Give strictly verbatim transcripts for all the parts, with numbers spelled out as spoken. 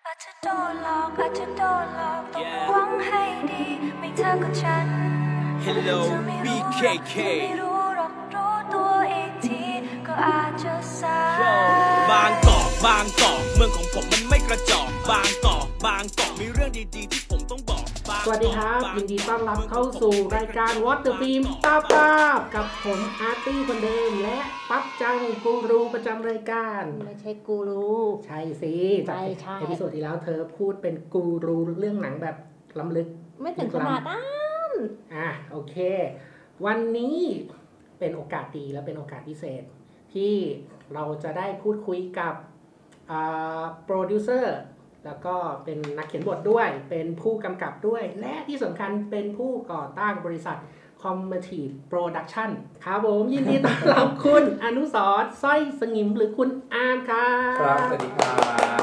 อาจจะโดนหลอกอาจจะโดนหลอกต้องระวังให้ดีไม่เธอก็ฉัน Hello เธอไม่บีรู้เคหรอกเคเธอไม่รู้หรอกรู้ตัวอีกทีก็อาจจะสายบางกอกบางกอกเมืองของผมมันไม่กระจอกบางกอกบางกอกมีเรื่องดีๆที่ผมต้องบอกสวัสดีครับยินดีต้อนรับเข้าสู่รายการ What the Film ตาปาบกับผมอาร์ตี้คนเดิมและปั๊บจังกูรูประจำรายการไม่ใช่กูรูใช่สิจากใช่ใช่เอพิโซดที่แล้วเธอพูดเป็นกูรูเรื่องหนังแบบล้ำลึกไม่ถึงขนาดนั้นอ่ะโอเค วันนี้เป็นโอกาสดีและเป็นโอกาสพิเศษ ที่เราจะได้พูดคุยกับโปรดิวเซอร์แล้วก็เป็นนักเขียนบทด้วยเป็นผู้กำกับด้วยและที่สำคัญเป็นผู้ก่อตั้งบริษัท Combative Production ครับผมยินดีต้อนรับคุณอนุสรณ์สร้อยสงิมหรือคุณอาร์มครับครับสวัสดีครับ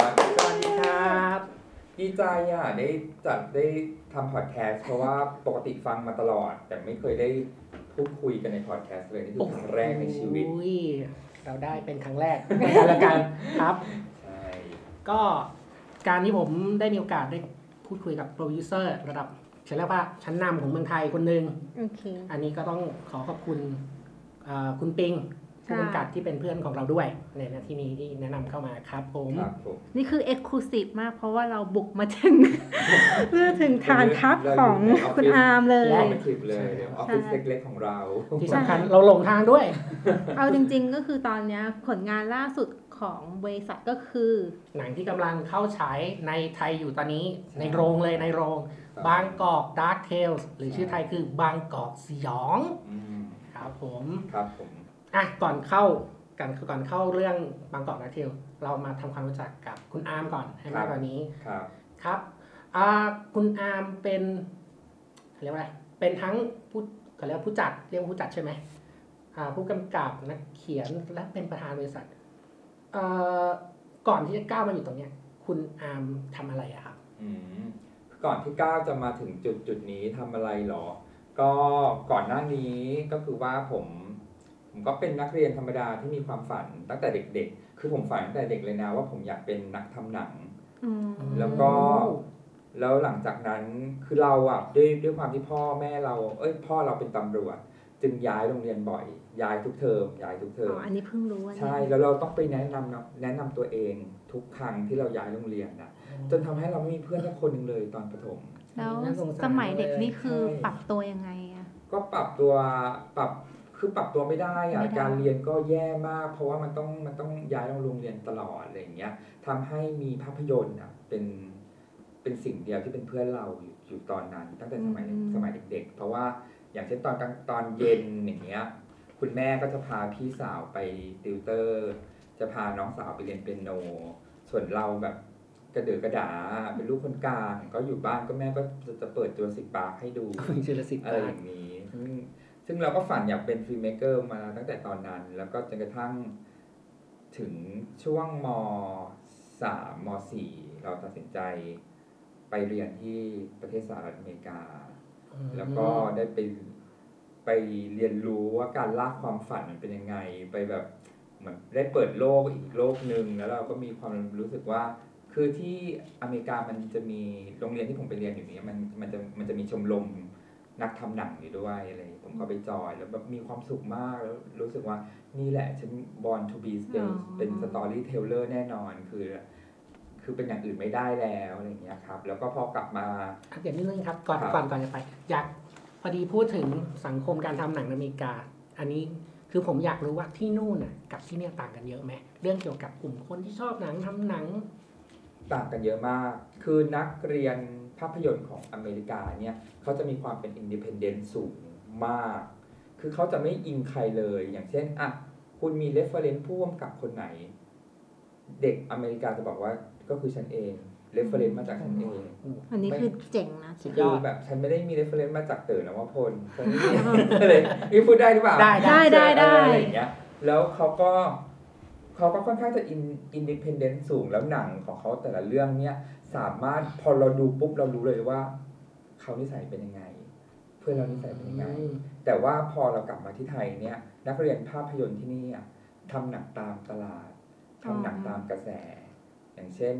สวัสดีครับดีใจอ่ะได้จัดได้ทำพอดแคสต์เพราะว่าปกติฟังมาตลอดแต่ไม่เคยได้พูดคุยกันในพอดแคสต์เลยนี่คือครั้งแรกในชีวิตเราได้เป็นครั้งแรกกันละกันครับใช่ก็การที่ผมได้มีโอกาสได้พูดคุยกับโปรดิวเซอร์ระดับฉันเรียกว่าชั้นนำของเมืองไทยคนหนึ่ง okay. อันนี้ก็ต้องขอขอบคุณคุณปิงผู้กำกับที่เป็นเพื่อนของเราด้วยในหน้าที่นี้ที่แนะนำเข้ามาครับผมนี่คือ Exclusive มากเพราะว่าเราบุกมาถึง เพื่อถึงฐานทัพของคุณอาร์มเลยและเป็นคลิปเลยออฟฟิศเล็กๆของเราที่สำคัญเราหลงทางด้วยเอาจริงๆก็คือตอนนี้ผลงานล่าสุดของบริษัทก็คือหนังที่กำลังเข้าฉายในไทยอยู่ตอนนี้ในโรงเลยในโรงบางกอก Dark Tales หรือชื่อไทยคือบางกอกสยองครับผมครับผมอ่ะก่อนเข้ากันก่อนเข้าเรื่องบางกอก Dark Tales เรามาทำความรู้จักกับคุณอาร์มก่อนให้มากกว่านี้ครับครับอ่าคุณอาร์มเป็นเรียกว่าอะไรเป็นทั้งผู้เขาเรียกว่าผู้จัดเรียกว่าผู้จัดใช่ไหมอ่าผู้กำกับนักเขียนและเป็นประธานบริษัทเอ่อก่อนที่จะก้าวมาอยู่ตรงเนี้ยคุณอาร์มทำอะไรอะครับอืมก่อนที่ก้าวจะมาถึงจุดจุดนี้ทำอะไรหรอก็ก่อนหน้านี้ก็คือว่าผมผมก็เป็นนักเรียนธรรมดาที่มีความฝันตั้งแต่เด็กๆคือผมฝันตั้งแต่เด็กเลยนะว่าผมอยากเป็นนักทำหนังแล้วก็แล้วหลังจากนั้นคือเราอ่ะด้วยด้วยความที่พ่อแม่เราเอ้ยพ่อเราเป็นตำรวจจึงย้ายโรงเรียนบ่อยย้ายทุกเทอมย้ายทุกเทอมอ๋ออันนี้เพิ่งรู้ใช่แล้วเราต้องไปแนะนำแนะนำตัวเองทุกครั้งที่เราย้ายโรงเรียนนะจนทำให้เราไม่มีเพื่อนสักคนหนึ่งเลยตอนประถมแล้วสมัยเด็กนี่คือปรับตัวยังไงอ่ะก็ปรับตัวปรับคือปรับตัวไม่ได้อ่ะการเรียนก็แย่มากเพราะว่ามันต้องมันต้องย้ายโรงเรียนตลอดอะไรอย่างเงี้ยทำให้มีภาพยนตร์อ่ะเป็นเป็นสิ่งเดียวที่เป็นเพื่อนเราอยู่ตอนนั้นตั้งแต่สมัยสมัยเด็กๆเพราะว่าอย่างเช่นตอนกลางตอนเย็นอย่างเงี้ยคุณแม่ก็จะพาพี่สาวไปติวเตอร์จะพาน้องสาวไปเรียนเปียโนส่วนเราแบบกระเดือกระดาเป็นลูกคนกลางก็อยู่บ้านก็แม่ก็จะเปิดจูราสสิคพาร์คให้ดูอะไรอย่างนี้ซึ่งเราก็ฝันอยากเป็นฟิล์มเมกเกอร์มาตั้งแต่ตอนนั้นแล้วก็จนกระทั่งถึงช่วงม.สาม ม.สี่ เราตัดสินใจไปเรียนที่ประเทศสหรัฐอเมริกาแล้วก็ได้ไปไปเรียนรู้ว่าการลากความฝันมันเป็นยังไงไปแบบเหมือนได้เปิดโลกอีกโลกนึงแล้วเราก็มีความรู้สึกว่าคือที่อเมริกามันจะมีโรงเรียนที่ผมไปเรียนอยู่นี้มันมันจะมันจะมีชมรมนักทำหนังอยู่ด้วยอะไรผมก็ไปจอยแล้วแบบมีความสุขมากแล้วรู้สึกว่านี่แหละฉัน born to be เป็น storyteller แน่นอนคือคือเป็นอย่างอื่นไม่ได้แล้วอะไรอย่างเงี้ยครับแล้วก็พอกลับมาเดี๋ยวนิดนึงครับก่อนก่อนก่อนจะไปอยากพอดีพูดถึงสังคมการทำหนังในอเมริกาอันนี้คือผมอยากรู้ว่าที่นู่นน่ะกับที่เนี่ยต่างกันเยอะไหมเรื่องเกี่ยวกับกลุ่มคนที่ชอบหนังทำหนังต่างกันเยอะมากคือนักเรียนภาพยนตร์ของอเมริกาเนี่ยเขาจะมีความเป็นอินดิเพนเดนต์สูงมากคือเขาจะไม่อิงใครเลยอย่างเช่นอ่ะคุณมีเรฟเฟอเรนซ์ผู้กำกับคนไหนเด็กอเมริกาจะบอกว่าก็คือฉันเองเรฟเฟอเรนซ์มาจากฉันเองอันนี้คือเจ๋งนะคือแบบฉันไม่ได้มีเรฟเฟอเรนซ์มาจากเต๋อนวพลฉันเลยนี่พูดได้หรือเปล่าได้ได้ได้ได้อะไรอย่างเงี้ยแล้วเขาก็เขาก็ค่อนข้างจะอินอินดิเพนเดนต์สูงแล้วหนังของเขาแต่ละเรื่องเนี้ยสามารถพอเราดูปุ๊บเรารู้เลยว่าเขานิสัยเป็นยังไงเพื่อนเรานิสัยเป็นยังไงแต่ว่าพอเรากลับมาที่ไทยเนี้ยนักเรียนภาพยนตร์ที่นี่ทำหนังตามตลาดทำหนังตามกระแสอย่างเช่นแบบ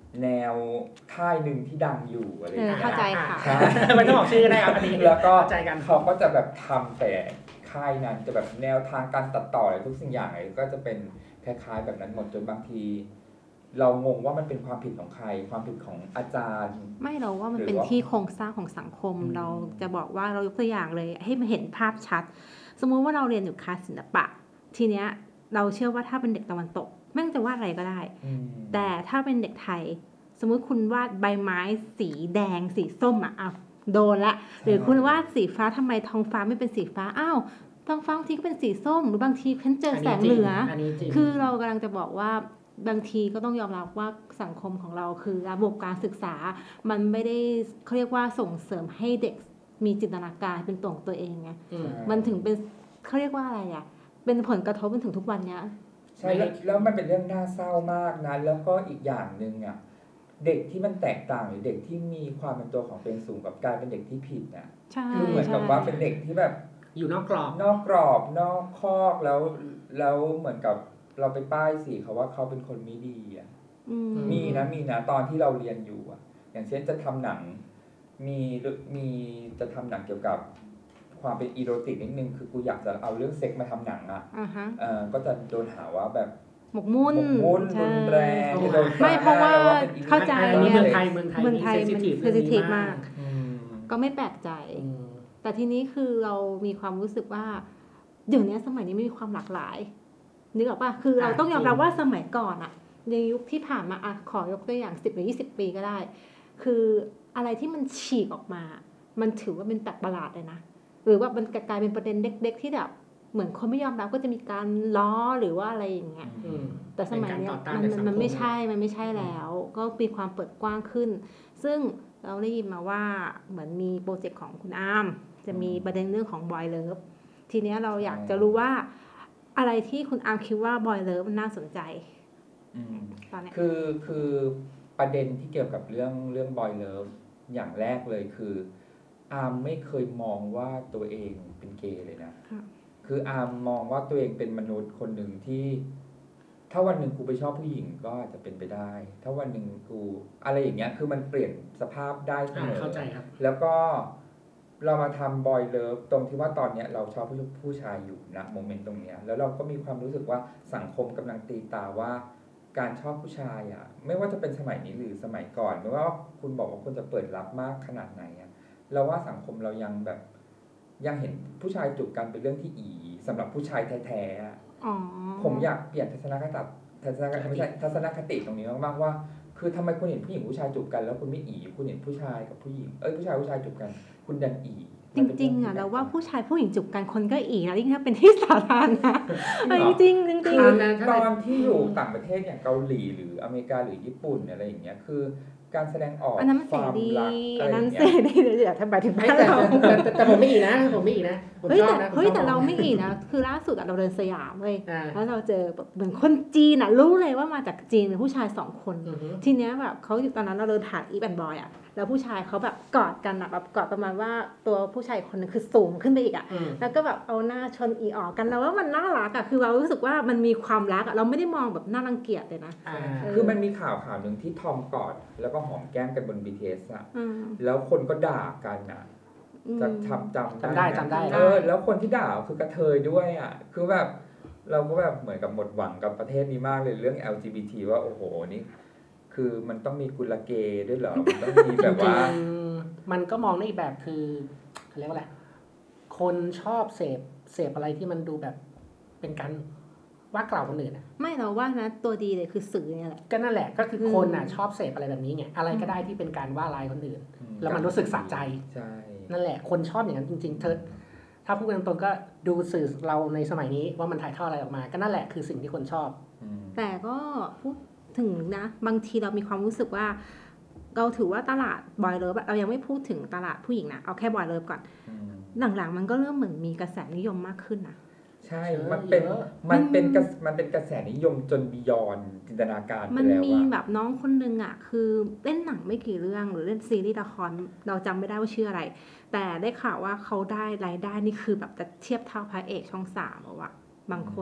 แนวค่ายหนึ่งที่ดังอยู่อะไรอย่างเออเงี้ยเข้าใจค่ะใช่มันต้องบอกชื่อก็ได้ครับอันนี้แล้วก็เข้าใจกันเขาก็จะแบบทำแต่ค่ายนั้นจะแบบแนวทางการตัดต่ออะไรทุกสิ่งอย่างเลยก็จะเป็นคล้ายๆแบบนั้นหมดจนบางที เรางงว่ามันเป็นความผิดของใครความผิดของอาจารย์ไม่เราว่ามันหรือเป็นว่าที่โครงสร้างของสังคมอืมเราจะบอกว่าเรายกตัวอย่างเลยให้มันเห็นภาพชัด สมมุติว่าเราเรียนอยู่คลาสศิลปะ ทีเนี้ยเราเชื่อว่าถ้าเป็นเด็กตะวันตกแม่งจะวาดอะไรก็ได้อืมแต่ถ้าเป็นเด็กไทย สมมุติคุณวาดใบไม้สีแดงสีส้มอ่ะอ้าวโดนละหรือคุณวาดสีฟ้าทำไมท้องฟ้าไม่เป็นสีฟ้าอ้าวท้องฟ้าบางทีก็เป็นสีส้มหรือบางทีฉันเจอแสงเหลืออันนี้จริงคือเรากำลังจะบอกว่าบางทีก็ต้องยอมรับว่าสังคมของเราคือระบบการศึกษา มันไม่ได้เขาเรียกว่าส่งเสริมให้เด็กมีจินตนาการเป็นตัวของตัวเองไงอืมมันถึงเป็นเขาเรียกว่าอะไรอ่ะเป็นผลกระทบมันถึงทุกวันเนี้ยใช่แล้วแล้วมันเป็นเรื่องน่าเศร้ามากนะแล้วก็อีกอย่างหนึ่งอ่ะเด็กที่มันแตกต่างหรือเด็กที่มีความเป็นตัวของตัวเองสูงกับกลายเป็นเด็กที่ผิดน่ะใช่คือเหมือนกับว่าเป็นเด็กที่แบบอยู่นอกกรอบนอกกรอบนอกคอกแล้วแล้วเหมือนกับเราไปป้ายสีเขาว่าเขาเป็นคนไม่ดีอ่ะอืมมีนะมีนะตอนที่เราเรียนอยู่อ่ะอย่างเช่นจะทำหนังมีมีจะทำหนังเกี่ยวกับความเป็นอีโรติกนิดนึงคือกูอยากจะเอาเรื่องเซ็กมาทำหนังอ่ะอ่าฮะเออก็จะโดนหาว่าแบบหมกมุ่นหมกมุ่นใช่รุนแรงโอ้โดนไม่เพราะว่าแล้ป็นอีเข้าใจอันนี้ไเมืองไทยเมืองไทยเมืองไทยเซนซิทีฟมัน sensitive มากอืมก็ไม่แปลกใจอืมแต่ทีนี้คือเรามีความรู้สึกว่าเดี๋ยวนี้สมัยนี้ไม่มีความหลากหลายนึกออกป่ะคือเราต้องยอมรับว่าสมัยก่อนอะในยุคที่ผ่านมาอะขอยกตัวอย่างสิบหรือยี่สิบปีก็ได้ คืออะไรที่มันฉีกออกมา มันถือว่าเป็นแปลกประหลาดเลยนะหรือว่ามันกลายเป็นประเด็นเด็กๆที่แบบเหมือนคนไม่ยอมรับก็จะมีการล้อหรือว่าอะไรอย่างเงี้ยอืมแต่สมัยเนี้ยเป็นการต่อต้านมันในสังคมมันไม่ใช่ มันไม่ใช่แล้ว ก็มีความเปิดกว้างขึ้น ซึ่งเราได้ยินมาว่าเหมือนมีโปรเจกต์ของคุณอาร์มจะมีประเด็นเรื่องของบอยเลิฟทีเนี้ยเราอยากจะรู้ว่าอะไรที่คุณอาร์มคิดว่าบอยเลิฟมันน่าสนใจอืมตอนเนี้ยคือคือประเด็นที่เกี่ยวกับเรื่องเรื่องบอยเลิฟอย่างแรกเลยคืออาร์มไม่เคยมองว่าตัวเองเป็นเกย์เลยนะค่ะคืออาร์มมองว่าตัวเองเป็นมนุษย์คนหนึ่งที่ ถ้าวันหนึ่งกูไปชอบผู้หญิงก็อาจจะเป็นไปได้ ถ้าวันหนึ่งกูอะไรอย่างเงี้ยคือมันเปลี่ยนสภาพได้เสอ่ามอเข้าใจครับแล้วก็เรามาทำบอยเลิฟตรงที่ว่าตอนเนี้ยเราชอบผู้ผู้ชายอยู่นะโมเมนต์ตรงเนี้ยแล้วเราก็มีความรู้สึกว่าสังคมกำลังตีตาว่าการชอบผู้ชายอ่ะไม่ว่าจะเป็นสมัยนี้หรือสมัยก่อนไม่ว่าคุณบอกว่าคุณจะเปิดรับมากขนาดไหนอ่ะเราว่าสังคมเรายังแบบยังเห็นผู้ชายจูบกันเป็นเรื่องที่อีสำหรับผู้ชายแท้ๆอะอ๋อผมอยากเปลี่ยนทัศนคติทัศนคติไม่ใช่ทัศนคติตรงนี้มากๆว่า คือทำไมคุณเห็นผู้หญิงผู้ชายจูบกันแล้วคุณไม่อีคุณเห็นผู้ชายกับผู้หญิงเอ้ยผู้ชายผู้ชายจูบกันคุณดันอีจริงๆอ่ะเราว่าผู้ชายผู้หญิงจูบกันคนก็อีกนะยิ่งถ้าเป็นที่สาธารณะเออจริงๆจริงคืๆอตอนที่อยู่ต่างประเทศอย่างเกาหลีหรืออเมริกาหรือญี่ปุ่นอะไรอย่างเงี้ยคือการแสดงออกอันนั้นมันคเสวามรีรักอะอัไรนอนั้นย่างเสเงี้ยรีเดี๋ยวอยากทำไปถึงไม่บ้านแต่เราแต่แต่แต่ผมไม่อีนะผมไม่อีนะผมเฮ้ยชอบแต่นะผมเฮ้ยชอบแต่เราไม่อีนะ คือล่าสุดอะเราเดินสยามเว้ยอ่าแล้วเราเจอแบบเหมือนคนจีนอะรู้เลยว่ามาจากจีนเป็นผู้ชายสองคนอือฮึทีเนี้ยแบบเขาอยู่ตอนนั้นเราเดินผ่านอีฟแอนบอยอะแล้วผู้ชายเขาแบบกอดกันอะแบบกอดประมาณว่าตัวผู้ชายคนนึงคือสูงขึ้นไปอีกอะอืมแล้วก็แบบเอาหน้าชนอีออกกันแล้วว่ามันน่ารักอะคือเรารู้สึกว่ามันมีความรักอะเราไม่ได้มองแบบน่ารังเกียจเลยนะอ่าเออคือมันมีข่าวข่าวหนึ่งที่ทอมกอดแล้วก็หอมแก้มกันบน บี ที เอส อะอืมแล้วคนก็ด่ากันอะอืมจะจำจำจำได้จำได้เออแล้วคนที่ด่าคือกระเทยด้วยอ่ะคือแบบเราก็แบบเหมือนกับหมดหวังกับประเทศนี้มากเลยเรื่อง แอล จี บี ที ว่าโอ้โหนี่คือมันต้องมีกุลเกย์ด้วยเหรอมันต้องมีแบบว่าจริงๆมันก็มองในอีกแบบคือเขาเรียกว่าอะไรคนชอบเสพเสพอะไรที่มันดูแบบเป็นการว่ากล่าวคนอื่นอะไม่เราว่านะตัวดีเลยคือสื่อเนี่ยแหละก็นั่นแหละก็คืออืมคนอ่ะชอบเสพอะไรแบบนี้ไงอะไรก็ได้ที่เป็นการว่าร้ายคนอื่นอืมแล้วมันรู้สึกสะใจใช่นั่นแหละคนชอบอย่างนั้นจริง ๆ เธอถ้าพูดกันตรงๆก็ดูสื่อเราในสมัยนี้ว่ามันถ่ายทอดอะไรออกมา ก็นั่นแหละคือสิ่งที่คนชอบอืมแต่ก็พูดถึงนะ บางทีเรามีความรู้สึกว่า เราถือว่าตลาดบอยเลิฟเรายังไม่พูดถึงตลาดผู้หญิงนะเอาแค่บอยเลิฟก่อนอืมหลังๆมันก็เริ่มเหมือนมีกระแสนิยมมากขึ้นนะใช่เยอะมันเป็นเยอะมันเป็นมันกระมันเป็นกระแสนิยมจนบียอนจินตนาการไปมันแล้วมีอะแบบน้องคนนึงอ่ะ คือเล่นหนังไม่กี่เรื่องหรือเล่นซีรีส์ละครเราจำไม่ได้ว่าชื่ออะไร แต่ได้ข่าวว่าเขาได้รายได้นี่คือแบบจะเทียบเท่าพระเอกช่องสามอะวะบางคน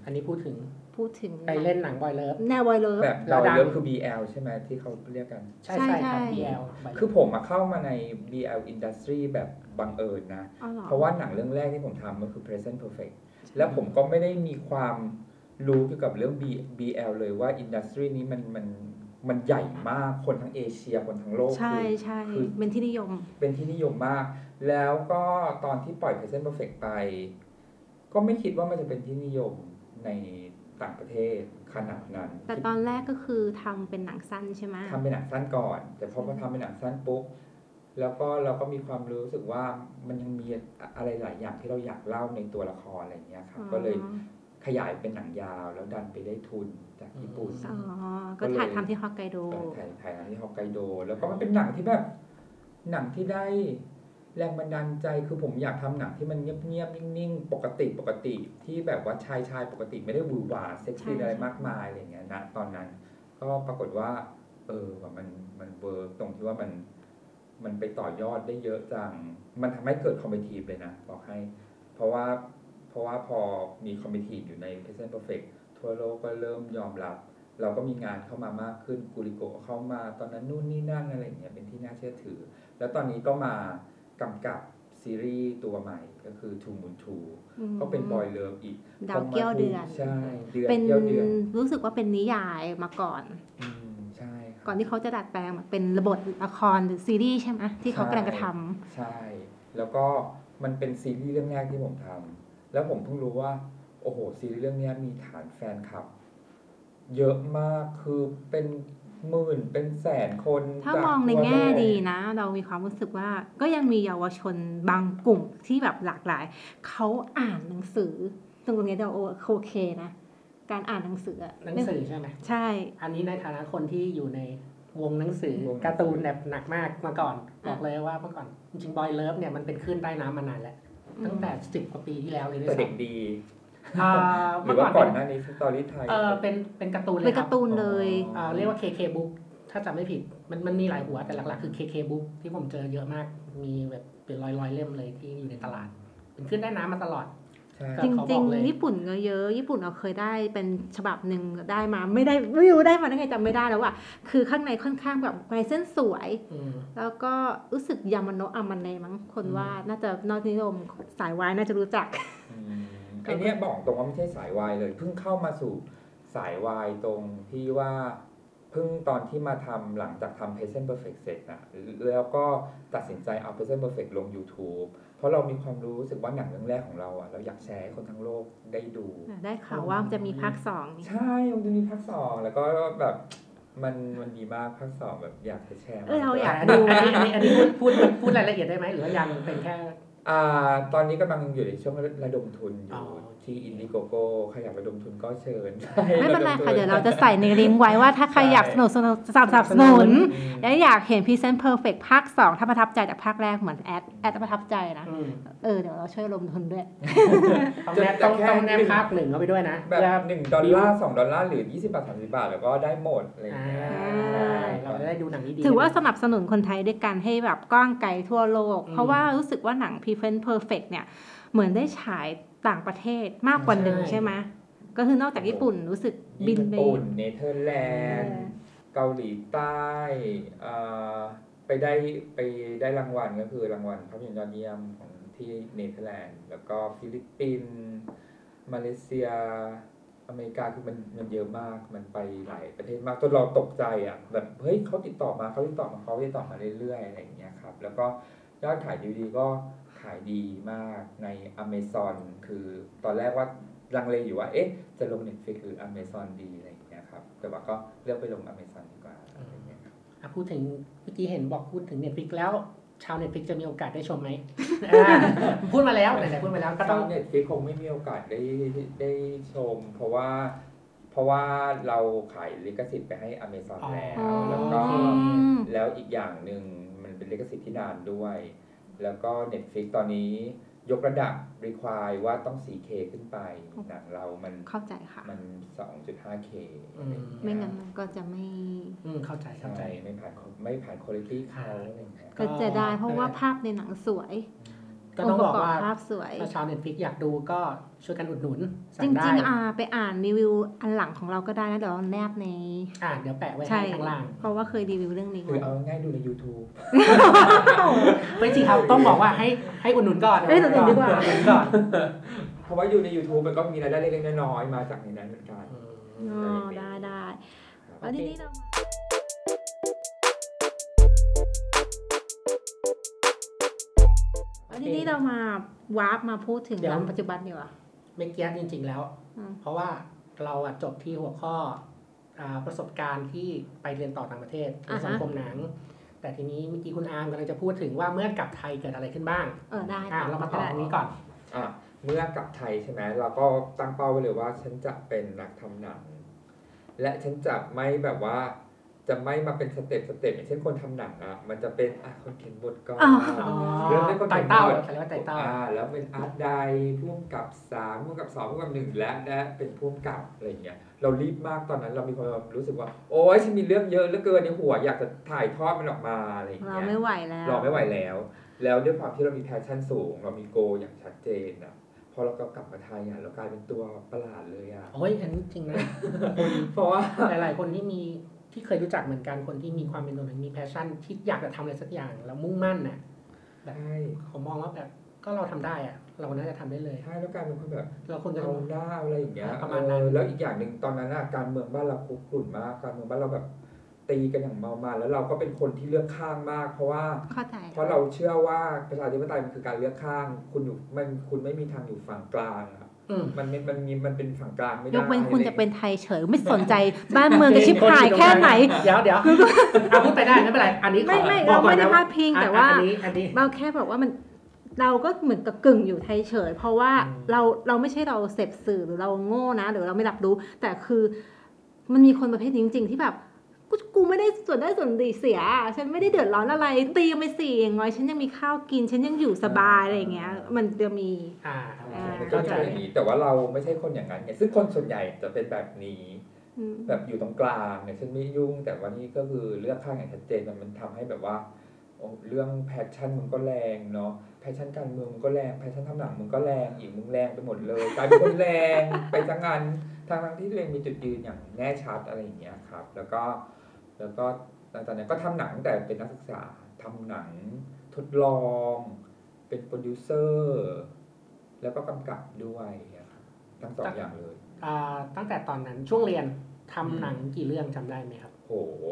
อันนี้พูดถึงพูดถึงไปเล่นหนังบอยเลิฟแนวบอยเลิฟแบบเราเลิฟคือ บี แอล ใช่ไหมที่เขาเรียกกันใช่ใช่ครับใช่บี แอลคือผมมาเข้ามาใน บี แอล Industry แบบบังเอิญนะอ๋อเหรอเพราะว่าหนังเรื่องแรกที่ผมทำก็คือ Present Perfect แล้วผมก็ไม่ได้มีความรู้เกี่ยวกับเรื่อง B แอล เลยว่าอินดัสทรีนี้มันมันมันใหญ่มากคนทั้งเอเชียคนทั้งโลกใช่คือใช่คือเป็นที่นิยมเป็นที่นิยมมาก แล้วก็ตอนที่ปล่อย Present Perfect ไป ก็ไม่คิดว่ามันจะเป็นที่นิยมในต่างประเทศขนาดนั้นแต่ตอนแรกก็คือทำเป็นหนังสั้นใช่ไหมทำเป็นหนังสั้นก่อน แต่พอมาทำเป็นหนังสั้นปุ๊บแล้วก็เราก็มีความรู้สึกว่ามันยังมีอะไรหลายอย่างที่เราอยากเล่าในตัวละครอะไรอย่างเงี้ยครับก็เลยขยายเป็นหนังยาวแล้วดันไปได้ทุนจากญี่ปุ่นอ๋อก็ถ่ายทำที่ฮอกไกโดถ่ายถ่ายทำที่ฮอกไกโดแล้วก็มันเป็นหนังที่แบบหนังที่ได้แรงบันดาลใจคือผมอยากทำหนังที่มันเงียบๆนิ่งๆปกติปกติที่แบบว่าชายชายปกติไม่ได้หวือหวาเซ็กซี่อะไรมากมายอะไรอย่างเงี้ยนะตอนนั้นก็ปรากฏว่าเออว่ามันมันเวิร์กตรงที่ว่ามันมันไปต่อยอดได้เยอะจังมันทำให้เกิดคอมเมดี้เลยนะบอกให้เพราะว่าเพราะว่าพอมีคอมเมดี้อยู่ใน Present Perfect ทั่วโลกก็เริ่มยอมรับเราก็มีงานเข้ามามากขึ้นกูริโกะเข้ามาตอนนั้นนู่นนี่นั่นอะไรอย่างเงี้ยเป็นที่น่าเชื่อถือแล้วตอนนี้ก็มากำกับซีรีส์ตัวใหม่ก็คือ Two Moon Two ก็เป็นบอยเลิฟอีกดาวเกี้ยวเดือนใช่เดือนเป็นเกี้ยวเดือนรู้สึกว่าเป็นนิยายมาก่อนอืมใช่ครับก่อนที่เขาจะดัดแปลงมาเป็นระบบละครหรือซีรีส์ใช่ไหมที่เขากำลังจะทำใช่แล้วก็มันเป็นซีรีส์เรื่องแรกที่ผมทำแล้วผมเพิ่งรู้ว่าโอ้โหซีรีส์เรื่องนี้มีฐานแฟนคลับเยอะมากคือเป็นหมื่นเป็นแสนคนถ้ามองในแง่ดีนะ เรามีความรู้สึกว่าก็ยังมีเยาวชนบางกลุ่มที่แบบหลากหลายเขาอ่านหนังสือตรงนี้เราโอเคนะการอ่านหนังสือหนังสือใช่ไหมใช่อันนี้ในฐานะคนที่อยู่ในวงหนังสือการ์ตูนแบบหนักมากมาก่อนบอกเลยว่าเมื่อก่อนจริงๆบอยเลิฟเนี่ยมันเป็นคลื่นใต้น้ำมานานแล้วตั้งแต่สิบกว่าปีที่แล้วเลยด้วยแต่ซ้ำเด็กดีอ่าหรืเมื่ออก่ว่าอนก่อนเป็นหน้านี้สตอรี่ไทยเออเป็นเป็นการ์ตูนเลยเป็นคการับร์ตูนเลยอ่าเรียกว่า เค เค Book ถ้าจำไม่ผิดมันมันมีหลายหัวแต่หลักๆคือ เค เค Book ที่ผมเจอเยอะมากมีแบบเป็นร้อยๆเล่มเลยที่อยู่ในตลาดเป็นคลื่นใต้น้ำมาตลอดใช่จริงๆญี่ปุ่นก็เยอะญี่ปุ่นเราเคยได้เป็นฉบับหนึ่งได้มาไม่ได้ไม่รู้ได้มาได้ไงจำไม่ได้แล้วอะคือข้างในค่อนข้างแบบลายเส้นสวยอืมแล้วก็รู้สึกยามาโนะอามันเนมั้งคนว่าน่าจะนอนิยมสายวายน่าจะรู้จักอืมไอเนี้ยบอกตรงว่าไม่ใช่สายวายเลยเพิ่งเข้ามาสู่สายวายตรงที่ว่าเพิ่งตอนที่มาทำหลังจากทำ Present Perfect เสร็จนะแล้วก็ตัดสินใจเอา Present Perfect ลง YouTube เพราะเรามีความรู้สึกว่าหนังเรื่องแรกของเราอ่ะเราอยากแชร์ให้คนทั้งโลกได้ดูได้ข่าวว่าจะมีภาคสองนี่ใช่มันจะมีภาคสองแล้วก็แบบมันมันดีมากภาคสองแบบอยากจะแชร์เออเราอยากอันนี้อันนี้อันนี้อันนี้พูดพูดพูดรายละเอียดได้ไหมหรือว่ายังเป็นแค่อ่าตอนนี้กำลังอยู่ในช่วงระดมทุนออ๋ยู่อที่อินดิโกโก้ใครอยากระดมทุนก็เชิญไม่เป็นไรค่ะเดี๋ยวเราจะใส่ในลิงก์ไว้ว่าถ้าใครอยากสนับสนุนสนับสนุนและอยากเห็น Present Perfect ภาคสองถ้าประทับใจจากภาคแรกเหมือนแอดแอดประทับใจนะอืมเออเดี๋ยวเราช่วยลงทุนด้วยต้องแนบต้องต้องแนบภาคหนึ่งเข้าไปด้วยนะแบบแล้วหนึ่งดอลลาร์สองดอลลาร์หรือยี่สิบบาทสามสิบบาทแล้วก็ได้หมดอะไรอย่างเงี้ยอ่าเราจะได้ดูหนังนี้ดีถือว่าสนับสนุนคนไทยด้วยกันให้แบบกว้างไกลทั่วโลก เพราะว่ารู้สึกว่าหนัง Present Perfect เนี่ยเหมือนได้ฉายต่างประเทศมากกว่าหนึ่งใช่ไหมก็คือนอกจากญี่ปุ่นรู้สึกบินไปญี่ปุ่นเนเธอร์แลนด์เกาหลีใต้อ่าไปได้ไปได้รางวัลก็คือรางวัลภาพยนตร์ยอดเยี่ยมของที่เนเธอร์แลนด์แล้วก็ฟิลิปปินส์มาเลเซียอเมริกาคือมันมันเยอะมากมันไปหลายประเทศมากจนเราตกใจอ่ะแบบเฮ้ยเขาติดต่อมาเขาติดต่อมาเขาติดต่อมาเรื่อยๆอะไรอย่างเงี้ยครับแล้วก็ยอดขายดีวดีก็ขายดีมากใน Amazon คือตอนแรกว่าลังเลอยู่ว่าเอ๊ะจะลง Netflix หรือ Amazon ดีอะไรอย่างเงี้ยครับแต่ว่าก็เลือกไปลง Amazon ดีกว่าอะไรอย่างเงี้ยครับอ่ะพูดถึงเมื่อกี้เห็นบอกพูดถึง Netflix แล้วชาว Netflix จะมีโอกาสได้ชมไหม อ่าพูดมาแล้วไหนๆพูดมาแล้วก็ต้ต้ออง ง Netflix คงไม่มีโอกาสได้ได้ชม เพราะว่าเพราะว่าเราขายลิขสิทธิ์ไปให้ Amazon อ๋อแล้วอ๋อแล้วก็โอเคแล้วอีกอย่างหนึ่งมันเป็นลิขสิทธิ์ที่นานด้วย แล้วก็ Netflix ตอนนี้ยกระดับ require ว่าต้อง โฟร์เค ขึ้นไปหนังเรามันเข้าใจค่ะมัน สองจุดห้าเคอืมไม่งั้นมันก็จะไม่อืมเข้าใจเข้าใจใช่ไม่ผ่านไม่ผ่านคุณภาพเขาอะไรอย่างเงี้ยก็จะได้เพราะว่าภาพในหนังสวยกก็ต้องบอกว่าองค์ประกอบภาพสวยถ้าชาว Netflix อยากดูก็ช่วยกันอุดหนุนสั่จงได้ริงๆอ่าไปอ่านรีวิวอันหลังของเราก็ได้นะเดี๋ยวเราแนบในอ่าเดี๋ยวแปะไว้ใช่ให้ข้างล่างเพราะว่าเคยรีวิวเรื่องนี้คือไว้เอาง่ายๆดูใน YouTube ไม่จริงครับต้องบอกว่าให้ให้อุดหนุนก่อนเอ้ยอุดหนุนดีกว่าอุดหนุนก่อนเพราะว่าอยู่ใน YouTube มันก็มีรายได้เล็กๆน้อยๆมาจากในนั้นเหมือนกันอ๋อได้ได้แล้วทีนี้เรามาแล้วทีนี้เรามาวาร์ปมาพูดถึงเดี๋ยวเราปัจจุบันดีกว่าไม่เกี้ยจริงๆแล้วอืมเพราะว่าเราอะจบที่หัวข้ออ่าประสบการณ์ที่ไปเรียนต่อต่างประเทศในอ่าฮะสังคมหนัง แต่ทีนี้เมื่อกี้คุณอาร์มกำลังจะพูดถึงว่าเมื่อกลับไทยเกิดอะไรขึ้นบ้างเออได้อ่าเรามาต่อตรงนี้ก่อนอ่ะเมื่อกลับไทยใช่ไหมเราก็ตั้งเป้าไว้เลยว่าฉันจะเป็นนักทำหนัง และฉันจะไม่แบบว่า จะไม่มาเป็นสเต็ปสเต็ปอย่างเช่นคนทำหนังอ่ะมันจะเป็นอ่ะคนเขียนบทก่อนอ๋อเริ่มด้วยคนไต่เขียนเต้าบทเขาเรียกว่าไต่เต้าอ่าแล้วเป็นอาร์ตไดพ่วงกับสามพ่วงกับสองพ่วงกับหนึ่งและและเป็นพ่วงกับอะไรอย่างเงี้ยเรารีบมากตอนนั้นเรามีความรู้สึกว่าโอ๊ยฉันมีเรื่องเยอะเหลือเกินในหัวอยากจะถ่ายทอดมันออกมาอะไรอย่างเราเงี้ยไม่ไหวแล้วรอไม่ไหวแล้ว แล้วด้วยความที่เรามีแพชชั่นสูง เรามีโกอย่างชัดเจนอ่ะพอเรากลับมาไทยอ่ะเรากลายเป็นตัวประหลาดเลยอ่ะโอ้ยอันนี้จริงนะเพราะว่าหลายๆคนที่มีที่เคยรู้จักเหมือนกันคนที่มีความเป็นตัวเองมีแพชชั่นที่อยากจะทำอะไรสักอย่างแล้วมุ่งมั่นน่ะแบบใช่เขามองว่าแบบก็เราทำได้อะเราน่าจะทำได้เลยใช่แล้วกลายเป็นคนแบบเราคนจะเอาหน้าอะไรอย่างเงี้ยประมาณนั้นเออแล้วอีกอย่างหนึ่งตอนนั้นอะการเมืองบ้านเราคุกรุ่นมากการเมืองบ้านเราแบบตีกันอย่างเมามันแล้วเราก็เป็นคนที่เลือกข้างมาก เพราะว่าเข้าใจเพราะเราเชื่อว่าประชาธิปไตยมันคือการเลือกข้าง คุณอยู่มันคุณไม่มีทางอยู่ฝั่งกลางอะอืมมันมันมันมีมันเป็นฝั่งกลางไม่ได้ยกเว้นคุณจะเป็นไทยเฉยไม่สนใจบ้านเมืองจะชิบหายแค่ไหนเดี๋ยวเดี๋ยวเอาพูดไปได้ไม่เป็นไรอันนี้ขอไม่ไม่บอกเราก่อนไม่ได้นะพาดพิงแต่ว่าอันนี้อันนี้เราแค่บอกว่ามันเราก็เหมือนกับกึ่งอยู่ไทยเฉย เพราะว่าอืมเราเราไม่ใช่เราเสพสื่อหรือเราโง่นะหรือเราไม่รับรู้ แต่คือมันมีคนประเภทนี้จริงๆที่แบบกูกูไม่ได้ส่วนได้ส่วนดีเสีย ฉันไม่ได้เดือดร้อนอะไรตีไปสี่อย่างน้อยฉันยังมีข้าวกิน ฉันยังอยู่สบายอะไรอย่างเงี้ย มันจะมีอ่าอ่ามันก็จะเป็นอย่างนี้แต่ว่าเราไม่ใช่คนอย่างนั้นไงซึ่งคนส่วนใหญ่จะเป็นแบบนี้อืมแบบอยู่ตรงกลางเนี่ยฉันไม่ยุ่งแต่วันนี้ก็คือเลือกข้างอย่างชัดเจนมันทำให้แบบว่าโอ้เรื่องแพชชั่นมึงก็แรงเนาะแพชชั่นการเมืองมึงก็แรงแพชชั่นทำหนังมึงก็แรงอีกมึงแรงไปหมดเลยกลายเป็นคนแรงไปทั้งงานทั้งทั้งที่ตัวเองมีจุดยืนอย่างแน่ชัดอะไรอย่างเงี้ยครับแล้วก็แล้วก็หลังจากนั้นก็ทำหนังตั้งแต่เป็นนักศึกษาทำหนังทดลองเป็นโปรดิวเซอร์แล้วก็กำกับด้วยครับทั้งสองอย่างเลยอ่าตั้งแต่ตอนนั้นช่วงเรียนทำหนังกี่เรื่องจำได้ไหมครับโห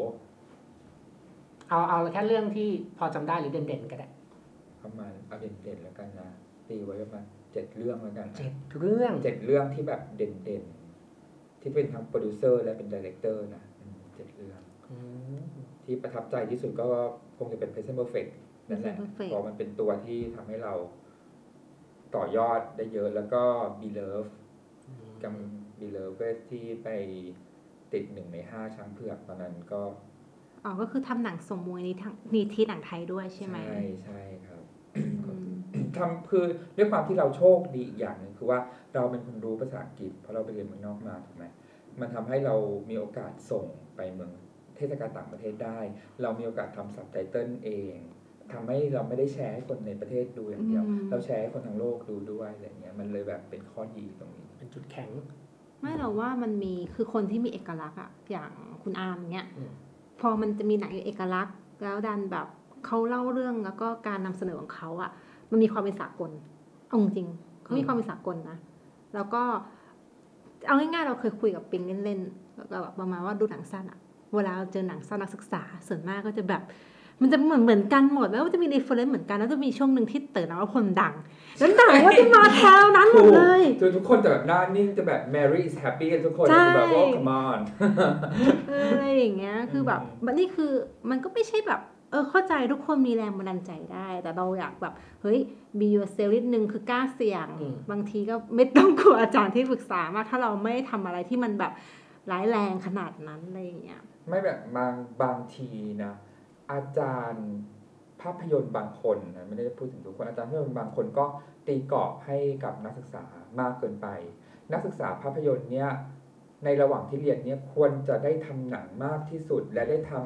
เอาเอาแค่เรื่องที่พอจำได้หรือเด่นๆก็ได้ประมาณเอาเด่นๆแล้วกันนะตีไว้ประมาณเจ็ดเรื่องแล้วกันนะเจ็ดเรื่องเจ็ดเรื่องที่แบบเด่นๆที่เป็นทั้งโปรดิวเซอร์และเป็นไดเรคเตอร์นะอืมเจ็ดเรื่องอืมที่ประทับใจที่สุดก็คงจะเป็น Present Perfect นั่นแหละ Present Perfect เพราะมันเป็นตัวที่ทำให้เราต่อยอดได้เยอะแล้วก็ Beloved กับ Beloved ที่ไปติดหนึ่งในห้าช้างเผือกตอนนั้นก็อ๋อก็คือทำหนังส่งมวยในทางนีที่หนังไทยด้วยใช่ไหมใช่ใช่ครับอืมทำคือด้วยความที่เราโชคดีอีกอย่างหนึ่งคือว่าเราเป็นคนรู้ภาษาอังกฤษเพราะเราไปเรียนเมืองนอกมาถูกไหมมันทำให้เรามีโอกาสส่งไปเมืองเทศกาลต่างประเทศได้ เรามีโอกาสทำซับไตเติลเองทำให้เราไม่ได้แชร์ให้คนในประเทศดูอย่างเดียวอืมเราแชร์ให้คนทั้งโลกดูด้วยอะไรเงี้ยมันเลยแบบเป็นข้อดีตรงนี้เป็นจุดแข็งไม่เราว่ามันมีคือคนที่มีเอกลักษณ์อะอย่างคุณอาร์มเนี้ยอืมพอมันจะมีหนังเอกลักษณ์แล้วดันแบบเขาเล่าเรื่องแล้วก็การนำเสนอของเขาอะมันมีความเป็นสากลเอาจริงๆเขามีความเป็นสากลนะแล้วก็เอาง่ายๆเราเคยคุยกับปิงเล่นๆแล้วก็แบบประมาณว่าดูหนังสั้นอะเวลาเราเจอหนังสั้นนักศึกษาส่วนมากก็จะแบบ มันจะเหมือนเหมือนกันหมดแล้วมันจะมีเรฟเฟอเรนซ์เหมือนกันแล้วจะมีช่วงหนึ่งที่เต๋อนวพลดังแล้วหนังว่าจะมาแถวนั้นหมดเลยคือทุกคนจะแบบหน้านิ่งจะแบบ Mary is happy กันทุกคนใช่จะแบบว่า come on เอออะไรอย่างเงี้ยคือแบบมันนี่คือมันก็ไม่ใช่แบบเออเข้าใจทุกคนมีแรงบันดาลใจได้ แต่เราอยากแบบเฮ้ย be yourself นิดนึงคือกล้าเสี่ยงอืมบางทีก็ไม่ต้องกลัวอาจารย์ที่ปรึกษามากถ้าเราไม่ทำอะไรที่มันแบบร้ายแรงขนาดนั้นอะไรอย่างเงี้ยไม่แบบบางบางทีนะอาจารย์ภาพยนตร์บางคนนะไม่ได้พูดถึงทุกคนอาจารย์ภาพยนตร์บางคนก็ตีกรอบให้กับนักศึกษามากเกินไป นักศึกษาภาพยนตร์เนี่ยในระหว่างที่เรียนเนี่ยควรจะได้ทำหนังมากที่สุด และได้ทำ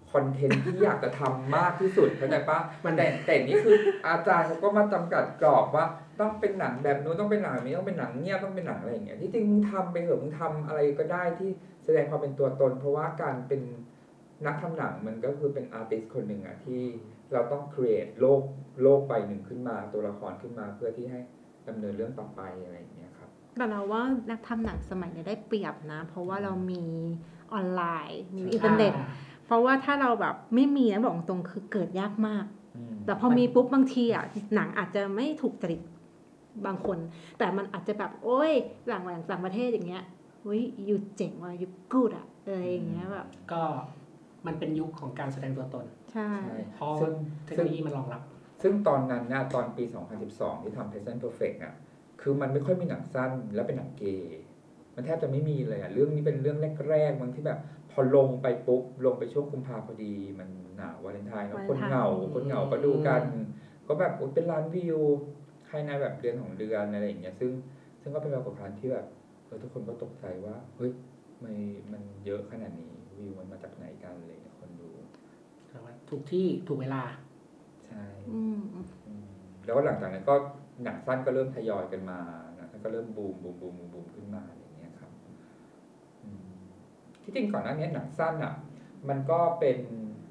คอนเทนต์ที่อยากจะทำมากที่สุดเข้าใจปะแต่แต่นี่คืออาจารย์เขาก็มาจำกัดกรอบว่าต้องเป็นหนังแบบนู้นต้องเป็นหนังแบบนี้ต้องเป็นหนังเงียบต้องเป็นหนังอะไรอย่างเงี้ยที่จริงมึงทำไปเถอะมึงทำอะไรก็ได้ที่แสดงความเป็นตัวตนเพราะว่าการเป็นนักทำหนังมันก็คือเป็นอาร์ติสต์คนหนึ่งอะที่เราต้อง create โลกโลกใบหนึ่งขึ้นมาตัวละครขึ้นมาเพื่อที่ให้ดำเนินเรื่องต่อไปอะไรอย่างเงี้ยครับแต่เราว่านักทำหนังสมัยนี้ได้เปรียบนะเพราะว่าเรามีออนไลน์มีอินเทอร์เน็ตเพราะว่าถ้าเราแบบไม่มีนะบอกตรงคือเกิดยากมากแต่พอมีปุ๊บบางทีอ่ะหนังอาจจะไม่ถูกจริตบางคนแต่มันอาจจะแบบโอ้ยหลังอย่างต่างประเทศอย่างเงี้ยเฮ้ยยูเจ๋งว่ะยูกูดอ่ะอะไรอย่างเงี้ยแบบก็มันเป็นยุคของการแสดงตัวตนใช่พอเทคโนโลยีมันรองรับซึ่งตอนนั้นนะตอนปีสองพันสิบสองที่ทำ Present Perfect อ่ะคือมันไม่ค่อยมีหนังสั้นและเป็นหนังเกย์มันแทบจะไม่มีเลยอ่ะเรื่องนี้เป็นเรื่องแรกๆบางที่แบบพอลงไปปุ๊บลงไปช่วงกุมภาพอดีมันหนาววาเลนไทน์แล้วคนเหงาคนเหงาก็ดูกันก็แบบเป็นล้านวิวภายในแบบเดือนของเดือนอะไรอย่างเงี้ยซึ่งซึ่งก็เป็นปรากฏการณ์ที่แบบเออทุกคนก็ตกใจว่าเฮ้ยมันมันเยอะขนาดนี้วิวมันมาจากไหนกันเลยคนดูถูกที่ถูกเวลาใช่แล้วก็หลังจากนั้นก็หนังสั้นก็เริ่มทยอยกันมาแล้วก็เริ่มบูมบูมบูมบูมขึ้นมาอย่างเงี้ยครับที่จริงก่อนหน้านี้หนังสั้นอ่ะมันก็เป็น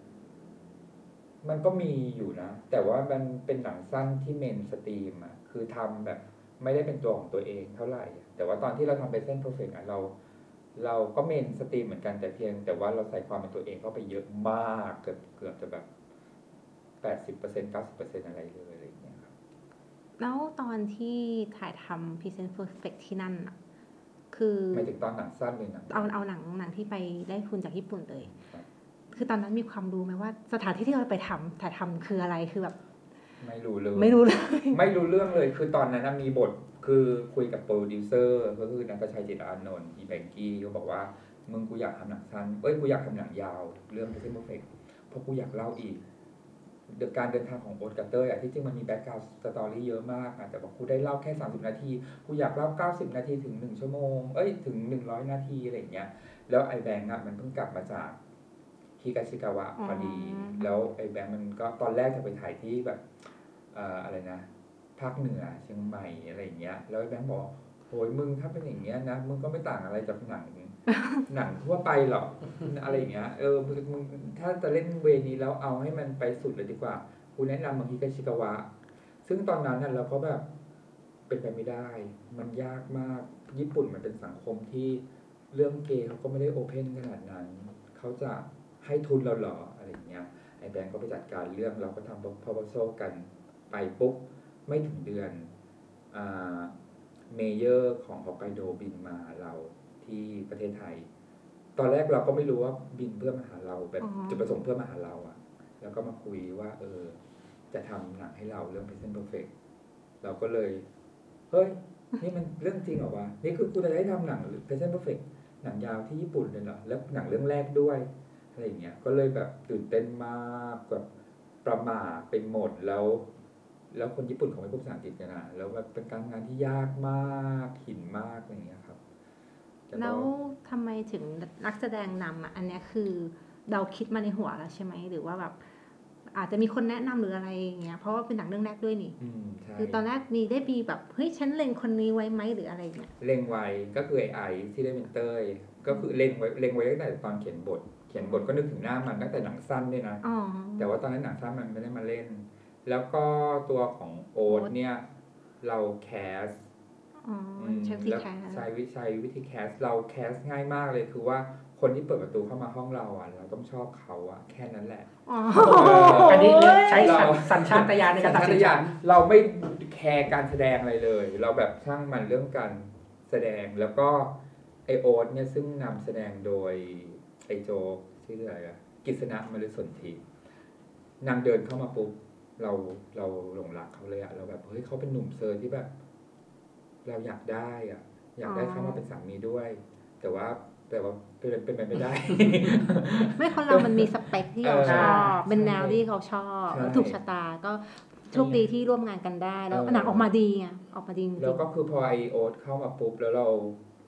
มันก็มีอยู่นะแต่ว่ามันเป็นหนังสั้นที่เมนสตรีมอ่ะคือทำแบบไม่ได้เป็นตัวของตัวเองเท่าไหร่แต่ว่าตอนที่เราทำไปเส้น Perfect อ่ะเราเราก็เมนสตรีมเหมือนกันแต่เพียงแต่ว่าเราใส่ความเป็นตัวเองเข้าไปเยอะมากเกือบเกือบจะแบบ แปดสิบเปอร์เซ็นต์ เก้าสิบเปอร์เซ็นต์ อะไรเลยอะไรอย่างเงี้ยครับแล้วตอนที่ถ่ายทำ Present Perfect ที่นั่นอ่ะคือหมายถึงตอนหนังสั้นเลยนะเอาเอาหนังหนังที่ไปได้ทุนจากญี่ปุ่นเลยคือตอนนั้นมีความรู้ไหมว่าสถานที่ที่เราไปทำถ่ายทำคืออะไรคือแบบไม่รู้เลยไม่รู้เลยไม่รู้เรื่องเลยคือตอนนั้นมีบทคือคุยกับโปรดิวเซอร์ก็คือนักชัยจิตอานนท์อีแบงกี้เขาบอกว่ามึงกูอยากทำหนังสั้นเอ้ยกูอยากทำหนังยาวเรื่อง Present Perfect เพราะกูอยากเล่าอีกการเดินทางของโอ๊ตกับเต้ยอ่ะที่จริงมันมีแบ็คกราวด์สตอรี่เยอะมากอ่ะแต่ว่ากูได้เล่าแค่สามสิบนาทีกูอยากเล่าเก้าสิบนาทีถึงหนึ่งชั่วโมงเอ้ยถึงหนึ่งร้อยนาทีอะไรอย่างเงี้ยแล้วไอ้แบงค์อ่ะมันเพิ่งกลับมาจากฮิกาชิกาวะพอดีแล้วไอ้แบงค์มันก็ตอนแรกจะไปถ่ายที่แบบเอ่ออะไรนะภาคเหนือเชียงใหม่อะไรอย่างเงี้ยแล้วไอ้แบงค์บอกโหยมึงถ้าเป็นอย่างเงี้ยนะมึงก็ไม่ต่างอะไรจากหนังหนังทั่วไปหรอกอะไรอย่างเงี้ยเออมึงถ้าจะเล่นเวนี้แล้วเอาให้มันไปสุดเลยดีกว่ากูแนะนำบางทีก็ชิกาวะซึ่งตอนนั้นน่ะเราก็แบบเป็นไปไม่ได้มันยากมากญี่ปุ่นมันเป็นสังคมที่เรื่องเกย์เขาก็ไม่ได้โอเพนขนาดนั้นเขาจะให้ทุนเราหรออะไรอย่างเงี้ยไอ้แบงก์ก็ไปจัดการเรื่องเราก็ทำ proposal กันไปปุ๊บไม่ถึงเดือนอ่าเมเยอร์ของฮอกไกโดบินมาเราที่ประเทศไทยตอนแรกเราก็ไม่รู้ว่าบินเพื่อมาหาเราแบบจุดประสงค์เพื่อมาหาเราอ่ะแล้วก็มาคุยว่าเออจะทำหนังให้เราเรื่อง Present Perfect เราก็เลยเฮ้ยนี่มันเรื่องจริงเหรอวะนี่คือกูจะได้ทำหนัง Present Perfect หนังยาวที่ญี่ปุ่นเลยเหรอแล้วหนังเรื่องแรกด้วยอะไรอย่างเงี้ยก็เลยแบบตื่นเต้นมากแบบประหม่าไปหมดแล้วแล้วคนญี่ปุ่นเขาไม่พูดภาษาอังกฤษกันนะแล้วแบบเป็นการงานที่ยากมากหินมากอะไรอย่างเงี้ยครับแล้วทำไมถึงนักแสดงนำอ่ะอันนี้คือเราคิดมาในหัวแล้วใช่ไหมหรือว่าแบบอาจจะมีคนแนะนำหรืออะไรอย่างเงี้ยเพราะว่าเป็นหนังเรื่องแรกด้วยนี่คือตอนแรกมีได้มีแบบเฮ้ยฉันเล็งคนนี้ไว้ไหมหรืออะไรเงี้ยเล็งไว้ก็คือไอ้ไอที่ได้เป็นเต้ยก็คือเล็งไว้เล็งไว้ตั้งแต่ตอนเขียนบทเขียนบทก็นึกถึงหน้ามันตั้งแต่หนังสั้นด้วยนะแต่ว่าตอนนั้นหนังสั้นมันไม่ได้มาเล่นแล้วก็ตัวของโอ๊ตเนี่ยเราแคสใช้วิธีแคสใช้วิใช้วิธีแคสเราแคสง่ายมากเลยคือว่าคนที่เปิดประตูเข้ามาห้องเราอ่ะเราต้องชอบเขาอ่ะแค่นั้นแหละอันนี้ใช้สัญชาตญาณในการตัดสินใจเราไม่แคร์การแสดงอะไรเลยเราแบบช่างมันเรื่องการแสดงแล้วก็ไอโอ๊ตเนี่ยซึ่งนำแสดงโดยไอโจชื่ออะไรอะกฤษณะมฤสนธินางเดินเข้ามาปุ๊บเราเราหลงรักเขาเลยอะเราแบบเฮ้ยเขาเป็นหนุ่มเซอร์ที่แบบเราอยากได้อะอยากได้เขามาเป็นสามีด้วยแต่ว่าแต่ว่าเป็นเป็นไปไม่ได้ไม่คนเรามันมีสเปคที่เราชอบเป็นแนวที่เขาชอบถูกชะตาก็โชคดีที่ร่วมงานกันได้แล้วหนังออกมาดีไงออกมาดีจริงแล้วก็คือพอไอโอ๊ตเข้ามาปุ๊บแล้วเราผ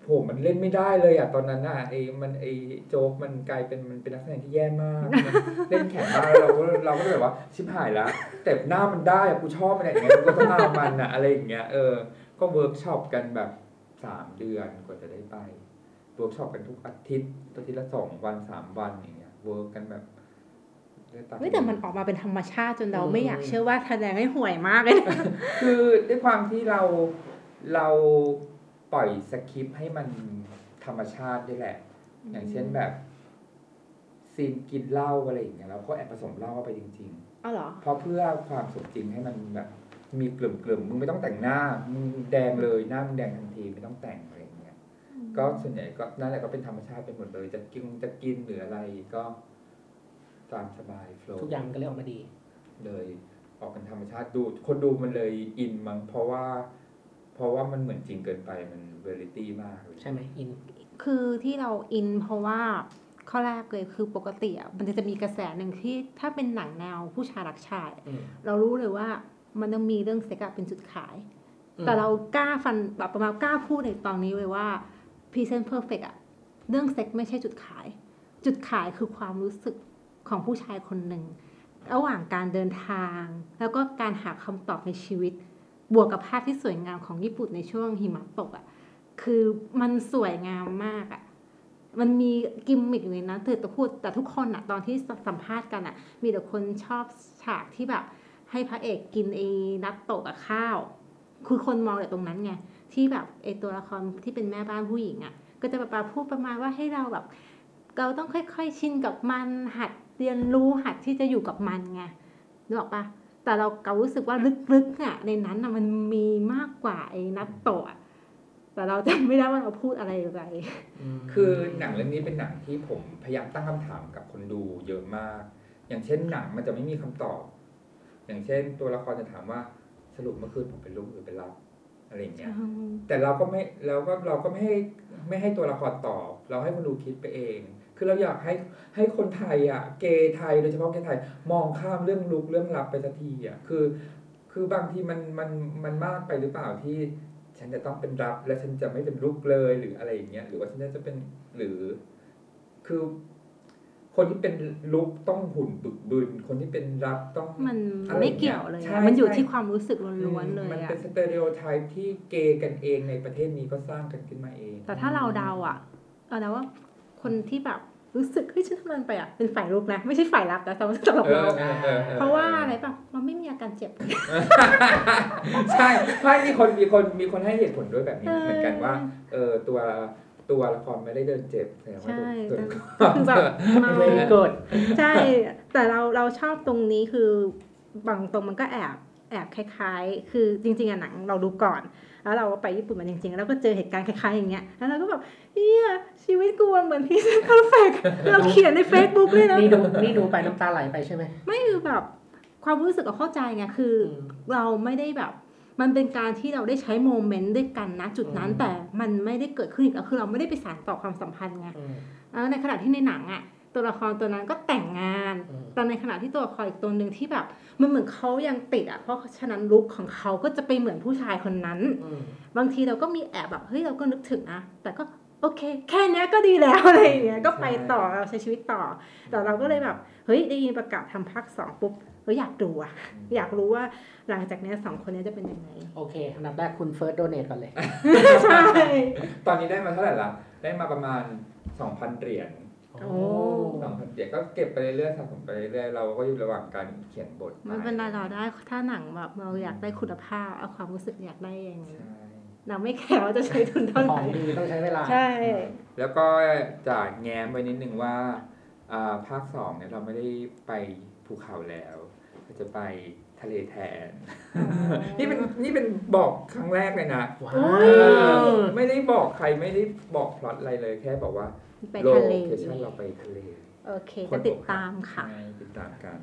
โหมันเล่นไม่ได้เลยอ่ะตอนนั้นอ่ะไอ้มันไอ้โจ๊กมันกลายเป็นมันเป็นนักแสดงที่แย่มากมันเล่นแข็งมากเราก็เราก็แบบว่าชิบหายแล้วแต่หน้ามันได้อ่ะกูชอบมันอย่างเงี้ยกูก็ต้องเอามันอ่ะอะไรอย่างเงี้ยเออก็เวิร์กช็อปกันแบบสามเดือนกว่าจะได้ไปเวิร์กช็อปกันทุกอาทิตย์อาทิตย์ละสองวันสามวันอย่างเงี้ยเวิร์กกันแบบเฮ้ยแต่มันออกมาเป็นธรรมชาติจนเราไม่อยากเชื่อว่าแสดงให้ห่วยมากเลยนะคือด้วยความที่เราเราปล่อยสคริปต์ให้มันธรรมชาติด้วยแหละอย่างเช่นแบบซีนกินเหล้าอะไรอย่างเงี้ยเราก็แอบผสมเหล้าเข้าไปจริงๆอ๋อเหรอเพราะเพื่อความสมจริงให้มันแบบมีกลุ่มๆมึงไม่ต้องแต่งหน้ามึงแดงเลยหน้ามึงแดงทันทีไม่ต้องแต่งอะไรอย่างเงี้ยก็ส่วนใหญ่ก็นั่นแหละก็เป็นธรรมชาติไปหมดเลยจะกินจะกินหรืออะไรก็ตามสบายโฟลว์ทุกอย่างก็เลยออกมาดีเลยออกเป็นธรรมชาติดูคนดูมันเลยอินมั้งเพราะว่าเพราะว่ามันเหมือนจริงเกินไปมันเรียลลิตี้มากใช่ไหมอินคือที่เราอินเพราะว่าข้อแรกเลยคือปกติอ่ะมันจะมีกระแสหนึ่งที่ถ้าเป็นหนังแนวผู้ชายรักชายเรารู้เลยว่ามันต้องมีเรื่องเซ็กเป็นจุดขายแต่เรากล้าฟันแบบประมาณกล้าพูดในตอนนี้เลยว่า Present Perfect อ่ะเรื่องเซ็กไม่ใช่จุดขายจุดขายคือความรู้สึกของผู้ชายคนหนึ่งระหว่างการเดินทางแล้วก็การหาคำตอบในชีวิตบวกกับภาพที่สวยงามของญี่ปุ่นในช่วงหิมะตกอ่ะคือมันสวยงามมากอ่ะมันมีกิมมิคอยู่ในนั้นเธอจะพูดแต่ทุกคนอ่ะตอนที่สัมภาษณ์กันอ่ะมีแต่คนชอบฉากที่แบบให้พระเอกกินไอ้นัตโตะกับข้าวคือคนมองแต่ตรงนั้นไงที่แบบไอ้ตัวละครที่เป็นแม่บ้านผู้หญิงอ่ะก็จะแบบพูดประมาณว่าให้เราแบบเราต้องค่อยๆชินกับมันหัดเรียนรู้หัดที่จะอยู่กับมันไงนึกออกปะแต่เราเการู้สึกว่าลึกๆอ่ะในนั้นอ่ะมันมีมากกว่าไอ้นัตโตะแต่เราจำไม่ได้ว่าเราพูดอะไรไปคือหนังเรื่องนี้เป็นหนังที่ผมพยายามตั้งคำถามกับคนดูเยอะมากอย่างเช่นหนังมันจะไม่มีคำตอบอย่างเช่นตัวละครจะถามว่าสรุปเมื่อคืนผมเป็นลูกหรือเป็นรับอะไรอย่างเงี้ยแต่เราก็ไม่แล้วก็เราก็ไม่ให้ไม่ให้ตัวละครตอบเราให้คนดูคิดไปเองคือเราอยากให้ให้คนไทยอ่ะเกย์ไทยโดยเฉพาะเกย์ไทยมองข้ามเรื่องลุกเรื่องลับไปสักทีอ่ะคือคือบางทีมันมันมันมากไปหรือเปล่าที่ฉันจะต้องเป็นรับและฉันจะไม่เป็นลุกเลยหรืออะไรอย่างเงี้ยหรือว่าฉันจะเป็นหรือคือคนที่เป็นลุกต้องหุ่นบึกบึนคนที่เป็นรับต้องมันไม่เกี่ยวเลยมันอยู่ที่ความรู้สึกล้วนๆเลยมันเป็นสเตอริโอไทป์ที่เกย์กันเองในประเทศนี้ก็สร้างกันขึ้นมาเองแต่ถ้าเราเดาอ่ะเอานะว่าคนที่แบบรู้สึกเฮ้ยฉันทำมันไปอ่ะเป็นฝ่ายลุกนะไม่ใช่ฝ่ายรับแต่สำหรับเราเพราะว่าอะไรป่ะเราไม่มีอาการเจ็บใช่ใช่มีคนมีคนมีคนให้เหตุผลด้วยแบบนี้เหมือนกันว่าเออตัวตัวละครไม่ได้เดินเจ็บแต่ว่าตัวคือแบบไม่เกิดใช่แต่เราเราชอบตรงนี้คือบางตรงมันก็แอบแอบคล้ายๆคือจริงๆอะหนังเราดูก่อนแล้วเราไปญี่ปุ่นมาจริงๆแล้วก็เจอเหตุการณ์คล้ายๆอย่างเงี้ยแล้วเราก็แบบเฮียชีวิตกูเหมือนพี่เพอร์เฟกต์เราเขียนใน Facebook เลยนะนี่ดูนี่ดูไปน้ำตาไหลไปใช่ไหมไม่คือแบบความรู้สึกเราเข้าใจไงคือเราไม่ได้แบบมันเป็นการที่เราได้ใช้โมเมนต์ด้วยกันนะจุดนั้นแต่มันไม่ได้เกิดขึ้นอีกแล้วคือเราไม่ได้ไปสานต่อความสัมพันธ์ไงแล้วในขณะที่ในหนังอ่ะตัวละครตัวนั้นก็แต่งงานแต่ในขณะที่ตัวละครอีกตัวนึงที่แบบมันเหมือนเขายังติดอ่ะเพราะฉะนั้นลุคของเขาก็จะไปเหมือนผู้ชายคนนั้นบางทีเราก็มีแอบแบบเฮ้ยเราก็นึกถึงนะแต่ก็โอเคแค่นี้ก็ดีแล้วอะไรอย่างเงี้ยก็ไปต่อเราใช้ชีวิตต่อแต่เราก็เลยแบบเฮ้ยได้ยินประกาศทำภาคสองปุ๊บก็อยากดูอ่ะอยากรู้ว่าหลังจากนี้สองคนนี้จะเป็นยังไงโอเคอันดับแรกคุณเฟิร์สโดเนทก่อนเลยใช่ตอนนี้ได้มาเท่าไหร่ละได้มาประมาณ สองพัน เหรียญโอ้สองพัน เหรียญก็เก็บไปเรื่อยๆสะสมไปเรื่อยๆเราก็อยู่ระหว่างการเขียนบทมันเป็นเราได้ถ้าหนังแบบเราอยากได้คุณภาพเอาความรู้สึกอยากได้เองเราไม่แคร์ว่าจะใช้ทุนเท่าไหร่ของดีต้องใช้เวลาใช่แล้วก็จะแง้มไว้นิดนึงว่าภาคสองเนี่ยเราไม่ได้ไปภูเขาแล้วเราจะไปทะเลแทนนี่เป็นนี่เป็นบอกครั้งแรกเลยนะไม่ได้บอกใครไม่ได้บอกพล็อตอะไรเลยแค่บอกว่าไปทะเลเราไปทะเลโอเคก็ติดตามค่ะติดตามกัน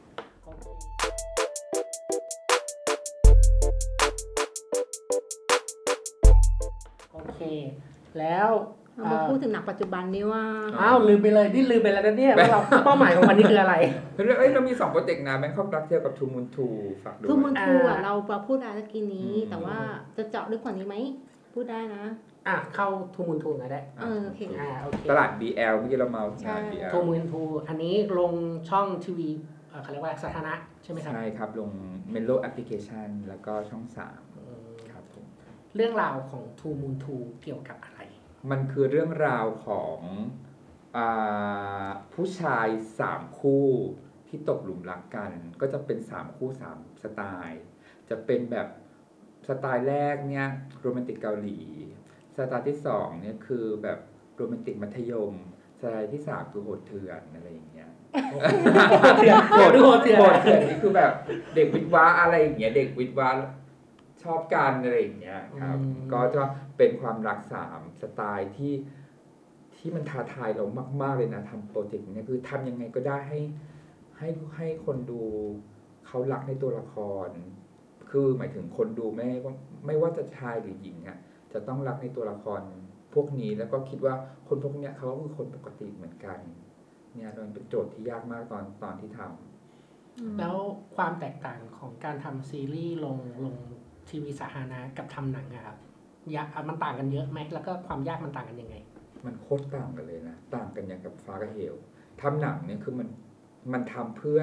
โอเคแล้วมาพูดถึงหนังปัจจุบันนี้ว่าอ้าวลืมไปเลยนี่ลืมไปแล้วนะเนี่ยว่าเราเป้าหมายของวันนี้คืออะไรเฮ้ยเรามีสองโปรเจกต์นะแบงคอกรักเที่ยวกับทูมูนทูฝากด้วยทูมูนทูอ่ะเราพูดได้ตะกี้นี้แต่ว่าจะเจาะลึกกว่านี้ไหมพูดได้นะอ่ะเข้าทูมูนทูก็ได้เออโอเคอ่าโอเคตลาด บี แอล เมื่อกี้เราเมาใช่ตลาด บี แอลทูมูนทูอันนี้ลงช่องทีวีเอ่อเขาเรียกว่าสาธารณะใช่ไหมครับใช่ครับลง Melo Application แล้วก็ช่องสามอืมครับผมเรื่องราวของทูมูนทูเกี่ยวกับอะไรมันคือเรื่องราวของอ่าผู้ชายสามคู่ที่ตกหลุมรักกัน ก็จะเป็นสามคู่สามสไตล์ จะเป็นแบบสไตล์แรกเนี่ยโรแมนติกเกาหลีสไตล์ที่สองเนี่ยคือแบบโรแมนติกมัธยมสไตล์ที่สามคือโหดเถื่อนอะไรอย่างเงี้ยเถื่อนโหดโหดเถื่อนโหดเถื่อนนี่คือแบบเด็กวิทย์วะอะไรอย่างเงี้ยเด็กวิทย์วะชอบกันอะไรอย่างเงี้ยครับก็จะเป็นความรักสามสไตล์ที่ที่มันท้าทายเรามากๆเลยนะทำโปรเจกต์นี้คือทำยังไงก็ได้ให้ให้ให้คนดูเขารักในตัวละคร คือหมายถึงคนดูไม่ว่าไม่ว่าจะชายหรือหญิงอ่ะจะต้องรักในตัวละครพวกนี้แล้วก็คิดว่าคนพวกเนี้ยเขาก็คือคนปกติเหมือนกันเนี่ยมันเป็นโจทย์ที่ยากมากตอนตอนที่ทำแล้วความแตกต่างของการทำซีรีส์ลงลงทีวีสาธารณะกับทำหนังอะครับยากมันต่างกันเยอะไหมแล้วก็ความยากมันต่างกันยังไงมันโคตรต่างกันเลยนะต่างกันอย่างกับฟ้ากับเหวทำหนังเนี่ยคือมันมันทำเพื่อ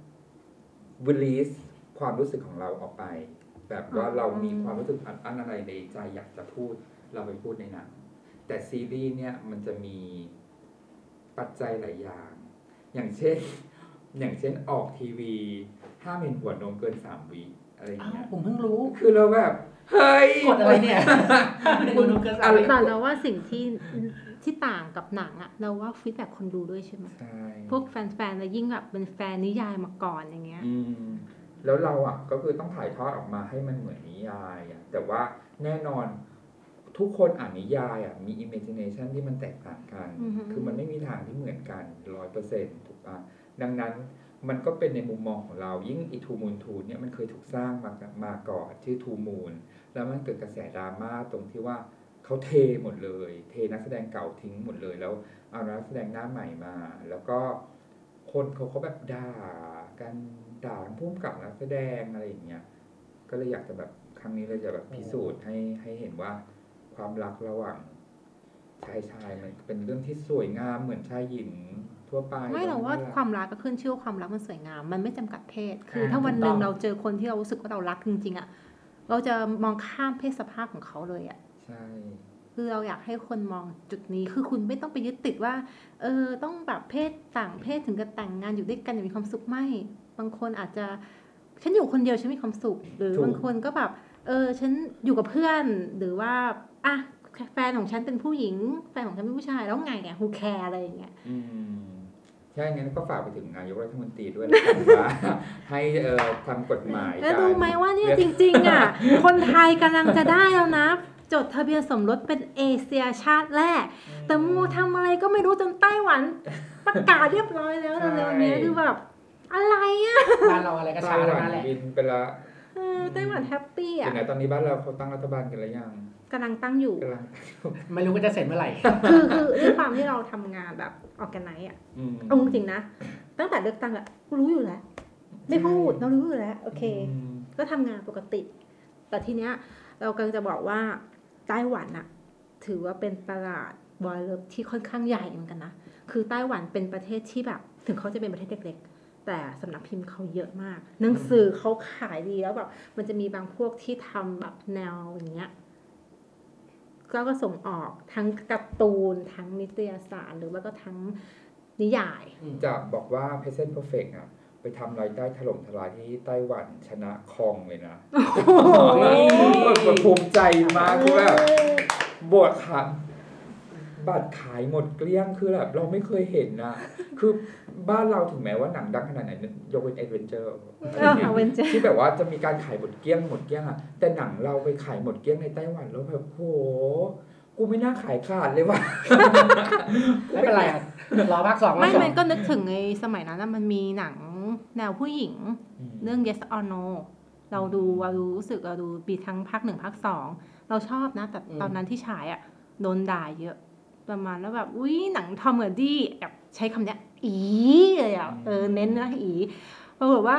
release ความรู้สึกของเราออกไป แบบว่าเรามีความรู้สึกอันอะไรในใจอยากจะพูดเราไปพูดในหนังแต่ซีรีส์เนี่ยมันจะมีปัจจัยหลายอย่าง อย่างเช่นอย่างเช่นออกทีวีห้ามเห็นหัวนมเกินสามวิอะไรอย่างอ้าวเงี้ยผมเพิ่งรู้คือเราแบบเฮ้ยกดอะไรเนี่ยคุณดูเกินสามแต่เราว่าสิ่งที่ที่ต่างกับหนังอะเราว่าฟีดแบ็กคนดูด้วยใช่ไหมใช่พวกแฟนๆแล้วยิ่งแบบเป็นแฟนนิยายมาก่อนอย่างเงี้ยอืมแล้วเราอ่ะก็คือต้องถ่ายทอดออกมาให้มันเหมือนนิยายอ่ะแต่ว่าแน่นอนทุกคนอ่านนิยายอ่ะมี imagination ที่มันแตกต่างกันอือฮึคือมันไม่มีทางที่เหมือนกัน ร้อยเปอร์เซ็นต์ ถูกปะดังนั้นมันก็เป็นในมุมมองของเรายิ่งอีทูมูนทูเนี่ยมันเคยถูกสร้างมามาก่อนชื่อทูมูนแล้วมันเกิดกระแสดราม่าตรงที่ว่าเขาเทหมดเลย เทนักแสดงเก่าทิ้งหมดเลยแล้วเอานักแสดงหน้าใหม่มา แล้วก็คนเขาเขาแบบด่ากันด่าทั้งผู้กำกับนักแสดงอะไรอย่างเงี้ยก็เลยอยากจะแบบครั้งนี้เลยจะแบบพิสูจน์ให้ให้เห็นว่าความรักระหว่างชายชายมันเป็นเรื่องที่สวยงามเหมือนชายหญิงทั่วไปไม่หรอกว่าแล้ความรักก็ขึ้นชื่อว่าความรักมันสวยงาม มันไม่จำกัดเพศ คืออ่าถ้าวันหนึ่งถูกต้องเราเจอคนที่เรารู้สึกว่าเรารักจริงๆอะเราจะมองข้ามเพศสภาพของเขาเลยอะใช่คือเราอยากให้คนมองจุดนี้ คือคุณไม่ต้องไปยึดติดว่า เออต้องแบบเพศต่างเพศถึงจะแต่งงานอยู่ด้วยกันอย่างมีความสุขไม่ บางคนอาจจะฉันอยู่คนเดียวฉันมีความสุข หรือบางคนก็แบบ เออฉันอยู่กับเพื่อน หรือว่าอ่ะแฟนของฉันเป็นผู้หญิง แฟนของฉันเป็นผู้ชายแล้วไงเนี่ย who care อะไรอย่างเงี้ยอืมใช่งั้นก็ฝากไปถึงนายกรัฐมนตรีด้วยนะครับว่า ให้เอ่อทำกฎหมายแล้วการรู้ไหมว่าเนี่ยจริงๆอ่ะ คนไทยกำลังจะได้แล้วนะ จดทะเบียนสมรสเป็นเอเชียชาติแรก แต่มัวทำอะไรก็ไม่รู้จนไต้หวัน ประกาศเรียบร้อยแล้วเร็วๆนี้คือแบบอะไรอ่ะบ้านเราอะไรก็ไต้ช้าหทั้วังนนั้นแหละบินไปละเออไต้หวันแฮปปี้ถึอ่ะงไหนตอนนี้บ้านเราเขาตั้งรัฐบาลกันแล้วยังกำลังตั้งอยู่กำลังไม่รู้ว่าจะเสร็จเมื่อไหร่คือคือด้วยความที่เราทำงานแบบออกกันไนอ่ะอืมเอาจริงๆนะ ตั้งแต่เลือกตั้งอ่ะรู้อยู่แล้ว ไม่พูดเรารู้อยู่แล้ว โอเคอืมก็ทำงานปกติ แต่ทีเนี้ยเรากำลังจะบอกว่าไต้หวันอะถือว่าเป็นตลาดบอยเลิฟที่ค่อนข้างใหญ่เหมือนกันนะ คือไต้หวันเป็นประเทศที่แบบถึงเขาจะเป็นประเทศเล็กๆแต่สำนักพิมพ์เขาเยอะมาก หนังสือเขาขายดีแล้วแบบมันจะมีบางพวกที่ทำแบบแนวอย่างเงี้ยก็ก็ส่งออกทั้งการ์ตูนทั้งนิตยสารหรือว่าก็ทั้งนิยายจะบอกว่า Present Perfect อ่ะไปทำรายได้ถล่มทลายที่ไต้หวันชนะคองเลยนะมันภูมิใจมากคือแบบบวกขันบัตรขายหมดเกลี้ยงคือแบบเราไม่เคยเห็นนะคือบ้านเราถึงแม้ว่าหนังดังขนาดไหนยกเว้นเอเวนเจอร์เอาเวนเจอร์ที่แบบว่าจะมีการขายหมดเกลี้ยงหมดเกลี้ยงอ่ะแต่หนังเราไปขายหมดเกลี้ยงในไต้หวันแล้วแบบโหกูไม่น่าขายขาดเลยว่ะไม่เป็นไรอะรอภาคสองไม่ภาคสองมันก็นึกถึงในสมัยนั้นนะมันมีหนังแนวผู้หญิง เรื่อง yes or no เราดูเรารู้สึกเราดูปีทั้งภาคหนึ่งภาคสองเราชอบนะ แต่ตอนนั้นที่ฉายอ่ะโดนด่าเยอะ ประมาณแล้วแบบอุ้ยหนังทอมเมอร์ดี้แบบใช้คำเนี้ยอีเลยอ่ะเออเน้นนะอีปรากฏว่า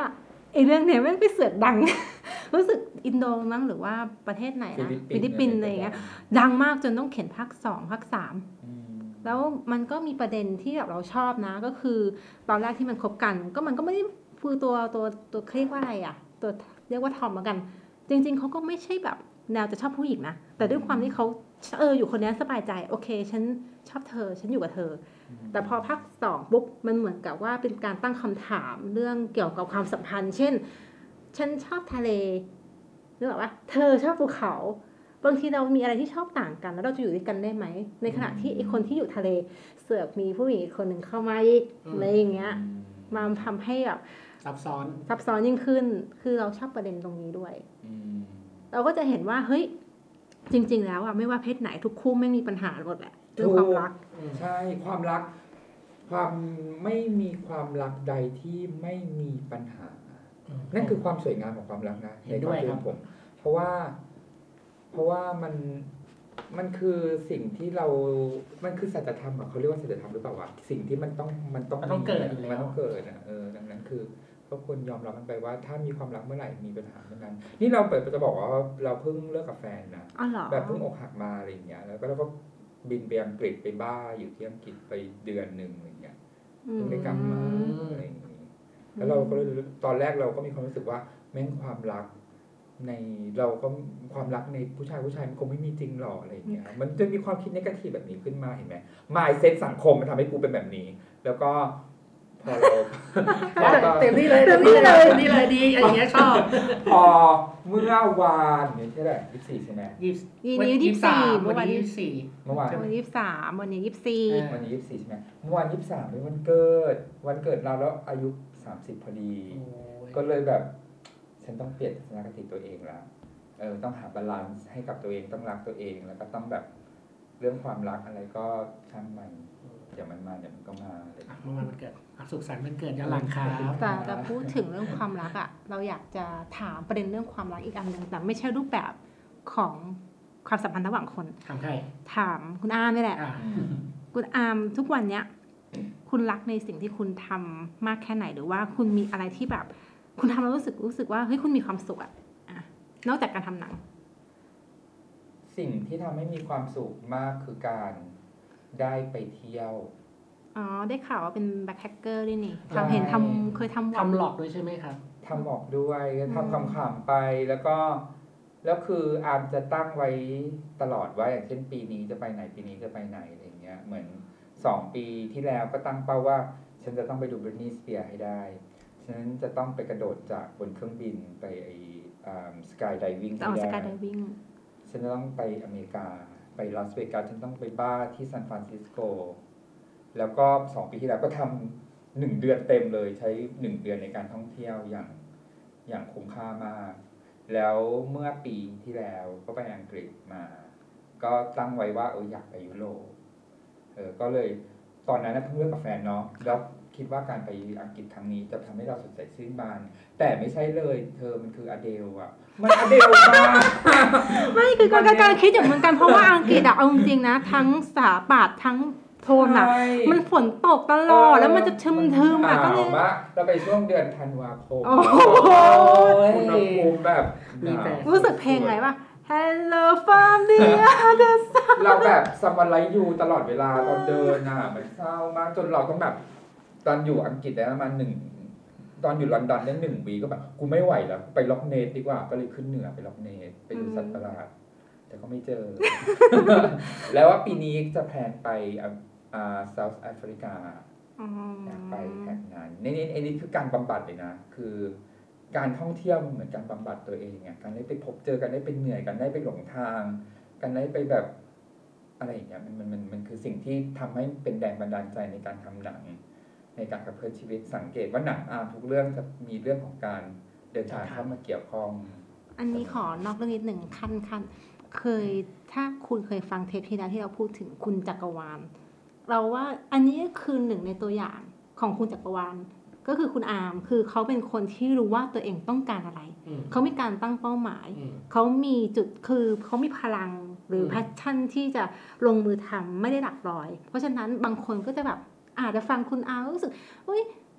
ไอ้เรื่องเนี้ยไม่ไปเสือกดัง รู้สึกอินโดมั้งหรือว่าประเทศไหนนะฟิลิปปินส์อะไรอย่างเงี้ยดังมากจนต้องเขียนภาคสองภาคสามแล้วมันก็มีประเด็นที่แบบเราชอบนะก็คือตอนแรกที่มันคบกันก็มันก็ไม่ได้คือตัวตัวตัวเรียกว่าอะไรอ่ะตัวเรียกว่าทอมแล้วกันจริงๆเขาก็ไม่ใช่แบบแนวจะชอบผู้หญิงนะแต่ด้วยความที่เขาเอออยู่คนนี้สบายใจโอเคฉันชอบเธอฉันอยู่กับเธอแต่พอภาคสองปุ๊บมันเหมือนกับว่าเป็นการตั้งคำถามเรื่องเกี่ยวกับความสัมพันธ์เช่นฉันชอบทะเลนึกออกปะเธอชอบภูเขาบางทีเรามีอะไรที่ชอบต่างกันแล้วเราจะอยู่ด้วยกันได้ไหมในขณะที่ไอ้คนที่อยู่ทะเลเสือกมีผู้หญิงอีกคนหนึ่งเข้ามาอีกอะไรอย่างเงี้ยมาทำให้แบบซับซ้อนซับซ้อนยิ่งขึ้นคือเราชอบประเด็นตรงนี้ด้วยเราก็จะเห็นว่าเฮ้ยจริงๆแล้วอะไม่ว่าเพศไหนทุกคู่ไม่มีปัญหาหมดแหละเรื่องความรักใช่ความรักความไม่มีความรักใดที่ไม่มีปัญหานั่นคือความสวยงามของความรักนะในความคิดผมเพราะว่าเพราะว่ามันมันคือสิ่งที่เรามันคือสัจธรรมอ่ะเขาเรียกว่าสัจธรรมหรือเปล่าวะสิ่งที่มันต้องมันต้องมันต้องเกิดมันต้องเกิดอ่ะเออดังนั้นคือก็ควรยอมรับมันไปว่าถ้ามีความรักเมื่อไหร่มีปัญหาเมื่อนั้นนี่เราเปิดจะบอกว่าเราเพิ่งเลิกกับแฟนนะแบบเพิ่งอกหักมาอะไรอย่างเงี้ยแล้วก็เราก็บินไปอังกฤษไปบ้าอยู่ที่อังกฤษไปเดือนนึงอะไรอย่างเงี้ยเพิ่งได้กลับมาอะไรอย่างงี้แล้วเราก็ตอนแรกเราก็มีความรู้สึกว่าแม่งความรักในเราก็ความรักในผู้ชายผู้ชายมันคงไม่มีจริงหรอกอะไรอย่างเงี้ยมันจะมีความคิดเนกาทีฟแบบนี้ขึ้นมาเห็นไหมมายเซ็ตสังคมมันทำให้กูเป็นแบบนี้แล้วก็พอเราเต็มที่เลยเต็มที่เลยเต็มที่เลยดีอย่างเงี้ยชอบพอเมื่อวานเนี่ยใช่ไหมยี่สิบสี่ใช่ไหมยี่สิบยี่สิบสี่เมื่อวานยี่สิบสี่เมื่อวานวันยี่สิบสามวันนี้ยี่สิบสี่วันนี้ยี่สิบสี่ใช่ไหมเมื่อวานยี่สิบสามเป็นวันเกิดวันเกิดเราแล้วอายุสามสิบพอดีก็เลยแบบฉันต้องเปลี่ยนทัศนคติตัวเองแล้วเออต้องหาบาลานซ์ให้กับตัวเองต้องรักตัวเองแล้วก็ต้องแบบเรื่องความรักอะไรก็ช่างมันเดี๋ยวมันมาเดี๋ยวมันก็มาเลยเมื่อวานมันเกิดสุขสันต์มันเกิดย้อนหลังครับแต่จะพูดถึงเรื่องความรักอ่ะเราอยากจะถามประเด็นเรื่องความรักอีกอันนึงแต่ไม่ใช่รูปแบบของความสัมพันธ์ระหว่างคนถามใครถามคุณอาร์มนี่แหละคุณอาร์มทุกวันเนี้ยคุณรักในสิ่งที่คุณทำมากแค่ไหนหรือว่าคุณมีอะไรที่แบบคุณทำแล้วรู้สึกรู้สึกว่าเฮ้ยคุณมีความสุขอ่ะนอกจากการทำหนังสิ่งที่ทำให้มีความสุขมากคือการได้ไปเที่ยวอ๋อได้ข่าวว่าเป็นแบ็คแฮกเกอร์ด้วยนี่ทำเห็นทำเคยทำทำหลอกด้วยใช่ไหมครับทำหลอกด้วยทำคำๆไปแล้วก็แล้วคืออาร์มจะตั้งไว้ตลอดว่าอย่างเช่นปีนี้จะไปไหนปีนี้จะไปไหนอะไรเงี้ยเหมือนสองปีที่แล้วก็ตั้งเป้าว่าฉันจะต้องไปดูบริตนีย์สเปียร์ให้ได้ฉะนั้นจะต้องไปกระโดดจากบนเครื่องบินไปไอ้สกายไดวิ่งให้ได้สกายไดวิ่งฉันจะต้องไปอเมริกาไปลาสเวกัสฉันต้องไปบ้าที่ซานฟรานซิสโกแล้วก็สองปีที่แล้วก็ทำหนึ่งเดือนเต็มเลยใช้หนึ่งเดือนในการท่องเที่ยวอย่างอย่างคุ้มค่ามากแล้วเมื่อปีที่แล้วก็ไปอังกฤษมาก็ตั้งไว้ว่าเอออยากไปยุโรปเออก็เลยตอนนั้นนะเพิ่งเลิกกับแฟนเนาะแล้วคิดว่าการไปอังกฤษครั้งนี้จะทำให้เราสดใสชื่นบานแต่ไม่ใช่เลยเธอมันคืออเดลอะมันอเดลมากไม่คือการการคิดอย่างเหมือนกันเพราะว่าอังกฤษอะเอาจริงๆนะทั้งสถาปัตย์ทั้งโทนอะมันฝนตกตลอดแล้วมันจะทึมๆอะก็เลยเราไปช่วงเดือนธันวาคมโอ้โหอุณหภูมิแบบรู้สึกเพลงอะไรป่ะ Hello from the other side เราแบบซัมวันไลท์ยูตลอดเวลาตอนเดินอะมันเศร้ามากจนเราต้องแบบตอนอยู่อังกฤษได้ประมาณหนึ่งตอนอยู่ลอนดอนได้หนึ่งปีก็แบบกูไม่ไหวแล้วไปล็อกเนสดีกว่าก็เลยขึ้นเหนือไปล็อกเนสไปดูสัตว์ประหลาดแต่ก็ไม่เจอ แล้วว่าปีนี้จะแพลนไปอ่าเซาท์แอฟริกาอยากไปแข่งงานนี่นี่นี่คือการบำบัดเลยนะคือการท่องเที่ยวมันเหมือนการบำบัดตัวเองไงการได้ไปพบเจอกันได้ไปเหนื่อยกันได้ไปหลงทางกันได้ไปแบบอะไรอย่างเงี้ยมันมันมันมันคือสิ่งที่ทำให้เป็นแรงบันดาลใจในการทำหนังในการขับเคลื่อนชีวิตสังเกตว่าหนังอาร์มทุกเรื่องจะมีเรื่องของการเดินทางเข้ามาเกี่ยวข้องอันนี้ขอนอกเรื่องนิดหนึ่งขั้นขั้นเคยถ้าคุณเคยฟังเทปที่แล้วที่เราพูดถึงคุณจักรวาลเราว่าอันนี้คือหนึ่งในตัวอย่างของคุณจักรวาลก็คือคุณอาร์มคือเขาเป็นคนที่รู้ว่าตัวเองต้องการอะไรเขามีการตั้งเป้าหมายเขามีจุดคือเขามีพลังหรือแพชชั่นที่จะลงมือทำไม่ได้หลักร้อยเพราะฉะนั้นบางคนก็จะแบบอาจจะฟังคุณอาร์รู้สึกเฮ้ย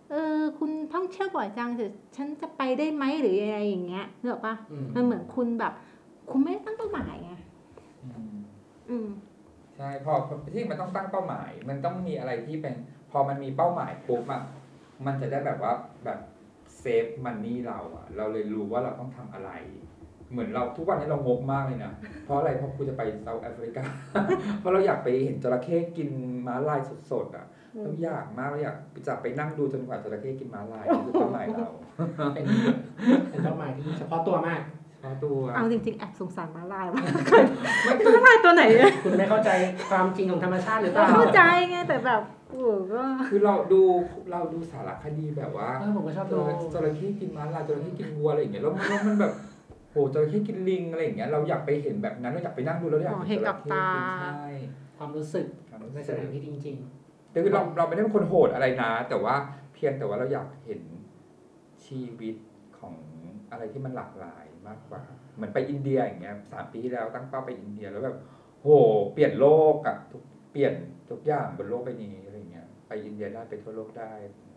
เออคุณท่องเที่ยวบ่อยจังแต่ฉันจะไปได้ไหมหรืออะไรอย่างเงี้ยนึกออกปะอืมมันเหมือนคุณแบบคุณไม่ได้ตั้งเป้าหมายไงอืมอืมใช่พอที่มันต้องตั้งเป้าหมาย มันต้องมีอะไรที่เป็นพอมันมีเป้าหมายปุ๊บอะมันจะได้แบบว่าแบบเซฟมันนี่เราอะเราเลยรู้ว่าเราต้องทำอะไร เหมือนเราทุกวันนี้เรางกมากเลยนะเพราะอะไรเพราะกูจะไปเซาท์แอฟริกา เพราะเราอยากไปเห็นจระเข้กินม้าลายสดๆอะเราอยากมากเราอยากจะไปนั่งดูจนกว่าจระเข้กินม้าลายนี่คือเป้าหมายเราเป็นเป็นเป้าหมายที่เฉพาะตัวมากเพราะตัวเอาจริงๆแอบสงสารม้าลายว่ากม้าลายตัวไหนเนี่ยคุณไม่เข้าใจความจริงของธรรมชาติหรือเปล่าเข้าใจไงแต่แบบโอ้ก็คือเราดูเราดูสารคดีแบบว่าเออผมก็ชอบดูจระเข้กินม้าลายจระเข้กินวัวอะไรอย่างเงี้ยแล้วมันแล้วมันแบบโหจระเข้กินลิงอะไรอย่างเงี้ยเราอยากไปเห็นแบบนั้นเราอยากไปนั่งดูแล้วอยากเห็นกับตาใช่ความรู้สึกครับในสถานที่จริงแต่คือเราเราไม่ได้เป็นคนโหดอะไรนะ แต่ว่าเพียงแต่ว่าเราอยากเห็นชีวิตของอะไรที่มันหลากหลายมากกว่าเหมือนไปอินเดียอย่างเงี้ยสามปีที่แล้วตั้งเป้าไปอินเดียแล้วแบบโหเปลี่ยนโลกอะทุกเปลี่ยนทุกอย่างบนโลกใบนี้อะไรอย่างเงี้ยไปอินเดียได้ไปทั่วโลกได้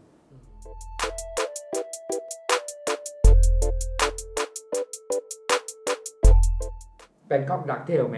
เป็นกล้องดักเทลไหม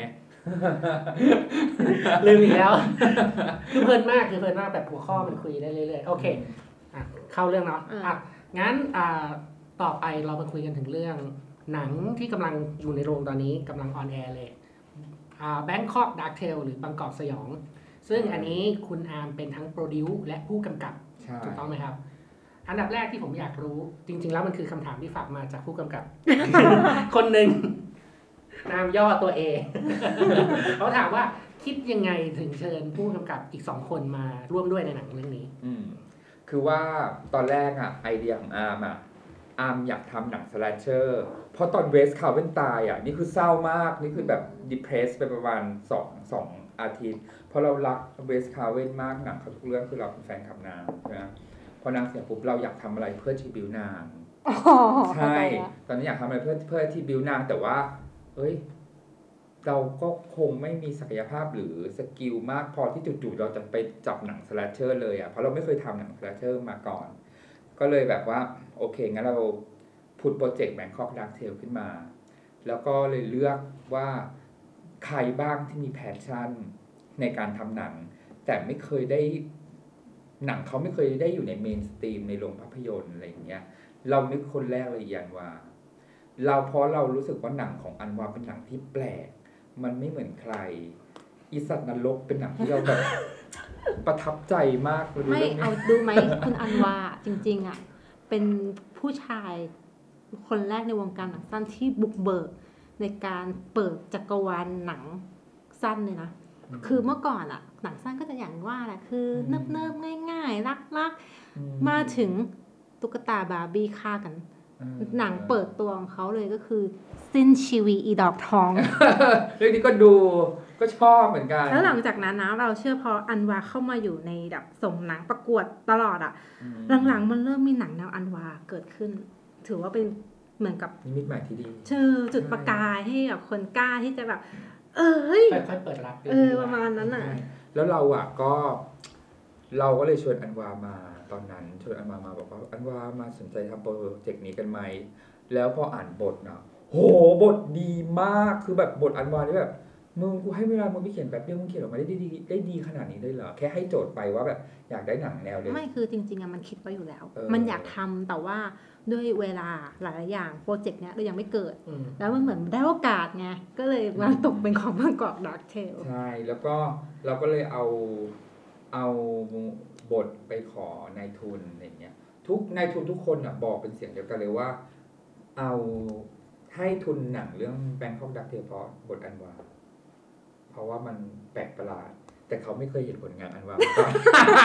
ๆ ลืมอีกแล้ว คือเพลินมากคือเพลินมากแบบหัวข้อมันคุยได้เรื่อยๆโอเคอ่ะเข้าเรื่องเนาะอ่ะงั้นอ่าต่อไปเรามาคุยกันถึงเรื่องหนังที่กำลังอยู่ในโรงตอนนี้กำลังออนแอร์เลยอ่า Bangkok Dark Tale หรือบางกอกสยอง ซึ่งอันนี้คุณอาร์มเป็นทั้งโปรดิวซ์และผู้กำกับใช่ถูกต้องไหมครับ อันดับแรกที่ผมอยากรู้จริง ๆ แล้วมันคือคำถามที่ฝากมาจากผู้กำกับ คนหนึ่งนามย่อตัวเอง เขาถามว่าคิดยังไงถึงเชิญผู้กำกับอีกสองคนมาร่วมด้วยในหนังเรื่องนี้อืมคือว่าตอนแรกอะไอเดียของอาร์มอะอาร์มอยากทำหนังสแลชเชอร์เพราะตอนเวสคาเวนตายอะนี่คือเศร้ามากนี่คือแบบดิเพรสไปประมาณสองสองอาทิตย์เพราะเรารักเวสคาเวนมากหนังเขาทุกเรื่องคือเราเป็นแฟนคลับนางใช่ไหมพอนางเสียปุ๊บเราอยากทำอะไรเพื่อทีบิวนางอ๋อใช่ ตอนนี้อยากทำอะไรเพื่อเพื่อที่บิวนางแต่ว่าเอ้ย เราก็คงไม่มีศักยภาพหรือสกิลมากพอที่จู่ๆเราจะไปจับหนังสแลชเชอร์เลยอ่ะ เพราะเราไม่เคยทำหนังสแลชเชอร์มาก่อน ก็เลยแบบว่าโอเคงั้นเราพุทโปรเจกต์ Bangkok Dark Tale ขึ้นมา แล้วก็เลยเลือกว่าใครบ้างที่มีแพชชั่นในการทำหนัง แต่ไม่เคยได้หนังเขาไม่เคยได้อยู่ในเมนสตรีมในโรงภาพยนตร์อะไรอย่างเงี้ย เรานึกคนแรกเลยยันว่า เราเพราะเรารู้สึกว่าหนังของอันวาเป็นหนังที่แปลก มันไม่เหมือนใครอีสัตว์นรกเป็นหนังที่เราแบบ ประทับใจมากเลยไม่เอาดูไหมคุณอันวาจริงๆอ่ะเป็นผู้ชายคนแรกในวงการหนังสั้นที่บุกเบิกในการเปิดจักรวาลหนังสั้นเลยนะคือเมื่อก่อนอ่ะหนังสั้นก็จะอย่างว่าแหละคือเนิบๆง่ายๆรักๆมาถึงตุ๊กตาบาร์บี้ฆ่ากันหนังเปิดตัวของเขาเลยก็คือสิ้นชีวีอีดอกทองเรื่องนี้ก็ดูก็ชอบเหมือนกันแล้วหลังจากนั้นนะเราเชื่อพออันวาเข้ามาอยู่ในแบบส่งหนังประกวดตลอดอ่ะหลังๆมันเริ่มมีหนังแนวอันวาเกิดขึ้น ถือว่าเป็นเหมือนกับนิมิตหมายที่ดีเชิญจุดประกายให้กับคนกล้าที่จะแบบ เออเฮ้ยค่อยๆเปิดรับเออประมาณนั้นอ่ะแล้วเราอ่ะก็เราก็เลยชวนอันวามาตอนนั้นชวนอันวามาบอกว่าอันวามาสนใจทำโปรเจกต์นี้กันไหมแล้วพออ่านบทนะโหบทดีมากคือแบบบทอันวานี่แบบมึงกูให้เวลามึงไปเขียนแบบเดียวมึงเขียนออกมาได้ดีได้ดีขนาดนี้ได้เหรอแค่ให้โจทย์ไปว่าแบบอยากได้หนังแนวเลยไม่คือจริงๆอะมันคิดไว้อยู่แล้วเออมันอยากทำแต่ว่าด้วยเวลาหลายๆอย่างโปรเจกต์เนี้ยเรายังไม่เกิดอืมแล้วมันเหมือนได้โอกาสไงก็เลยมาตกเป็นของบางกอกดาร์กเทลใช่แล้วก็เราก็เลยเอาเอาบทไปขอนายทุนอะไรเงี้ยทุกนายทุนทุกคนอ่ะบอกเป็นเสียงเดียวกันเลยว่าเอาให้ทุนหนังเรื่อง Bangkok Dark Tale เพราะบทอันวาเพราะว่ามันแปลกประหลาด แต่เขาไม่เคยเห็นผลงานอันวามาก่อน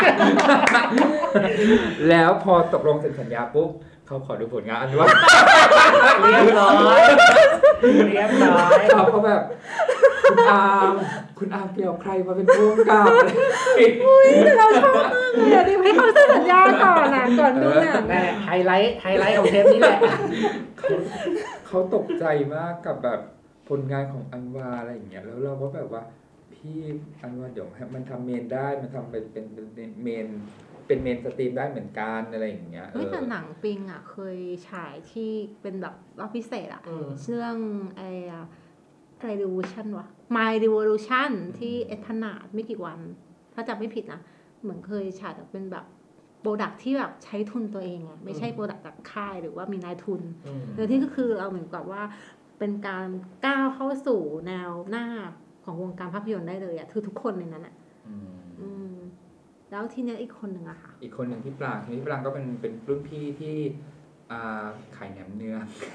แล้วพอตกลงเซ็นสัญญาปุ๊บเขาขอดูผลงานอันวาเรียบร้อยเรียบร้อยเขาก็แบบคุณอาร์มคุณอาร์มเกี่ยวใครมาเป็นผู้กำกับอะไรแต่เราชอบมากเลยอะดิให้เขาเซ็นสัญญาก่อนนะก่อนดูหนังนั่นแหละไฮไลท์ไฮไลท์ของเทปนี้แหละเขาตกใจมากกับแบบผลงานของอันวาอะไรอย่างเงี้ยแล้วเราก็แบบว่าพี่อันวาเดี๋ยวมันทำเมนได้มันทำเป็นเป็นเมนเป็นเมนสตรีมได้เหมือนกันอะไรอย่างเงี้ยเฮ้ยแต่หนังปิงอ่ะเคยฉายที่เป็นแบบรอบพิเศษอ่ะอืมเรื่องไอ้อะอะไร Revolution วะ My Revolution ที่เอทนาดไม่กี่วัน ถ้าจำไม่ผิดนะ เหมือนเคยฉายแต่เป็นแบบโปรดักที่แบบใช้ทุนตัวเองอะไม่ใช่โปรดักจากค่ายหรือว่ามีนายทุนอืมโดยที่ก็คือเราเหมือนกับว่าเป็นการก้าวเข้าสู่แนวหน้าของวงการภาพยนตร์ได้เลยอะคือทุกคนในนั้นอะอืมอืมแล้วทีเนี้ยอีกคนหนึ่งอะค่ะอีกคนหนึ่งที่ปรางที่ปรางก็เป็นเป็นรุ่นพี่ที่อ่าขายแหนมเนื้อ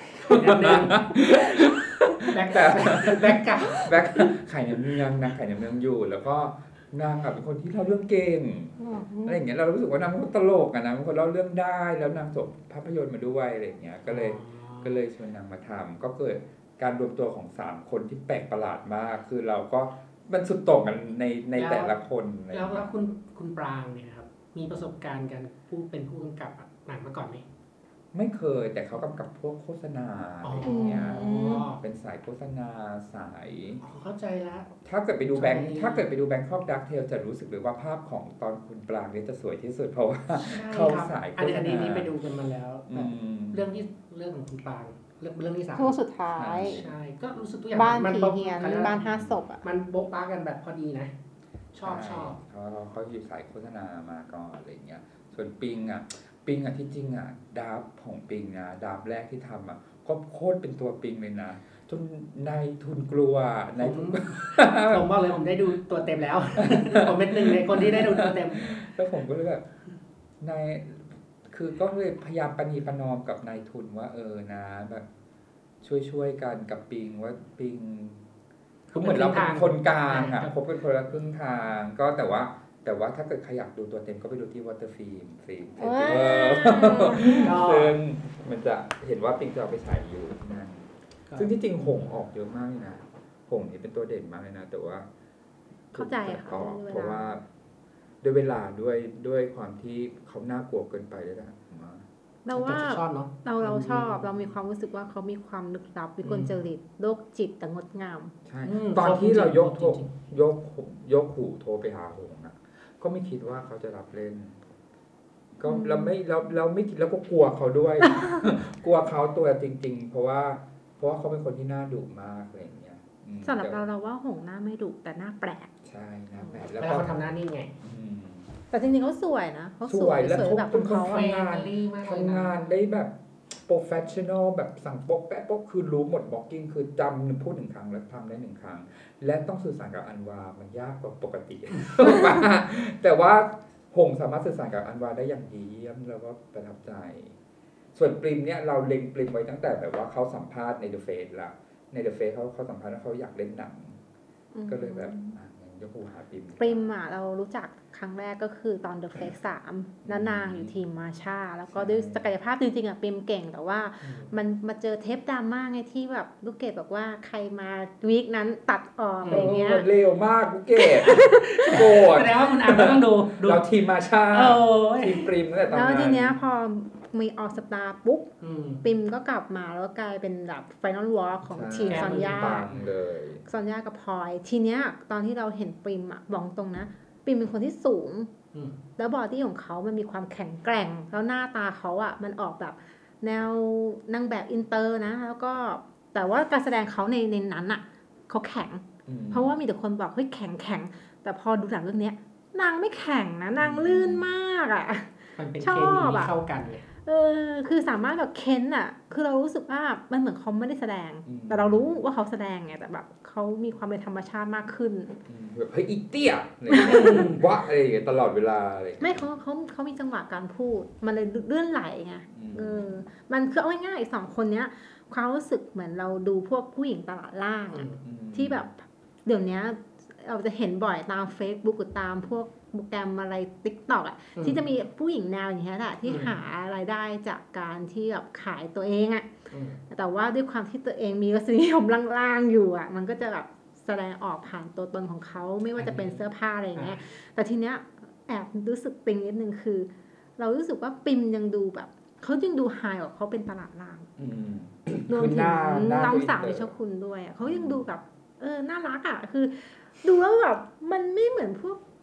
แบ็คแต่แบ็คกับแบ็คขายแหนมเนืองนางขายแหนมเนืองอยู่ แล้วก็นางอะเป็นคนที่เล่าเรื่องเก่งอะไรอย่างเงี้ยเรารู้สึกว่านางเป็นคนตลกอะนะเป็นคนเล่าเรื่องได้แล้วนางจบภาพยนตร์มาด้วยอะไรอย่างเงี้ยก็เลยก็เลยชวนนางมาทำก็เกิดการรวมตัวของสามคนที่แปลกประหลาดมาก คือเราก็มันสุดโต่งกันในในแต่ละคนอะไรอย่างแล้วเงี้แล้ยวคุณคุณปรางเนี่ยครับมีประสบการณ์การผู้เป็นผู้กำกับหนังมาก่อนไหมไม่เคยแต่เขากำกับพวกโฆษณาอะไรอย่างเงี้ยอ๋อเป็นสายโฆษณาสายอ๋อเข้าใจแล้วถ้าเกิดไปดูแบงค์ใช่ถ้าเกิดไปดูแบงค์คอกดักเทลจะรู้สึกเลยว่าภาพของตอนคุณปรางเนี่ยจะสวยที่สุดเพราะว่า เข้าสายอันนี้โฆษณาอันนี้นี่ไปดูกันมาแล้วอืแบบมเรื่องที่เรื่องของคุณปรางเรื่องเรื่องที่สามคู่สุดท้ายใช่ก็รู้สึกทุกอย่างบ้านมัผีโป๊ะเฮียนเขาเรียกว่บ้านห้าศพอะมันโบ๊ะป้ากันแบบพอดีนะ ชอบชอบเขาเขาอยู่สายโฆษณามาก่อนอะไรเงี้ยส่วนปิงอ่ะปิงอ่ะที่จริงอ่ะดาบของปิงนะดาบแรกที่ทำอ่ะก็โคตรเป็นตัวปิงเลยนะจนนายทุนกลัวนายทุนผมบอกเลยผมได้ดูตัวเต็มแล้ว ผมเป็นหนึ่งในคนที่ได้ดูตัวเต็มแล้วผมก็เลยแบบนายคือก็เลยพยายามปณีประนอมกับนายทุนว่าเออนะแบบช่วยช่วยกันกับปิงว่าปิงคือเหมือนเราเป็นคนกลางอ่ะคบเป็นคนละครึ่งทางก็แต่ว่าแต่ว่าถ้าเกิดใครอยากดูตัวเต็มก็ไปดูที่วอเตอร์ฟิล์มฟิล์มเฟสติวัลก็ซึ่งมันจะเห็นว่าปิงจะเอาไปฉายอยู่ที่นั่นซึ่งที่จริงหงออกเยอะมากเลยนะหงนี่เป็นตัวเด่นมากเลยนะแต่ว่าเข้าใจค่ะออกด้วยเวลาเพราะว่าด้วยเวลาด้วยด้วยความที่เขาน่ากลัวเกินไปด้วยนะผมว่าเราว่าชอบเนาะเราเราชอบเรามีความรู้สึกว่าเขามีความลึกลับวิกลจริตโรคจิตแต่งดงามใช่อืมตอนที่เรายกโทรจริงยกยกหูโทรไปหาหงนะก็ไม่คิดว่าเขาจะรับเล่น ก็อืมเราไม่เราเราไม่คิดแล้วก็กลัวเขาด้วย กลัวเขาตัวจริง ๆ เพราะว่า เพราะว่าเขาเป็นคนที่น่าดุมากอะไรอย่างเงี้ยอืมสำหรับเราเราว่าหงหน้าไม่ดุแต่หน้าแปลกใช่นะแบบเวแล้วลาก็เขาทำหน้านิ่งไงอืมแต่จริงๆเขาสวยนะเขาสสววย ยและสวยเขาแบบเป็นคนเขาทำงาน friendly มากเลยนะทำงานได้แบบ professional แบบสั่งโป๊กแป๊ะโป๊กคือรู้หมด blocking คือจำพูดหนึ่งครั้งแล้วทำได้หนึ่งครั้ง และต้องสื่อสารกับอันวา มันยากกว่าปกติ แต่ว่าหงสามารถสื่อสารกับอันวาได้อย่างดีเยี่ยมแล้วก็ประทับใจ ส่วนปริมเนี่ยเราเล็งปริมไว้ตั้งแต่แบบว่าเขาสัมภาษณ์ใน The Face ละใน The Face เขาเขาสัมภาษณ์ว่าเขาอยากเล่นหนังอืมก็เลยแบบอ่ะงั้นยกหูหาปริมปริมอ่ะเรารู้จักครั้งแรกก็คือตอน The Fake สามแล้วนางอยู่ทีมมาชาแล้วก็ด้วยศักยภาพจริงๆอ่ะปริมเก่งแต่ว่าอืมมันมาเจอเทปดราม่าไงที่แบบลูกเกดบอกว่าใครมาวีคนั้นตัดออกอะไรเงี้ยโเร็วมากลูกเกดโกรธแสดงว่าคุณอาร์มก็ต้องดูดูเราทีมมาชาโอ้ยทีมปริมตั้งแต่ตอนแล้วนั้นทีเนี้ยพอมีออสตาร์ปุ๊บอืมปิมก็กลับมาแล้วกลายเป็นแบบไฟนอลวอล์กของทีมใช่ซอนยาปังเลยซอนยากับพลอย ทีเนี้ยตอนที่เราเห็นปิมอะบอกตรงนะปิมเป็นคนที่สูงอืมแล้วบอดี้ของเขามันมีความแข็งแกร่ง แล้วหน้าตาเขาอะมันออกแบบแนวนางแบบอินเตอร์นะ แล้วก็แต่ว่าการแสดงเขาในในนั้นอะเขาแข็งอืมเพราะว่ามีแต่คนบอกเฮ้ยแข็งแข็งแต่พอดูหนังเรื่องเนี้ยนางไม่แข็งนะนางลื่นมากอะมันเป็นชเคอบมีที่อะเข้ากันเลยเออคือสามารถแบบเค้นอะคือเรารู้สึกว่ามันเหมือนเขาไม่ได้แสดงอืมแต่เรารู้ว่าเขาแสดงไงแต่แบบเขามีความเป็นธรรมชาติมากขึ้นอืมแบบเฮ้ยอีเตี้ยอะไรอย่างเงี้ยวะอะไรอย่างเงี้ยตลอดเวลาอะไรอย่างไม่เงี้ยเขาเขาเขามีจังหวะการพูด มันเลยเลื่อนไหลไงอืมเออ มันคือเอาง่ายๆสองคนเนี้ย ความรู้สึกเหมือนเราดูพวกผู้หญิงตลาดล่างอะอืมที่แบบเดี๋ยวนี้เราจะเห็นบ่อยตาม Facebook หรือตามพวกโปรแกรมอะไร TikTok อ่ะอืมที่จะมีผู้หญิงแนวอย่างเงี้ยแหละที่อืมหารายได้จากการที่แบบขายตัวเองอ่ะอืมแต่ว่าด้วยความที่ตัวเองมีรสนิยมล่างๆอยู่อ่ะ มันก็จะแบบแสดงออกผ่านตัวตนของเขาไม่ว่าจะเป็นเสื้อผ้าอะไรอย่างเงี้ย แต่ทีเนี้ยแอบรู้สึกติงนิดนึงคือ เรารู้สึกว่าปิมยังดูแบบเขายังดูไฮกว่าเขาเป็นตลาดล่างอืมรวมคือถึหงน้าหน้าน้องสาวตัวนิเตชอร์คุณด้วยอะเขายังดูแบบเออน่ารักอ่ะคือ ดูแล้วแบบมันไม่เหมือนพวก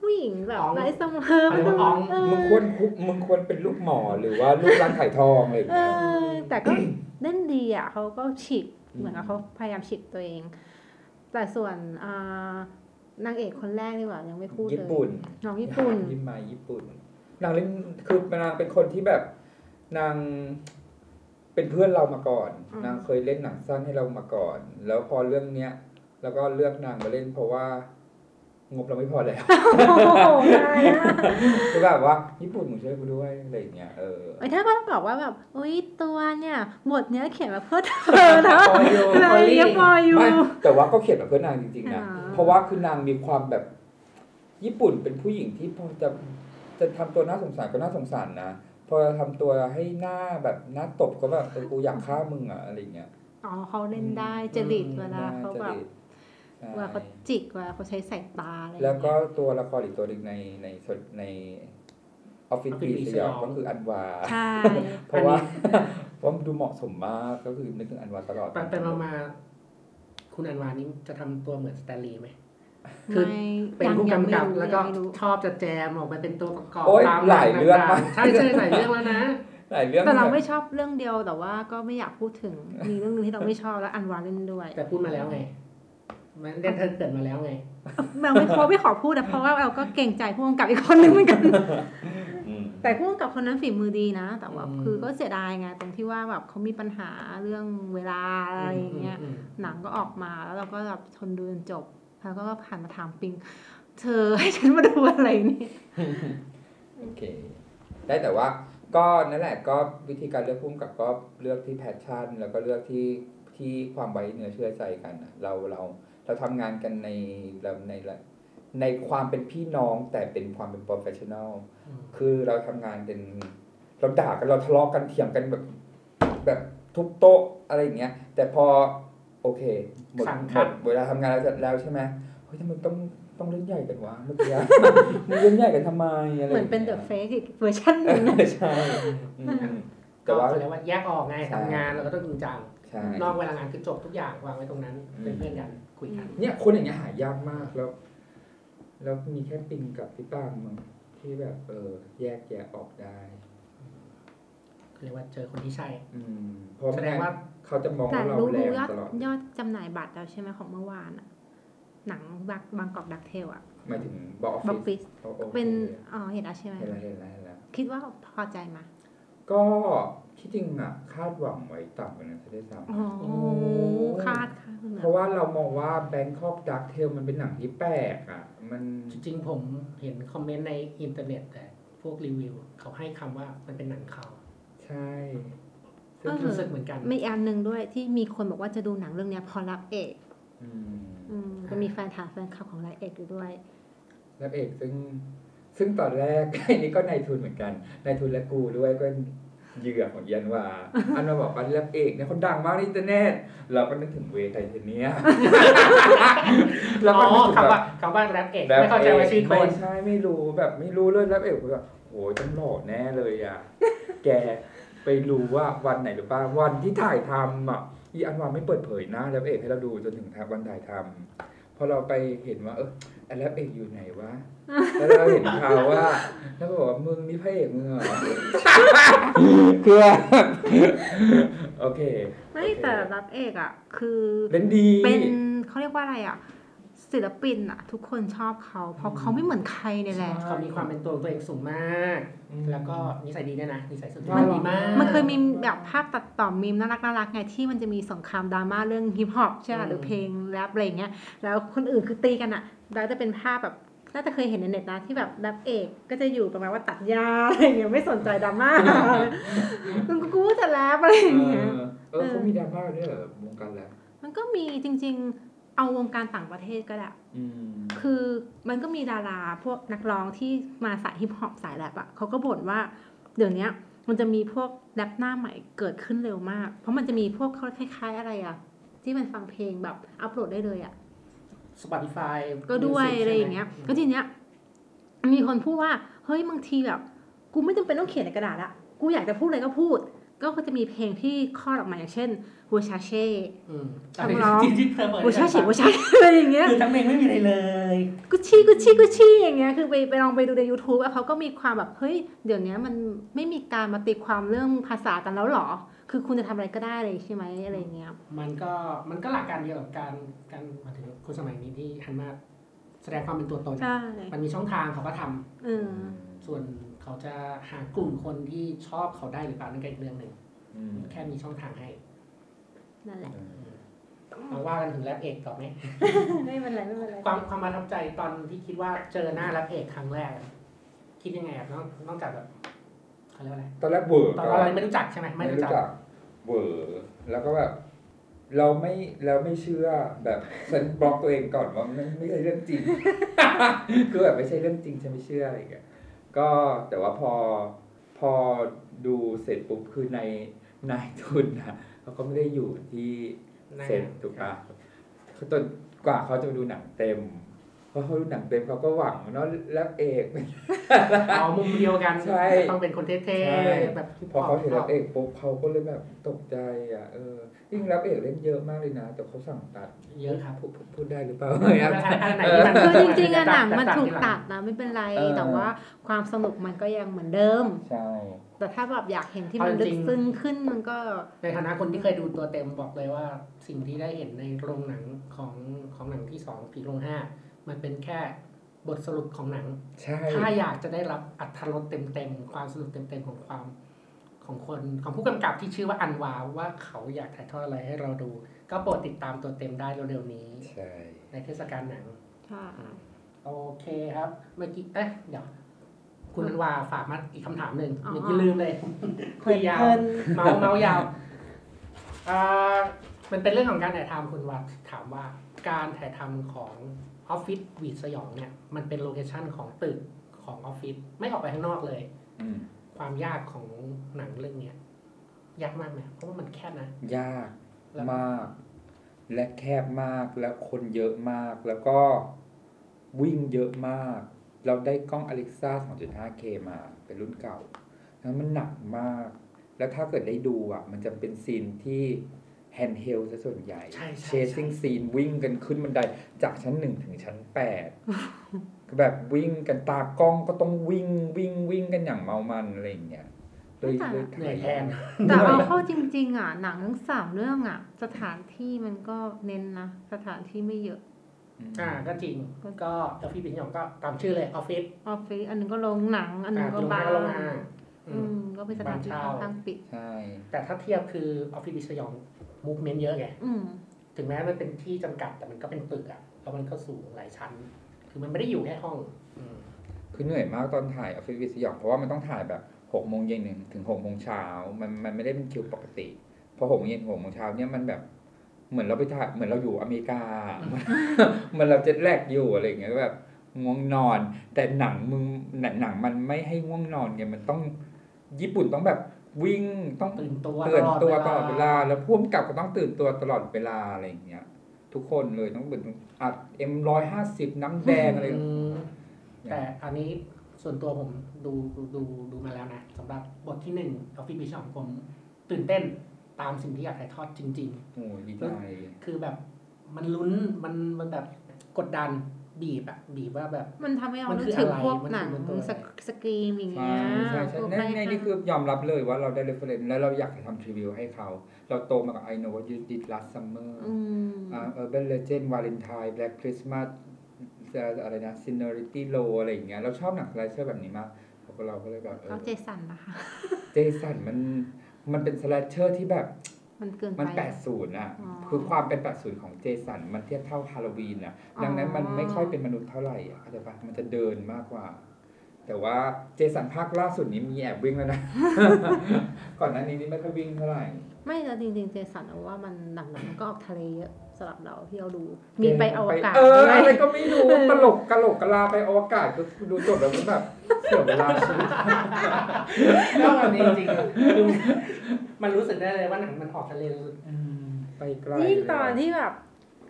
ผู้หญิงแบบอ๋องไร้สมองอะไรวะอ๋องเออมึงควรคุมึงควรเป็นลูกหมอหรือว่าลูกรังไข่ทองอะไรอย่างเอเงี้ยอแต่ก็ เล่นดีอ่ะเขาก็ฉีกเหมือนกับเขาพยายามฉีกตัวเอง แต่ส่วนอ่านางเอกคนแรกดีกว่ายังไม่พูดเลยญี่ปุ่นน้องญี่ปุ่นยิ้มมาญี่ปุ่นนางเล่นคือนางเป็นคนที่แบบนางเป็นเพื่อนเรามาก่อนอืมนางเคยเล่นหนังสั้นให้เรามาก่อน แล้วพอเรื่องเนี้ย แล้วก็เลือกนางมาเล่นเพราะว่างบเราไม่พอแล้วโอ้โหนายอะคือแบบว่าญี่ปุ่นมึงช่วยกูด้วยอะไรอย่างเงี้ยเออไอ้ถ้าก็ต้องบอกว่าแบบอุ้ยตัวเนี่ยบทเนี้ยเขียนมาเพื่อเธอนะพออยู่เลยยังพออยู่ไม่แต่ว่าก็เขียนมาเพื่อนางจริงๆนะอ่าเพราะว่าคือนางมีความแบบญี่ปุ่นเป็นผู้หญิงที่พอจะจะทำตัวน่าสงสารก็น่าสงสารนะพอทำตัวให้หน้าแบบหน้าตบก็แบบเออกูอยากฆ่ามึงอะอะไรอย่างเงี้ยอ๋อเขาเล่นได้จริตเวลาเขาแบบจริตใช่เวลาเขาจิกเวลาเขาใช้สายตาอะไรอย่างแล้วก็เงี้ยตัวละครอีกตัวหนึ่งในในในออฟฟิศ Office ปีสยองก็คืออันวาใช่เพราะว่า เพราะมันดูเหมาะสมมากก็คือนึกถึงอันวาตลอดไปไปมามาคุณอันวานี่จะทำตัวเหมือนสแตนลีย์ไหม คือไม่เป็นยังผู้ยังกำกับไม่รู้แล้วก็ยังไม่รู้ชอบจะแจมออกมาเป็นตัวประกอบโอ๊ยตามหลายเรื่องมากใช่ใช่หลายเรื่องแล้วนะหลายเรื่องแต่เราแบบไม่ชอบเรื่องเดียวแต่ว่าก็ไม่อยากพูดถึงมีเรื่องนึงที่เราไม่ชอบแล้วอันวาเล่นด้วยแต่พูดมาแล้วไง มันเล่นเธอเกิดมาแล้วไงเราไม่ขอไม่ขอพูดนะเพราะว่าเราก็เกรงใจผู้กำกับอีกคนนึงเหมือนกันอืมแต่ผู้กำกับคนนั้นฝีมือดีนะ แต่ว่าอืมคือก็เสียดายไงตรงที่ว่าแบบเขามีปัญหาเรื่องเวลาอะไรอย่างเงี้ยอืมหนังก็ออกมาแล้วเราก็แบบทนดูจนจบแล้วก็ผ่านมาถามปิง เธอให้ฉันมาดูอะไรนี่โอเค ได้แต่ว่าก็นั่นแหละก็วิธีการเลือกพุ่มกับก็เลือกที่แพชชั่น แล้วก็เลือกที่ที่ความไว้เนื้อเชื่อใจกันอะเราเราเราทำงานกันในเราในในความเป็นพี่น้องแต่เป็นความเป็นโปรเฟชชั่นอลอืมคือเราทำงานเป็นเราด่ากันเราทะเลาะกันเถียงกันแบบแบบทุบโต๊ะอะไรอย่างเงี้ย แต่พอโอเคหมดสั่งหคัมดดเวลาทำงานแล้วเสร็จแล้วใช่ไหมเฮ้ยทำไมต้องต้องเล่นใหญ่กันวะเมื่อกี้ มึงเล่นใหญ่กันทำไมอะไรเหมือนเป็นเดอะเฟกอีกเวอร์ชันหนึ่งนะใช่อืมก็แต่ว่าเขาเรียกว่าแยกออกไงใช่ทำงานเราก็ต้องจริงจังใช่นอกเวลางานคือจบทุกอย่างวางไว้ตรงนั้นอืมเป็นเพื่อนกันคุยกันเนี่ยคนอย่างเงี้ยหายากมากแล้ว แล้วมีแค่ปิงกับพี่ป้างมั้งที่แบบเออแยกแยะออกได้เรียกว่าเจอคนที่ใช่อืมเพราะแสดงว่าเขาจะมองแต่ว่าเรารู้แรรู้งยอดตลอดยอดจำหน่ายบัตรแล้วใช่ไหมของเมื่อวานอะหนังบักบางกอกดักเทลอะหมายถึงบออฟบ็อกฟิศฟิศเป็นอ๋อเห็นแล้วใช่ไหมเห็นแล้วเห็นแล้วเห็นแล้วคิดว่าพอใจไหมก็ที่จริงอ่ะ คาดหวังไว้ต่ำกว่านั้นซะด้วยซ้อ๋อคาดค่ะำเพราะว่าเรามองว่า Bangkok Dark Tale มันเป็นหนังที่แปลกอ่ะ มันจริงๆผมเห็นคอมเมนต์ในอินเทอร์เน็ตแต่พวกรีวิว เขาให้คำว่ามันเป็นหนังเขาใช่ซึ่งรู้สึกเหมือนกันมีอันหนึ่งด้วยที่มีคนบอกว่าจะดูหนังเรื่องเนี้ยพอรับเอกอืมอืมจะมีแฟนถามแฟนคลับของรับเอกอยู่ด้วยแล้วเอกซึ่ง ซึ่งตอนแรก อันนี้ก็นายทุนเหมือนกันนายทุนและกูด้วยก็เหยื่อของยันวา อันมาบอกว่าแล้วเอกเนี่ยคนดังมากในอินเทอร์เน็ตเราก็นึกถึงเวไทเทเนีย แล้วก็อ๋อนึกถึงคำแบว่าบคำว่าแรปเอกแรปไม่เข้าใจว่าชื่อคไม่นใช่ไม่รู้แบบไม่รู้เลยแรปเอกผมแบบโอ้ยต้องหล่อแน่เลยอ่ะ แกไปรู้ว่าวันไหนหรือเปล่าวันที่ถ่ายทำอ่ะอีอันวาไม่เปิดเผยหน้าแรปเอกให้เราดูจนถึงวันถ่ายทำพอเราไปเห็นว่าเออไอ้แรปเอกอยู่ไหนวะแล้วเราเห็นข่าวว่าแล้วก็บอกว่ามึงนี่พระเอกมึงเหรอ คือ โอเคไม่โอเคแต่รับเอกอ่ะ คือเล่นดีเป็นเขาเรียกว่าอะไรอ่ะ ศิลปินอ่ะ ทุกคนชอบเขาเพราะเขาไม่เหมือนใครเนี่ยแหละเขามีความเป็นตัวของตัวเองสูงมากอืมแล้วก็นิสัยดีด้วยนะนิสัยสุดมันดีมากมันเคยมีแบบภาพตัดต่อมีมน่ารักน่ารักไงที่มันจะมีสงครามดราม่าเรื่องฮิปฮอปใช่ไหมอืมหรือเพลงแรปอะไรอย่างเงี้ยแล้วคนอื่นคือตีกันอ่ะแล้วจะเป็นภาพแบบน่าจะเคยเห็นในเน็ตนะที่แบบแรปเอกก็จะอยู่ประมาณว่าตัดยาอะไรอย่างเงี้ยไม่สนใจดราม่ากูกูจะแรปอะไรอย่างเงี้ยเออเออเขามีดราม่าด้วยเหรอวงการแล้วมันก็มีจริงๆเอาวงการต่างประเทศก็ได้อืมคือมันก็มีดาราพวกนักร้องที่มาสายฮิปฮอปสายแรปอ่ะเขาก็บ่นว่าเดี๋ยวนี้มันจะมีพวกแรปหน้าใหม่เกิดขึ้นเร็วมาก เพราะมันจะมีพวกเขาคล้ายๆอะไรอ่ะที่มันฟังเพลงแบบอัปโหลดได้เลยอ่ะ Spotify ก็ด้วย Music อะไรอย่างเงี้ยใช่ไหมก็ทีเนี้ยมีคนพูดว่าเฮ้ยบางทีแบบกูไม่จำเป็นต้องเขียนในกระดาษละกูอยากจะพูดอะไรก็พูดก็จะมีเพลงที่คลอดออกมาอย่างเช่นหัวชาเช่อืมทำร้องที่เธอเปิดหัวชาเช่หัวชาอะไรอย่างเงี้ยคือทั้งเพลงไม่มีอะไรเลยกุชชี่กุชชี่กุชชี่อย่างเงี้ยคือไปไปลองไปดูใน YouTube อะเขาก็มีความแบบเฮ้ยเดี๋ยวนี้มันไม่มีการมาตีความเรื่องภาษากันแล้วหรอคือคุณจะทำอะไรก็ได้เลยใช่ไหมอะไรเงี้ยมันก็มันก็หลักการเดียวกับการการมาถึงคนสมัยนี้ที่หันมาแสดงความเป็นตัวตนใช่มันมีช่องทางเขาก็ทำเออส่วนเขาจะหากลุ่มคนที่ชอบเขาได้หรือเปล่านั่นก็อีกเรื่องหนึ่งอืมแค่มีช่องทางให้นั่นแหละเราว่ากันถึงแรปเอกต่อไหมไม่เป็นไรไม่เป็นไรความความประทับใจตอนที่คิดว่าเจอหน้าแรปเอกครั้งแรกอะคิดยังไงอะนอกนอกจากแบบเขาเรียกว่าอะไรตอนแรกเวอร์ตอนก่เราไม่รู้จักใช่ไหมไม่ไม่รู้รู้จักจักเวอร์แล้วก็แบบ เราไม่เราไม่เชื่อแบบฉันบล็อกตัวเองก่อนว่าไม่ไม่ใช่เรื่องจริง คือแบบไม่ใช่เรื่องจริงฉันไม่เชื่ออะไรอย่างเงี้ยก็แต่ว่าพอพอดูเสร็จปุ๊บคือในนายทุนนะเขาก็ไม่ได้อยู่ที่เซ็ตถูกปะเขาจนกว่าเขาจะมาดูหนังเต็มเพราะเขาดูหนังเต็มเขาก็หวังเนาะแล้วเอกอ๋อมุมเดียวกันใช่ต้องเป็นคนเท่ใช่ๆแบบพอเขาเห็นรับเอกปุ๊บเขาก็เลยแบบตกใจอ่ะเออยิ่งรับเอกเล่นเยอะมากเลยนะแต่เขาสั่งตัดเยอะครับพูดพูดพูดได้หรือเปล่าอันไหนที่มันคือจริงๆอะหนังมันจะถูกทีหลัตัดนะไม่เป็นไรเออแต่ว่าความสนุกมันก็ยังเหมือนเดิมใช่แต่ถ้าแบบอยากเห็นที่มันลึกซึ้งขึ้นมันก็ในฐานะคนที่เคยดูตัวเต็มบอกเลยว่าสิ่งที่ได้เห็นในโรงหนังของของหนังที่สองผีโรงห้ามันเป็นแค่บทสรุปของหนังใช่ถ้าอยากจะได้รับอรรถรสเต็มๆความสนุกเต็มๆของความของคนของผู้กำกับที่ชื่อว่าอันวาว่าเขาอยากถ่ายทอดอะไรให้เราดู ก็โปรดติดตามตัวเต็มได้เร็วๆนี้ใช่ในเทศกาลหนังค่ะโอเคครับ เมื่อกี้เอ๊ะเดี๋ยวคุณอันวาฝากมาอีกคำถามหนึ่งอ๋อเมื่อกี้ลืมเลยคุยยาวเพลินเมาเมายาวอ่ามันเป็นเรื่องของการถ่ายทำคุณวัดถามว่าการถ่ายทำของออฟฟิศวีดสยองเนี่ยมันเป็นโลเคชั่นของตึกของออฟฟิศไม่ออกไปข้างนอกเลยอืมความยากของหนังเรื่องเนี้ยยากมากไหมเพราะว่ามันแคบนะยากแล้วมาก และแคบมากแล้วคนเยอะมากแล้วก็วิ่งเยอะมาก เราได้กล้อง Alexa สองจุดห้าเค มาเป็นรุ่นเก่าแล้วมันหนักมาก แล้วถ้าเกิดได้ดูอ่ะ มันจะเป็นซีนที่แฮนด์เฮลซะส่วนใหญ่ใช่ใช่เชสซิ่งซีนวิ่งกันขึ้นบันไดจากชั้นหนึ่งถึงชั้นแปด ก็แบบวิ่งกันตากล้องก็ต้องวิ่งวิ่งวิ่งกันอย่างเมามันอะไรอย่างเงี้ยเลยเลยเหนื่อยแทนแต่เอาเข้าจริงๆอ่ะหนังทั้งสามเรื่องอ่ะสถานที่มันก็เน้นนะสถานที่ไม่เยอะอ่าก็จริงก็ออฟฟิศเป็นอย่างก็ตามชื่อเลยออฟฟิศออฟฟิศอันหนึงก็โรงหนังอันหนึงก็โรงบ้างานโรงงานอืมก็เป็นสถานที่ค่อนข้างปิดใช่แต่ถ้าเทียบคือออฟฟิศบิสยองมูฟเมนต์เยอะไงอืมถึงแม้มันเป็นที่จำกัดแต่มันก็เป็นตึกอ่ะแล้วมันก็สูงหลายชั้น คือมันไม่ได้อยู่แค่ห้องอืมคือเหนื่อยมากตอนถ่ายออฟฟิศวิสยองเพราะว่ามันต้องถ่ายแบบหกโมงเย็นถึงหกโมงเช้ามันมันไม่ได้เป็นคิวปกติพอหกโมงเย็นหกโมงเช้าเนี่ยมันแบบเหมือนเราไปถ่ายเหมือนเราอยู่อเมริกา มันเราเจ็ตแลกอยู่อะไรอย่างเงี้ยก็แบบง่วงนอน แต่หนังมึงหนังหนังมันไม่ให้ง่วงนอนไงมันต้องญี่ปุ่นต้องแบบวิ่งต้องตื่นตัวตื่นตัวตลอดเวเวลาลาแล้วพ่วงกับก็ต้องตื่นตัวตลอดเวลาอะไรอย่างเงี้ยทุกคนเลยต้องตื่นอัดเอ็มร้อยห้าสิบน้ำแดงอะไรอืมแต่อันนี้ส่วนตัวผมดูดูดูดูมาแล้วนะสำหรับบทที่หนึ่งออฟฟิศบิสยองผมตื่นเต้นตามสิ่งที่อยากถ่ายทอดจริง ๆโอ้ยดีใจคือแบบมันลุ้นมันมันแบบกดดันบีบอะบีบว่าแบบมันทำให้เรามันนึคืกอถึงอะไรพวกมันคือหนังมันตัวอะไรสกสกรีมอย่างใช่เงี้ยใช่ใช่พวกในให้ในนี่คือยอมรับเลยว่าเราได้ reference แล้วเราอยากจะทำ review ให้เขา เราโตมากับ I know what you did last summer อืมอ่า Urban Legend Valentine Black Christmas อะไรนะ Seniority Low อะไรอย่างเงี้ยเราชอบหนังสไลเซอร์แบบนี้มากเราก็เราก็เลยแบบเอเขาอเจสันนะคะเจสันมันมันเป็นสไลเซอร์ที่แบบมันเกินมันไปแปดสิบอ่ะอ๋อคือความเป็นแปดสิบของเจสันมันเทียบเท่าฮาโลวีนอ่ะ ดังนั้นมันอ๋อไม่ค่อยเป็นมนุษย์เท่าไหร่อ่ะเข้าใจปะมันจะเดินมากกว่า แต่ว่าเจสันภาคล่าสุดนี้มีแอบวิ่งแล้วนะ ก่อนหน้านี้นี่ไม่ค่อยวิ่งเท่าไหร่ไม่แล้วจริงๆเจสันเอาว่ามันหนังๆมันก็ออกทะเลเยอะสำหรับเราที่เราดู มีไปอวกาศเออด้วยอะไรก็ไม่รู้ ตลกกะโหลกกะลาไปอวกาศคือดูจบแล้วมันแบบเสียเวลาชีวิตแล้วมันจริงๆดูมันรู้สึกได้เลยว่าหนังมันออกทะเลสุดไปไกลยิ่งตอนที่แบบ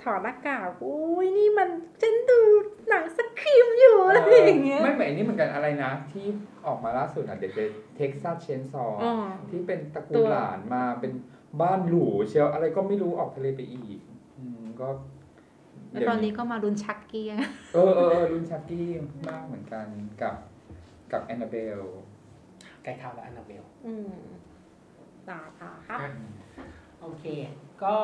ถอดหน้ากากอุ้ยนี่มันฉันดูหนังสครีมอยู่อะไรอย่างเงี้ยไม่เหมือนอันนี้เหมือนกันอะไรนะที่ออกมาล่าสุดอ่ะเด็กเท็กซัสเชนซอที่เป็นตระกูลหลานมาเป็นบ้านหรูเชียวอะไรก็ไม่รู้ออกทะเลไปอีกอืมก็แล้วตอนนี้ก็มารุนชักกี้เออเออรุนชักกี้มากเหมือนกันกับกับแอนนาเบลไก่ขาวและแอนนาเบลอืมต่อต่อครับโอเคก็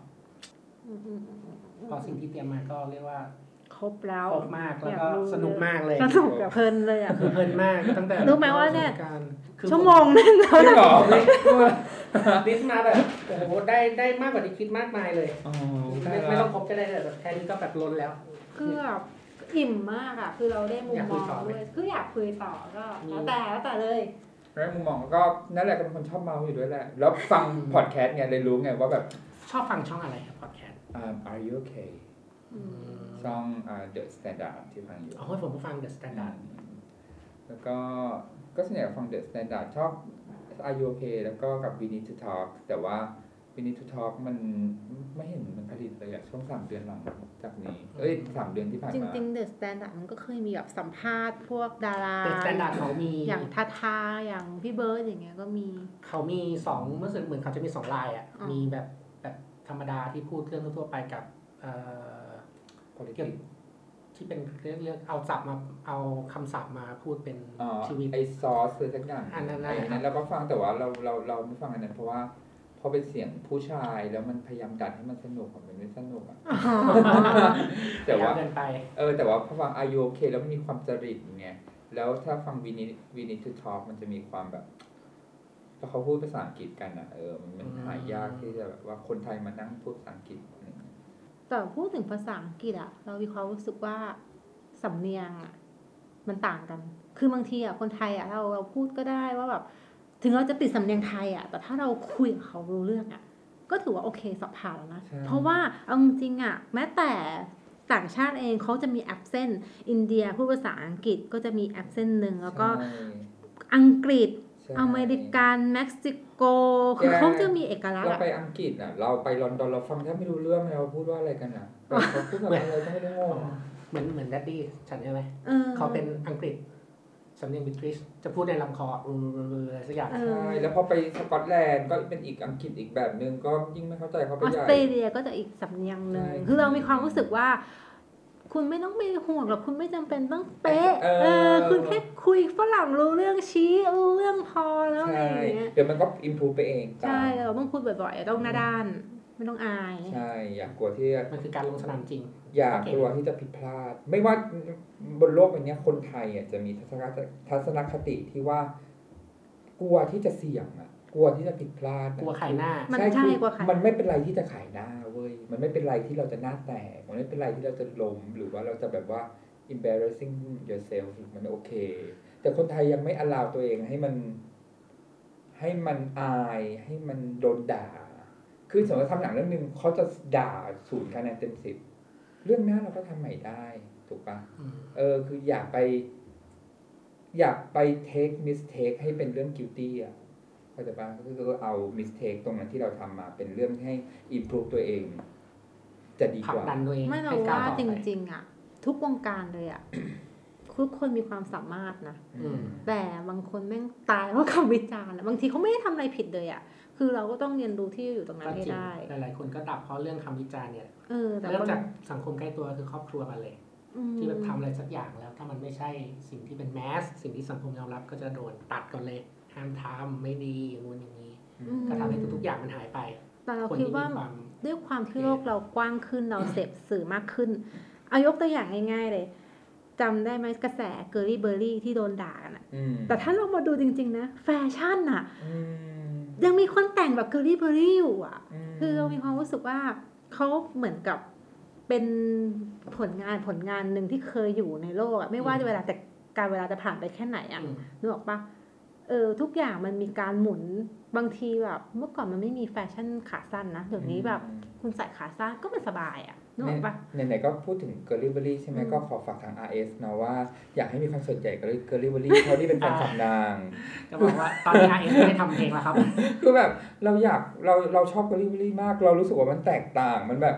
พอสิ่งที่เตรียมมาก็เรียกว่าครบแล้วครบมากแล้วก็สนุกมากเลยสนุกแบบเพลินเลยอ่ะคือเพลินมากตั้งแต่รู้ไหมว่าเนี่ยชั่วโมงนึงแล้วนะลิสต์มาแบบโอ้โหได้ได้มากกว่าที่คิดมากมายเลยไม่ไม่ต้องครบก็ได้แบบแค่นี้ก็แบบล้นแล้วคือแบบอิ่มมากอ่ะคือเราได้มุมมองด้วยคืออยากคุยต่อก็แล้วแต่แล้วแต่เลยแล้วมุมมองก็นั่นแหละก็เป็นคนชอบเมาอยู่ด้วยแหละแล้วฟังพอดแคสต์ไงเลยรู้ไงว่าแบบชอบฟังช่องอะไรครับพอดแคสต์ Are You Okay ช่อง The Standard ที่ฟังอยู่อ๋อผมก็ฟัง The Standard แล้วก็ก็ส่วนใหญ่ฟัง The Standard ชอบ Are You Okay แล้วก็กับ We Need to Talk แต่ว่า We Need to Talk มันไม่เห็นมันผลิตเลยอะช่วงสามเดือนหลังจากนี้เอ้ยสามเดือนที่ผ่านมาจริงๆ The Standard มันก็เคยมีแบบสัมภาษณ์พวกดารา The Standard เขามีอย่างทาทาอย่างพี่เบิร์ดอย่างเงี้ยก็มีเขามีสองเมื่อสึกเหมือนเขาจะมีสองลายอ่ะมีแบบแบบธรรมดาที่พูดเรื่องทั่วไปกับเอ่อเกี่ยวที่เป็นเรื่องเรื่องเอาศัพท์มาเอาคำศัพท์มาพูดเป็นชีวิตไอซอสเลยสักอย่างอันนั้นนั้นเราก็ฟังแต่ว่าเราเราเราไม่ฟังอันนั้นเพราะว่าพอเป็นเสียงผู้ชายแล้วมันพยายามดัดให้มันสนุกมันไม่สนุกอ่ะแต่ว่าเออแต่ว่าพอฟัง Are You Okay แล้วมันมีความจริตไงแล้วถ้าฟัง We Need We Need to Talk มันจะมีความแบบพอเขาพูดภาษาอังกฤษกันอ่ะเออมันหายากที่จะแบบว่าคนไทยมานั่งพูดภาษาอังกฤษแต่พูดถึงภาษาอังกฤษอะเรามีความรู้สึกว่าสำเนียงอะมันต่างกันคือบางทีอะคนไทยอะเราเราพูดก็ได้ว่าแบบถึงเราจะติดสำเนียงไทยอะแต่ถ้าเราคุยกับเขารู้เรื่องอะก็ถือว่าโอเคสอบผ่านแล้วนะเพราะว่าเอาจริงๆอะแม้แต่ต่างชาติเองเขาจะมีแอคเซนต์อินเดียพูดภาษาอังกฤษก็จะมีแอคเซนต์นึงแล้วก็อังกฤษอเมริกันเม็กซิโกคือเขาจะมีเอกลักษณ์เราไปอังกฤษอ่ะเราไปลอนดอนเราฟังแทบไม่รู้เรื่องเลยเราพูดว่าอะไรกันอ่ะเขาพูดอะไรก็ไม่รู้เหมือนเหมือนแดดดี้ฉันใช่ไหมเขาเป็นอังกฤษสำเนียงบริติชจะพูดในลำคออะไรสักอย่างใช่แล้วพอไปสกอตแลนด์ก็เป็นอีกอังกฤษอีกแบบนึงก็ยิ่งไม่เข้าใจเขาไปใหญ่ออสเตรเลียก็จะอีกสำเนียงนึงคือเรามีความรู้สึกว่าคุณไม่ต้องไปห่วงหรอกคุณไม่จำเป็นต้องเป๊ะ เออ เออคุณแค่คุยฝรั่งรู้เรื่องชี้รู้เรื่องพอแล้วอะไรอย่างเงี้ยเดี๋ยวมันก็อิมพูฟไปเองใช่เราต้องพูดบ่อยๆต้องหน้าด้านไม่ต้องอายใช่อย่ากลัวที่มันคือการลงสนามจริงอย่ากลัวที่จะผิดพลาดไม่ว่าบนโลกใบนี้คนไทยอ่ะจะมีทัศนคติที่ว่ากลัวที่จะเสี่ยงอ่ะกลัวที่จะผิดพลาดกลัวขายหน้ามันใช่กลัวขายมันไม่เป็นไรที่จะขายหน้าเว้ยมันไม่เป็นไรที่เราจะหน้าแตกมันไม่เป็นไรที่เราจะล้มหรือว่าเราจะแบบว่า embarrassing yourself มันโอเคแต่คนไทยยังไม่ allow ตัวเองให้มันให้มันอายให้มันโดนด่าคือสมมติทำหนังเรื่องนึงเขาจะด่าศูนย์คะแนนเต็มสิบเรื่องหน้าเราก็ทำใหม่ได้ถูกปะเออคืออยากไปอยากไป take mistake ให้เป็นเรื่อง guilty อ่ะเข้าใจป่ะก็คือเอา mistake ตรงนั้นที่เราทำมาเป็นเรื่องให้ improve ตัวเองจะดีกว่าไม่เราว่าจริงๆอ่ะทุกวงการเลยอ่ะ ทุกคนมีความสามารถนะแต่บางคนแม่งตายเพราะคำวิจารณ์บางทีเขาไม่ได้ทำอะไรผิดเลยอ่ะคือเราก็ต้องเรียนรู้ที่อยู่ตรงนั้นให้ได้หลายๆคนก็ดับเพราะเรื่องคำวิจารณ์เนี่ยเริ่มจากสังคมใกล้ตัวคือครอบครัวกันเลยที่แบบทำอะไรสักอย่างแล้วถ้ามันไม่ใช่สิ่งที่เป็นแมสสิ่งที่สังคมยอมรับก็จะโดนตัดก่อนเลยห้ามทำไม่ดีอย่างนู้นอย่างนี้ก็ทำให้ทุกๆอย่างมันหายไปแต่เราคิดว่าด้วยความที่โลกเรากว้างขึ้นเราเสพสื่อมากขึ้นเอายกตัวอย่างง่ายๆเลยจำได้ไหมกระแสเกอร์ลี่เบอร์รี่ที่โดนด่ากันอะแต่ถ้าเรามาดูจริงๆนะแฟชั่นอะยังมีคนแต่งแบบเกอร์ลี่เบอร์รี่อยู่อะคือเรามีความรู้สึกว่าเขาเหมือนกับเป็นผลงานผลงานหนึ่งที่เคยอยู่ในโลกอะไม่ว่าเวลาแต่การเวลาจะผ่านไปแค่ไหนอะนึกออกปะเออทุกอย่างมันมีการหมุนบางทีแบบเมื่อก่อนมันไม่มีแฟชั่นขาสั้นนะเดี๋ยวนี้แบบคุณใส่ขาสั้นก็มันสบายอ่ะนึกออกปะไหนๆก็พูดถึงเกอร์ลี่เบอร์รี่ใช่ไหมก็ขอฝากทาง อาร์ เอส นะว่าอยากให้มีคอนเสิร์ตใหญ่กับเกอร์ลี่เบอร์รี่เพราะนี่เป็นแฟนคลับนางจะบอกว่าตอนนี้ อาร์ เอส ไม่ได้ทำเพลงแล้วครับคือแบบเราอยากเราเราชอบเกอร์ลี่เบอร์รี่มากเรารู้สึกว่ามันแตกต่างมันแบบ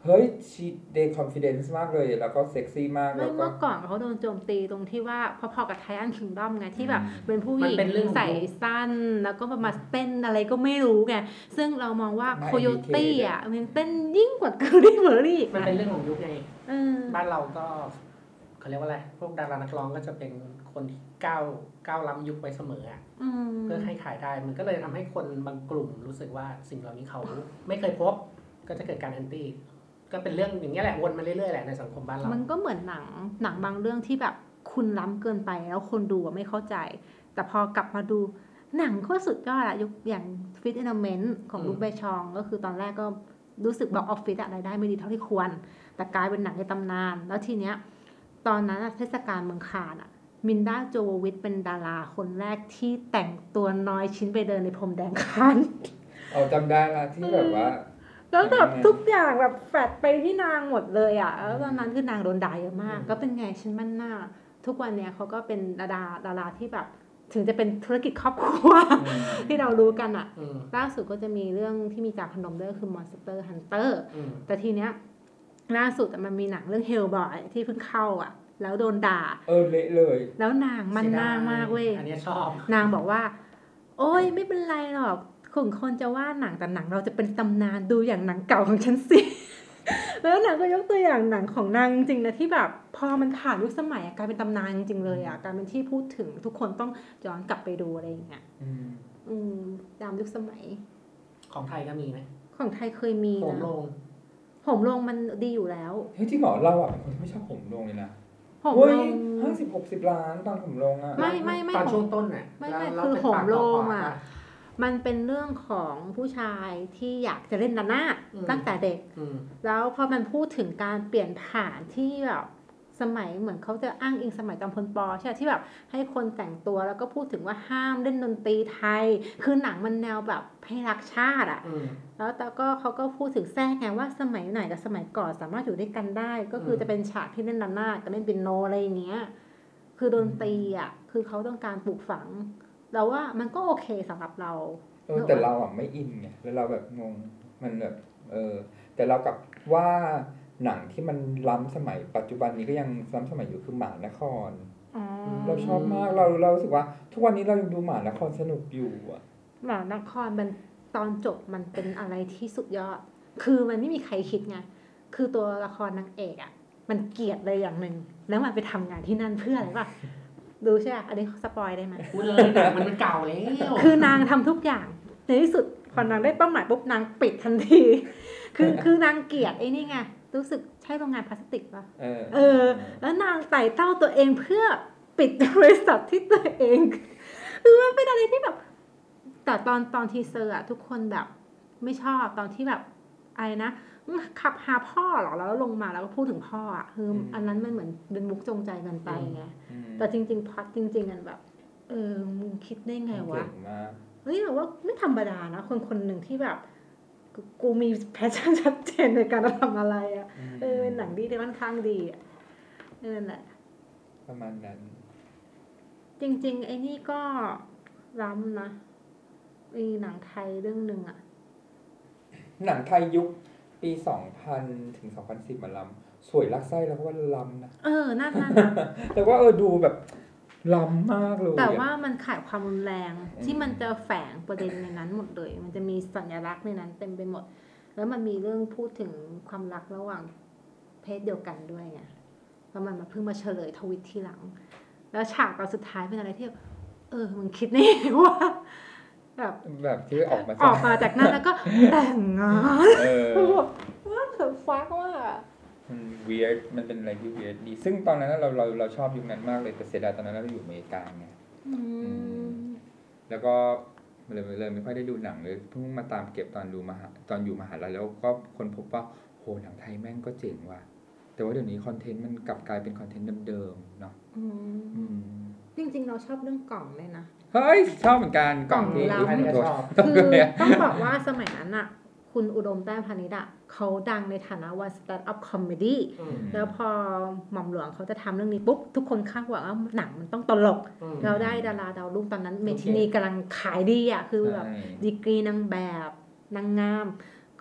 เฮ้ย she they confidence มากเลยแล้วก็เซ็กซี่มากไม่แล้วก็เมื่อก่อนเขาโดนโจมตีตรงที่ว่าพอๆกับไทอันคิงดอมไงที่แบบอืมเป็นผู้หญิงมันเป็นเรื่องของใส่สั้นแล้วก็มาเต้นอะไรก็ไม่รู้ไงซึ่งเรามองว่าไม่โคโยตี้ educated อ่ะมันเต้นยิ่งกว่าเกอร์ลี่เบอร์รี่มันเป็นเรื่องของยุคไงเออบ้านเราก็เขาเรียกว่าอะไรพวกดารานักร้องก็จะเป็นคนที่ก้าวก้าวล้ำยุคไปเสมออ่ะอืมเพื่อให้ขายได้มันก็เลยทำให้คนบางกลุ่มรู้สึกว่าสิ่งเหล่านี้เขาไม่เคยพบก็จะเกิดการแอนตี้ก็เป็นเรื่องอย่างเงี้ยแหละวนมาเรื่อยๆแหละในสังคมบ้านเรามันก็เหมือนหนังหนังบางเรื่องที่แบบคุณล้ำเกินไปแล้วคนดูอะไม่เข้าใจ แต่พอกลับมาดูหนังก็สุดยอดอะยกอย่าง Fit in a Men ของอืมลูกเบชองก็คือตอนแรกก็รู้สึกบอกออฟฟิศอะรายได้ไม่ดีเท่าที่ควร แต่กลายเป็นหนังในตำนาน แล้วทีเนี้ยตอนนั้นอะเทศกาลเมืองคานอะมินดาโจโววิชเป็นดาราคนแรกที่แต่งตัวน้อยชิ้นไปเดินในพรมแดงคานเอาจำได้ละที่แบบว่าแล้วแบบทุกอย่างแบบแฟดไปที่นางหมดเลยอ่ะแล้วตอนนั้นคือนางโดนด่าเยอะมาก ก็เป็นไงฉันมั่นหน้า ทุกวันเนี้ยเขาก็เป็นดาราดาราที่แบบ ถึงจะเป็นธุรกิจครอบครัว ที่เรารู้กันอ่ะอืมล่าสุดก็จะมีเรื่องที่มีจาพนมด้วยคือ Monster Hunter อืมแต่ทีเนี้ยล่าสุดอะมันมีหนังเรื่อง Hellboy ที่เพิ่งเข้าอ่ะ แล้วโดนด่าเออเละเลยแล้วนางมันนางมากเว้ยอันเนี้ยชอบนางบอกว่า โอ๊ยไม่เป็นไรหรอกคนคนจะว่าหนังแต่หนังเราจะเป็นตำนานดูอย่างหนังเก่าของฉันสิ แล้วนางก็ยกตัวอย่างหนังของนางจริงๆนะที่แบบพอมันผ่านยุคสมัยอะกลายเป็นตำนานจริงๆเลยอะกลายเป็นที่พูดถึงทุกคนต้องย้อนกลับไปดูอะไรอย่างเงี้ยอืมอืมตามยุคสมัยของไทยก็มีไหมของไทยเคยมีโหมนะโรงโหมโรงมันดีอยู่แล้วเฮ้ยจริงเหรอเราอ่ะเป็นคนที่ไม่ชอบผมลงเลยนะโหมเฮ้โรยงห้าสิบหกสิบล้านตอนผมลงอ่ะไม่ไม่ไม่ตอนช่วงต้นน่ะไม่ไม่แล้วคือเป็นโหมปากโรต่อง ปากอะ มันเป็นเรื่องของผู้ชายที่อยากจะเล่นระนาดอืมตั้งแต่เด็กอืมแล้วพอมันพูดถึงการเปลี่ยนผ่านที่แบบสมัยเหมือนเขาจะอ้างอิงสมัยจอมพลป.ใช่ไหมที่แบบให้คนแต่งตัวแล้วก็พูดถึงว่าห้ามเล่นดนตรีไทย คือหนังมันแนวแบบให้รักชาติอ่ะอืมแล้วแต่ก็เขาก็พูดถึงแทรกไงว่าสมัยไหนกับสมัยก่อนสามารถอยู่ด้วยกันได้ ก็คือมจะเป็นฉากที่เล่นระนาดกับเล่นเปียโนอะไรอย่างเงี้ย คือดนตรีอ่ะคือเขาต้องการปลูกฝังเราว่ามันก็โอเคสำหรับเราเออแต่เราอ่ะไม่อินไงแล้วเราแบบงงมันแบบเออแต่เรากับว่าหนังที่มันล้ำสมัยปัจจุบันนี้ก็ยังล้ำสมัยอยู่คือหมานครอ๋อเราชอบมากเราเรารู้สึกว่า ทุกวันนี้เรายังดูหมานครสนุกอยู่อ่ะหมานครมันตอนจบมันเป็นอะไรที่สุดยอด คือมันไม่มีใครคิดไง คือตัวละครนางเอกอ่ะ มันเกลียดเลยอย่างหนึ่ง แล้วมันไปทำงานที่นั่นเพื่ออะไรป่ะ ดูใช่ป่ะ อันนี้สปอยได้ไหมพูดเลยหนังมันมันเก่าแล้วคือนางทำทุกอย่าง ในที่สุดพอนางได้เป้าหมายปุ๊บนางปิดทันที คือคือนางเกลียดไอ้นี่ไง รู้สึกใช่โรงงานพลาสติกป่ะเออเออ แล้วนางไต่เต้าตัวเองเพื่อปิดบริษัทที่ตัวเองคือมันเป็นอะไรที่แบบ แต่ตอนตอนทีเซอร์อะทุกคนแบบไม่ชอบตอนที่แบบอะไรนะขับหาพ่อหรอแล้วลงมาแล้วก็พูดถึงพ่ออะคืออมอันนั้นมันเหมือนเป็นมุกจงใจกันไปไงอืมแต่จริงๆพล็อตจริงๆกันแบบ เออมึงคิดได้ไงวะเก่งมากเฮ้ยแบบว่าไม่ธรรมดานะคนคนหนึ่งที่แบบกูกูมีแพชชั่นชัดเจนในการทำอะไรอะมเออเป็นหนังดีที่ค่อนข้างดีอะนั่นแหละประมาณนั้นจริงๆ ไอ้นี่ก็ล้ำนะมีหนังไทยเรื่องหนึ่งอะหนังไทยยุคปีสองพันถึงสองพันสิบมาล้ำสวยรักไส้แล้วก็ว่าล้ำนะเออนั่นนั่นแต่ว่าเออดูแบบล้ำมากเลยแต่อะว่ามันขายความรุนแรงอืมที่มันจะแฝงประเด็นในนั้นหมดเลย มันจะมีสัญลักษณ์ในนั้นเต็มไปหมด แล้วมันมีเรื่องพูดถึงความรักระหว่างเพศเดียวกันด้วยไงแล้วมันมาเพิ่งมาเฉลยทวิตทีหลัง แล้วฉากตอนสุดท้ายเป็นอะไรที่เออมึงคิดนี่ว่า แบบแบบที่ออกมาออกมาจากนั้นแล้วก็แต่งงานเออว่าเขินฟ้ากว่ามันเวียดมันเป็นอะไรที่เวียดดี ซึ่งตอนนั้นเราเราเราชอบยุคนั้นมากเลยแต่เสียดายตอนนั้นเราอยู่อเมริกาไงอืมแล้วก็เลยเลยไม่ค่อยได้ดูหนังเลยเพิ่งมาตามเก็บตอนดูมหาตอนอยู่มหาลัยแล้วก็คนพบว่าโหหนังไทยแม่งก็เจ๋งว่ะแต่ว่าเดี๋ยวนี้คอนเทนต์มันกลับกลายเป็นคอนเทนต์เดิมๆเนาะอืมอืมจริงๆเราชอบเรื่องกล่องเลยนะเฮ้ยชอบเหมือนกันกล่องที่กล่องรูปเราโทรชอบคือต้องบอกว่าสมัยนั้นอะคุณอุดมแต้มพานิชอะเขาดังในฐานะ one stand up comedy อืมแล้วพอหม่อมหลวงเขาจะทำเรื่องนี้ปุ๊บ ทุกคนคาดหวังว่าหนังมันต้องตลกอืมเราได้ดาราดาวรุ่งตอนนั้นโอเคเมทินีกำลังขายดีอะคือแบบใช่ดีกรีนางแบบนางงาม ก็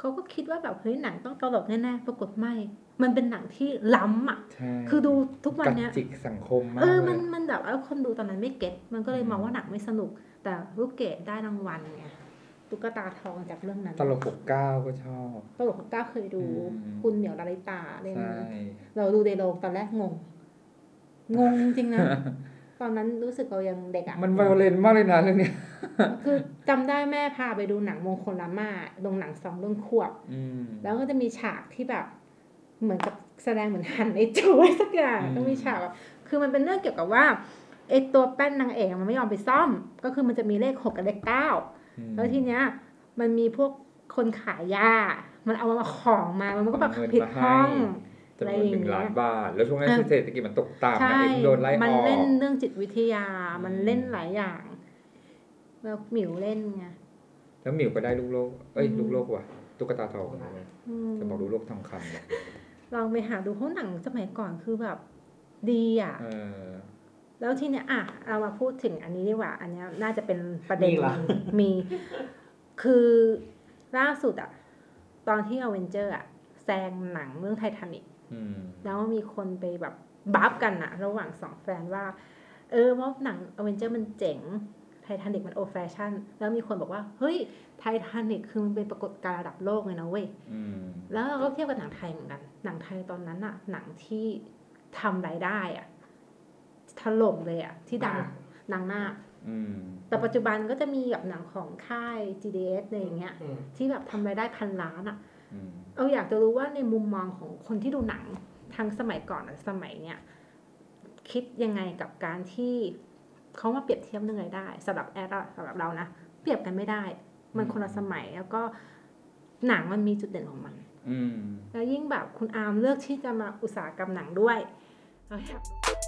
เขาก็คิดว่าแบบเฮ้ยหนังต้องตลกแน่ๆปรากฏไม่มันเป็นหนังที่ล้ำอ่ะใช่คือดูทุกวันเนี้ยกัดจิกสังคมมากเออเลมันยมันแบบว่าคนดูตอนนั้นไม่เก็ตมันก็เลยมองว่าหนังไม่สนุก แต่ลูกเกดได้รางวัลไงตุ๊กตาทองจากเรื่องนั้นตลกหกเก้าก็ชอบตลกของก้าวเคยดูอืมคุณเหมียวดาริตาเล่นใช่เราดูในโรงตอนแรกงง งงจริงนะ ตอนนั้นรู้สึกเรายังเด็กอ่ะมันไวโอเลนมากเลยนะเรื่องเนี้ยคือจำได้แม่พาไปดูหนังมงคลลาม่าโรงหนังสองเรื่องควบอืมแล้วก็จะมีฉากที่แบบ เหมือนกับแสดงเหมือนหั่นไอ้จุ้ยสักอย่างอืมต้องมีฉากแบบคือมันเป็นเรื่องเกี่ยวกับว่าไอ้ตัวแป้นนางเอกมันไม่ยอมไปซ่อม ก็คือมันจะมีเลขหกกับเลขเก้าอืมแล้วทีเนี้ยมันมีพวกคนขายยา มันเอามาของมา มันก็แบบเอาเงินผิดมาให้ห้องจำนวนหนึ่งล้านบาท แล้วช่วงนั้นเออคือเศรษฐกิจมันตกต่ำใช่นะเองโดนไล่ออกมันเล่นเรื่องจิตวิทยา มันอืมเล่นหลายอย่าง แล้วหมิวเล่นไงแล้วหมิวก็ได้ลูกโลก เอ้ยอืมลูกโลกว่ะตุ๊กตาทองอืมจะบอกลูกโลกทองคำเลยลองไปหาดูเพราะหนังสมัยก่อนคือแบบดีอ่ะเออแล้วทีเนี้ยอ่ะเรามาพูดถึงอันนี้ดีกว่า อันเนี้ยน่าจะเป็นประเด็นมีเหรอมี คือล่าสุดอ่ะ ตอนที่อเวนเจอร์อ่ะแซงหนังเรื่องไททานิกอืมแล้วมีคนไปแบบบัฟกันอะระหว่างสองแฟนว่า เออว่าหนังอเวนเจอร์มันเจ๋งไททานิกมันโอแฟชั่นแล้วมีคนบอกว่า เฮ้ยไททานิกคือมันเป็นปรากฏการณ์ระดับโลกเลยนะเว้ยอืมแล้วเราก็เทียบกับหนังไทยเหมือนกัน หนังไทยตอนนั้นอะหนังที่ทำรายได้อะถล่มเลยอะที่ดังหนังหน้าอืมแต่ปัจจุบันก็จะมีแบบหนังของค่าย จี ดี เอส อะไรอย่างเงี้ยอืมที่แบบทำรายได้พันล้านอะอืมเอาอยากจะรู้ว่าในมุมมองของคนที่ดูหนังทั้งสมัยก่อนและสมัยเนี้ยคิดยังไงกับการที่เขามาเปรียบเทียบเรื่องรายได้สำหรับแอดอะสำหรับเรานะเปรียบกันไม่ได้ มันคนละสมัยแล้วก็หนังมันมีจุดเด่นของมันอืมแล้วยิ่งแบบคุณอาร์มเลือกที่จะมาอุตสาหกรรมหนังด้วยเราอยาก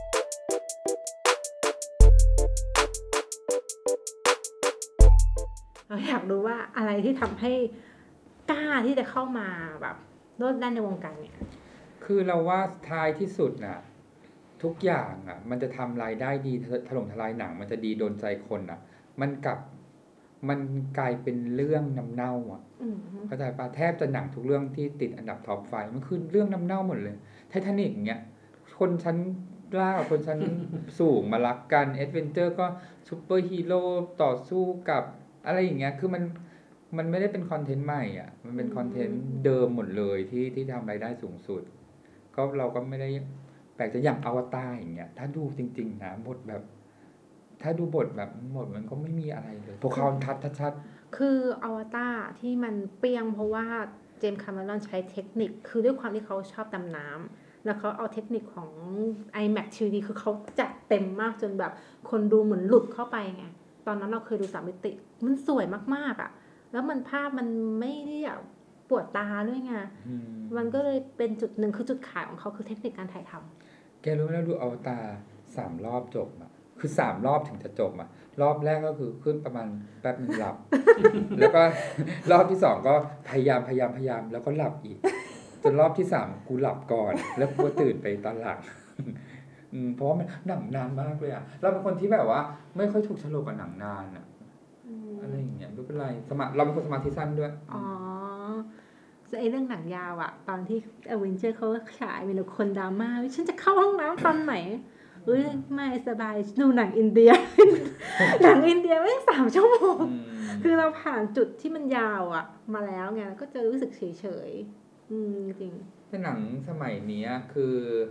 เราอยากรู้ว่าอะไรที่ทำให้กล้าที่จะเข้ามาแบบโลดแล่นในวงการเนี่ยคือเราว่าท้ายที่สุดน่ะ ทุกอย่างอ่ะ มันจะทำรายได้ดีถถล่มทลายหนัง มันจะดีโดนใจคนอ่ะ มันกลับมันกลายเป็นเรื่องน้ำเน่าอ่ะอืมเข้าใจปะแทบจะหนังทุกเรื่องที่ติดอันดับท็อปไฟว์มันคือเรื่องน้ำเน่าหมดเลยไททานิกเงี้ยคนชั้นล่างกับคนชั้น สูงมารักกันเอดเวนเจอร์ก็ซูเปอร์ฮีโร่ต่อสู้กับอะไรอย่างเงี้ยคือมันมันไม่ได้เป็นคอนเทนต์ใหม่อ่ะมันเป็นคอนเทนต์เดิมหมดเลยที่ที่ทำรายได้สูงสุด ก็เราก็ไม่ได้แปลกจะอย่างอวตารอย่างเงี้ยถ้าดูจริงๆนะบทแบบ ถ้าดูบทแบบหมดมันก็ไม่มีอะไรเลยพวกเขาทัดชัดคืออวตารที่มันเปรี้ยงเพราะว่าเจมส์คาเมรอนใช้เทคนิค คือด้วยความที่เขาชอบดำน้ำแล้วเขาเอาเทคนิคของ iMac ทรี ดี คือเขาจัดเต็มมากจนแบบคนดูเหมือนหลุดเข้าไปไง ตอนนั้นเราเคยดูสามมิติ มันสวยมากๆอ่ะ แล้วมันภาพมันไม่ได้แบบปวดตาด้วยไงๆอืมมันก็เลยเป็นจุดหนึ่งคือจุดขายของเขาคือเทคนิคการถ่ายทำแกรู้ไหมเราดูอวตารสามรอบจบอ่ะ คือสามรอบถึงจะจบอ่ะ รอบแรกก็คือขึ้นประมาณแป๊บหนึ่งหลับ แล้วก็รอบที่สองก็พยายามพยายามพยายามแล้วก็หลับอีก จนรอบที่สามกูหลับก่อน แล้วกูก็ตื่นไปตอนหลัง อืมเพราะว่ามันหนังนานมากเลยอ่ะ เราเป็นคนที่แบบว่า ไม่ค่อยถูกโฉลกกับหนังนานอ่ะ อะไรอย่างเงี้ยไม่เป็นไรสมาเราเป็นคนสมาธิสั้นด้วยอ๋อไอเรื่องหนังยาวอะตอนที่อเวนเจอร์เขาฉายมีแต่คนดราม่าว่าฉันจะเข้าห้องน้ำตอนไหนเอ้ยไม่สบายดูหนังอินเดีย หนังอินเดียไม่สามชั่วโมงอืมคือเราผ่านจุดที่มันยาวอะมาแล้วไงก็จะรู้สึกเฉยๆอืมจริงแต่หนังสมัยเนี้ยคือ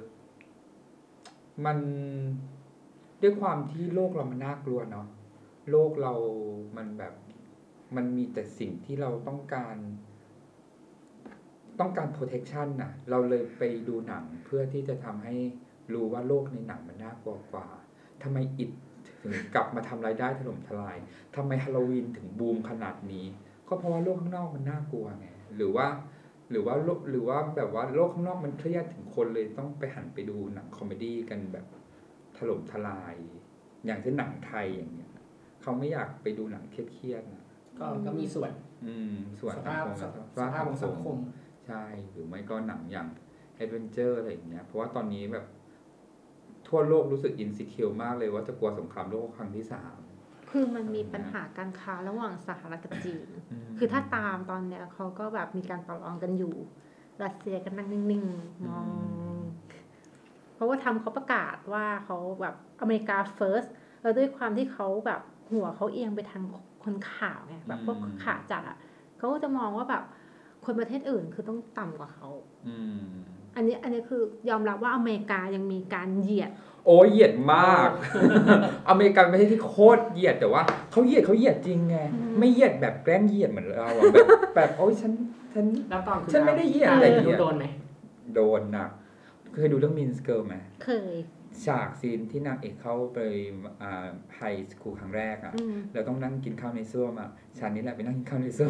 มันด้วยความที่โลกเรามันน่ากลัวเนาะโลกเรามันแบบมันมีแต่สิ่งที่เราต้องการ ต้องการ protection น่ะ เราเลยไปดูหนังเพื่อที่จะทำให้รู้ว่าโลกในหนังมันน่ากลัวกว่าทำไมอิดถึงกลับมาทำรายได้ถล่มทลายทำไมฮาโลวีนถึงบูมขนาดนี้ ก็เพราะว่าโลกข้างนอกมันน่ากลัวไงหรือว่า หรือว่าโลกหรือว่าแบบว่าโลกข้างนอกมันเครียดถึงคนเลยต้องไปหันไปดูหนังคอมเมดี้กันแบบถล่มทลาย อย่างเช่นหนังไทยอย่างเงี้ยเขาไม่อยากไปดูหนังเครียดๆนะก็ก็มีส่วนอืมส่วนสภาพสังคมสภาพของสังคมใช่หรือไม่ก็หนังอย่างแอดเวนเจอร์อะไรอย่างเงี้ยเพราะว่าตอนนี้แบบทั่วโลกรู้สึกอินซิเคิวมากเลยว่าจะกลัวสงครามโลกครั้งที่สามคือมันมีปัญหาการค้าระหว่างสหรัฐกับจีน คือถ้าตามตอนเนี้ยเขาก็แบบมีการต่อรองกันอยู่รัสเซียก็นั่งนิ่งๆมองเพราะว่าทำเขาประกาศว่าเขาแบบอเมริกา first แล้วด้วยความที่เขาแบบหัวเขาเอียงไปทางคนข่าวไงแบบพวกข่าวจัดอ่ะเขาก็จะมองว่าแบบคนประเทศอื่นคือต้องต่ำกว่าเขาอันนี้อันนี้คือยอมรับว่าอเมริกายังมีการเหยียดโอ้ยเหยียดมาก อเมริกันประเทศที่โคตรเหยียดแต่ว่าเขาเหยียดเขาเหยียดจริงไงไม่เหยียดแบบแกล้งเหยียดเหมือนเราอะแบบแบบโอ้ยฉันฉันแล้วตอนคุณฉันไม่ได้เหยียดแต่เหยียดโดนไหมโดนหนักเคยดูเรื่อง Mean Girls ไหมเคยฉากซีนที่นางเอกเข้าไปอ่าไฮสคูลครั้งแรกอ่ะแล้วต้องนั่งกินข้าวในส้วมอ่ะฉันนี่แหละไปนั่งกินข้าวในส้วม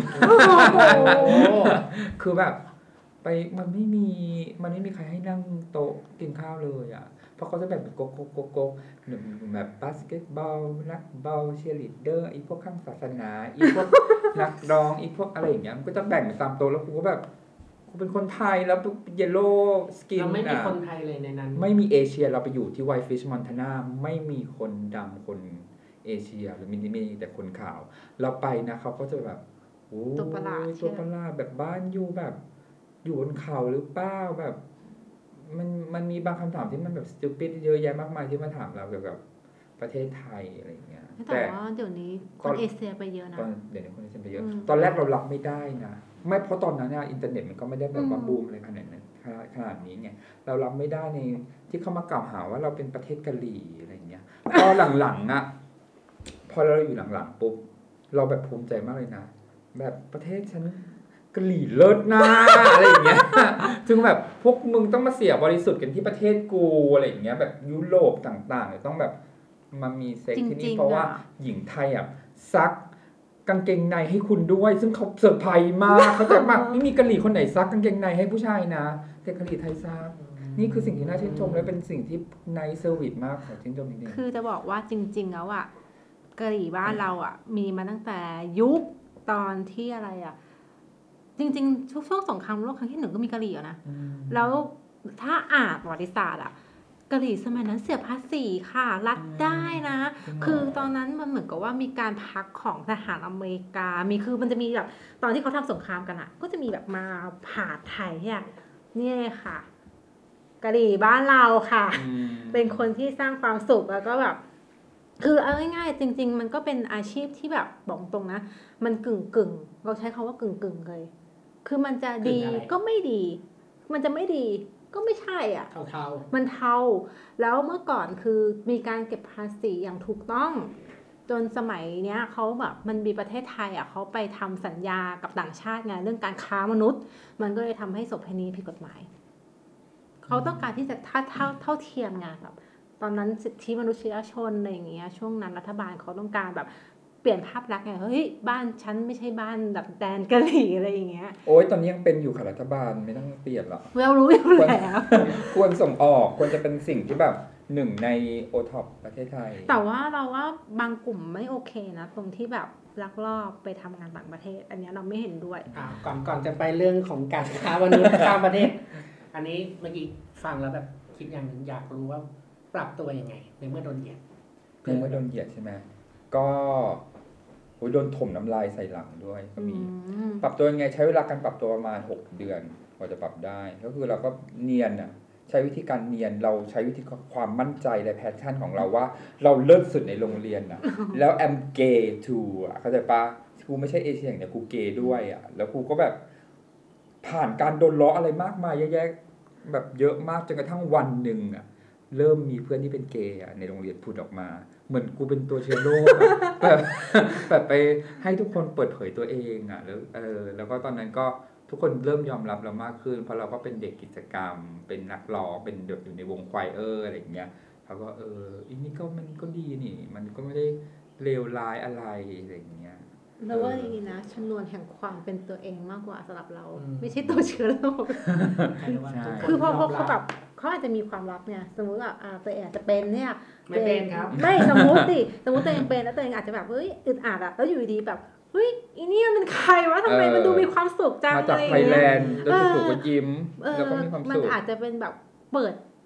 คือแบบไปมันไม่มีมันไม่มีใครให้นั่งโต๊ะกินข้าวเลยอ่ะเพราะเขาจะแบบโกโกโกโกแบบบาสเกตบอลนักบอลเชียร์ลีดเดอร์อีพวกข้างศาสนาอีพวกนักร้องอีพวกอะไรอย่างเงี้ยมันก็จะแบ่งไปตามโต๊ะแล้วกูก็แบบกูเป็นคนไทยแล้วเยลโล่สกินเราไม่มีคนไทยเลยในนั้นไม่มีเอเชียเราไปอยู่ที่ไวท์ฟิชมอนทานาไม่มีคนดำคนเอเชียหรือมีมีแต่คนขาวเราไปนะเขาก็จะแบบโอ้ตัวประหลาดตัวประหลาดแบบบ้านอยู่แบบอยู่บนเขาหรือเปล่าแบบมันมันมีบางคำถามที่มันแบบ stupid เยอะแยะมากมายที่มาถามเราเกี่ยวกับประเทศไทยอะไรอย่างเงี้ยแต่ว่าเดี๋ยวนี้คนเอเชียไปเยอะนะตอนเดี๋ยวนี้คนเอเชียไปเยอะตอนแรกเรารับไม่ได้นะไม่เพราะตอนนั้นอินเทอร์เน็ตมันก็ไม่ได้แบบว่าบูมอะไรขนาดนั้นขนาดนี้ไงเรารับไม่ได้ในที่เขามากล่าวหาว่าเราเป็นประเทศกะหรี่อะไรอย่างเงี้ยพอหลังๆอ่ะพอเราอยู่หลังๆปุ๊บเราแบบภูมิใจมากเลยนะแบบประเทศฉันกะหรี่เลิศนะอะไรอย่างเงี้ยถึงแบบพวกมึงต้องมาเสียบริสุทธิ์กันที่ประเทศกูอะไรอย่างเงี้ยแบบยุโรปต่างๆต้องแบบมามีเซ็กที่นี่เพราะว่าหญิงไทยอ่ะซักกางเกงในให้คุณด้วยซึ่งเขาเซอร์ไพรส์มากเขาใจมากไม่มีกะหรี่คนไหนซักกางเกงในให้ผู้ชายนะแต่กะหรี่ไทยซักนี่คือสิ่งที่น่าชื่นชมและเป็นสิ่งที่ไนท์เซอร์วิสมากขอชื่นชมจริงๆคือจะบอกว่าจริงๆแล้วอ่ะกะหรี่บ้านเราอ่ะมีมาตั้งแต่ยุคตอนที่อะไรอ่ะจริงๆช่วงสงครามโลกครั้งที่หนึ่งก็มีกะหรี่นะแล้วถ้าอ่านประวัติศาสตร์อ่ะกะหรี่สมัยนั้นเสียภาษีค่ะรัฐได้นะคือตอนนั้นมันเหมือนกับว่ามีการพักของทหารอเมริกามีคือมันจะมีแบบตอนที่เขาทำสงครามกันอ่ะก็จะมีแบบมาผ่าไทยอ่ะนี่ค่ะกะหรี่บ้านเราค่ะเป็นคนที่สร้างความสุขแล้วก็แบบคือเอาง่ายๆจริงๆมันก็เป็นอาชีพที่แบบบอกตรงนะมันกึ่งกึ่งเราใช้คำว่ากึ่งกึ่งเลยคือมันจะดีก็ไม่ดีมันจะไม่ดีก็ไม่ใช่อ่ะเทาๆมันเทาแล้วเมื่อก่อนคือมีการเก็บภาษีอย่างถูกต้องจนสมัยเนี้ยเขาแบบมันมีประเทศไทยอ่ะเขาไปทำสัญญากับต่างชาติไงเรื่องการค้ามนุษย์มันก็เลยทำให้โสเภณีผิดกฎหมายเขาต้องการที่จะเท่าเท่าเท่าเทียมไงแบบตอนนั้นสิทธิมนุษยชนอะไรอย่างเงี้ยช่วงนั้นรัฐบาลเขาต้องการแบบเปลี่ยนภาพลักษณ์ไงเฮ้ยบ้านฉันไม่ใช่บ้านแบบแดนกะหรี่อะไรอย่างเงี้ยโอ๊ยตอนนี้ยังเป็นอยู่ค่ะรัฐบาลไม่ต้องเปลี่ยนหรอกเรารู้อยู่แล้วควรส่งออกควรจะเป็นสิ่งที่แบบหนึ่งในโอท็อปประเทศไทยแต่ว่าเราว่าบางกลุ่มไม่โอเคนะตรงที่แบบลักลอบไปทำงานต่างประเทศอันนี้เราไม่เห็นด้วยอ่าก่อนก่อนจะไปเรื่องของการค้ามนุษย์ข้ามประเทศอันนี้เมื่อกี้ฟังแล้วแบบคิดอย่างนึงอยากรู้ว่าปรับตัวยังไงในเมื่อโดนเหยียดในเมื่อโดนเหยียดใช่ไหมก็โอ้ยโดนถมน้ำลายใส่หลังด้วยก็มีปรับตัวยังไงใช้เวลาการปรับตัวประมาณหกเดือนกว่าจะปรับได้ก็คือเราก็เนียนอ่ะใช้วิธีการเนียนเราใช้วิธีความมั่นใจและแพชชั่นของเราว่าเราเลิศสุดในโรงเรียนอ่ะแล้วแอมเกย์ทูอ่ะเข้าใจปะกูไม่ใช่เอเชียอย่างเดียวกูเกย์ด้วยอ่ะแล้วกูก็แบบผ่านการโดนล้ออะไรมากมายเยอะแยะแบบเยอะมากจนกระทั่งวันหนึ่งอ่ะเริ่มมีเพื่อนที่เป็นเกย์ในโรงเรียนพูดออกมาเหมือนกูเป็นตัวเชื้อโรคแบบแบบไปให้ทุกคนเปิดเผยตัวเองอ่ะแล้วเออแล้วก็ตอนนั้นก็ทุกคนเริ่มยอมรับเรามากขึ้นเพราะเราก็เป็นเด็กกิจกรรมเป็นนักร้องเป็นเด็กอยู่ในวงควายเออร์อะไรอย่างเงี้ยเขาก็เอออันนี้ก็มันก็ดีนี่มันก็ไม่ได้เลวร้ายอะไรอะไรอย่างเงี้ยเราว่าดีนะชนวนแห่งความเป็นตัวเองมากกว่าสำหรับเราไม่ใช่ตัวเชื้อโรคคือพอเขาแบบเขาอาจจะมีความลับเนี่ยสมมติว่าตัวเองอาจจะเป็นเนี่ยไม่เป็นครับไม่สมมติดิสมมติตัวเองเป็นแล้วตัวเองอาจจะแบบเฮ้ยอึดอัดอะแล้วอยู่ดีแบบเฮ้ยอีนี่มันใครวะทำไมมันดูมีความสุขจังอะไรอย่างเงี้ยมาจากไทยแลนด์แล้วจู่ๆก็ยิ้มแล้วก็มีความสุขมันอาจจะเป็นแบบเปิด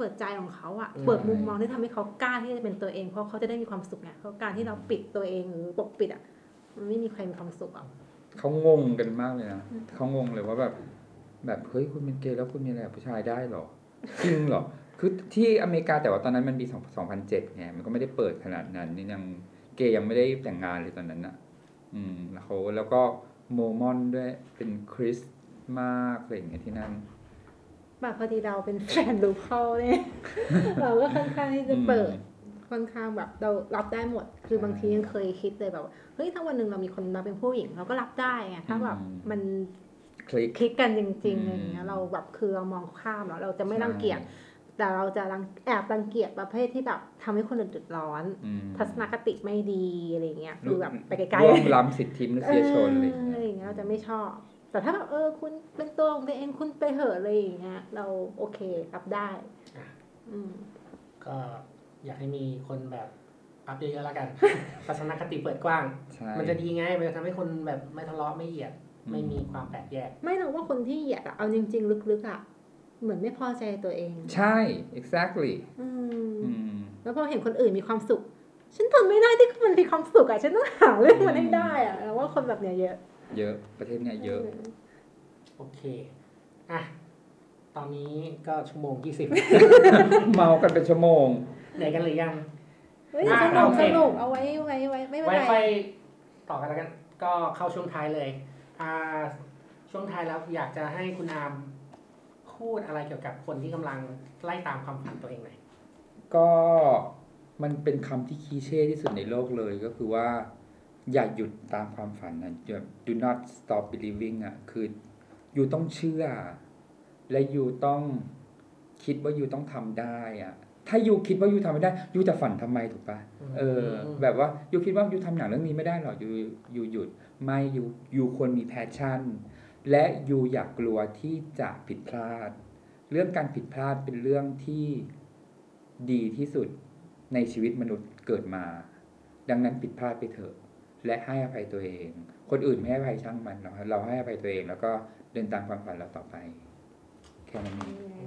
เปิดใจของเขาอะอืมเปิดมุมมองที่ทำให้เขากล้าที่จะเป็นตัวเองเพราะเขาจะได้มีความสุขไงเพราะการที่เราปิดตัวเองหรือปกปิดอะมันไม่มีใครมีความสุขอะเขางงกันมากเลยนะเขางงเลยว่าแบบแบบเฮ้ยคุณเป็นเกย์แล้วคุณมีอะไรกับผู้ชายได้เหรอจริงเหรอคือที่อเมริกาแต่ว่าตอนนั้นมันปีสองพันเจ็ดไงมันก็ไม่ได้เปิดขนาดนั้นนี่ยังเกย์ยังไม่ได้แต่งงานเลยตอนนั้นน่ะอืมแล้วเขาแล้วก็โมมอนด้วยเป็นคริสต์มากอะไรอย่างเงี้ยที่นั่นแบบพอดีเราเป็นแฟนลูเข้าเนี่ย เราก็ค่อนข้างที่จะเปิดค่อนข้างแบบเรารับได้หมดคือบางทียังเคยคิดเลยแบบเฮ้ยถ้าวันหนึ่งเรามีคนมาเป็นผู้หญิงเราก็รับได้ไงถ้าแบบมันคลิกคลิกกันจริงๆอืมอะไรอย่างเงี้ยเราแบบคือเรามองข้ามแล้วเราจะไม่ใช่รังเกียจแต่เราจะรังแอบรังเกียจประเภทที่แบบทำให้คนอื่นเดือดร้อนอืมทัศนคติไม่ดีอะไรอย่างเงี้ยคือแบบไปไกลร่วงๆล้ำสิทธิมนุษยชนอะไรอย่างเออเงี้อะไรยอย่างเงี้ยเราจะไม่ชอบ แต่ถ้าแบบเออคุณเป็นตัวของตัวเองคุณไปเหอะอะไรอย่างเงี้ยเราโอเครับได้อ่ะอืมก็อยากให้มีคนแบบอัพเยอะๆแล้วกัน ทัศนคติเปิดกว้างใช่มันจะดีไงมันจะทำให้คนแบบไม่ทะเลาะไม่เหยียดอืมไม่มีความแตกแยกไม่เราว่าคนที่เหยียดอะเอาจริงๆลึกๆอะเหมือนไม่พอใจตัวเองใช่ exactly อืมอืมแล้วพอเห็นคนอื่นมีความสุข ฉันทนไม่ได้ที่มันมีความสุขอะฉันต้องหาเรื่องมันให้ได้อะเราว่าคนแบบเนี้ยเยอะเยอะประเทศเนี้ยเยอะโอเค อ่ะ ตอนนี้ก็ชั่วโมงยี่สิบเมากันเป็นชั่วโมงเหนื่อยกันหรือยังเฮ้ยอ่าสนุกโอเคสนุกเอาไว้ไว้ไว้ไม่เป็นไว้ไรค่อยต่อกันแล้วกัน ก็เข้าช่วงท้ายเลย อ่า ช่วงท้ายแล้วอยากจะให้คุณอามพูดอะไรเกี่ยวกับคนที่กำลังไล่ตามความฝันตัวเองหน่อยก็มันเป็นคำที่คีเช่ที่สุดในโลกเลยก็คือว่า อย่าหยุดตามความฝันนะอย่า do not stop believing อ่ะคืออยู่ต้องเชื่อ และอยู่ต้องคิดว่าอยู่ต้องทำได้อ่ะถ้าอยู่คิดว่าอยู่ทำไม่ได้อยู่จะฝันทำไมถูกปะเออ แบบว่าอยู่คิดว่าอยู่ทำหนังเรื่องนี้ไม่ได้หรอกอยู่อยู่หยุดไม่อยู่อยู่ควรมีแพชชั่น และอยู่อย่ากกลัวที่จะผิดพลาด เรื่องการผิดพลาดเป็นเรื่องที่ดีที่สุดในชีวิตมนุษย์เกิดมา ดังนั้นผิดพลาดไปเถอะ และให้อภัยตัวเอง คนอื่นไม่ให้อภัยช่างมันเราเราให้อภัยตัวเองแล้วก็เดินตามความฝันเราต่อไป แค่นั้นเอง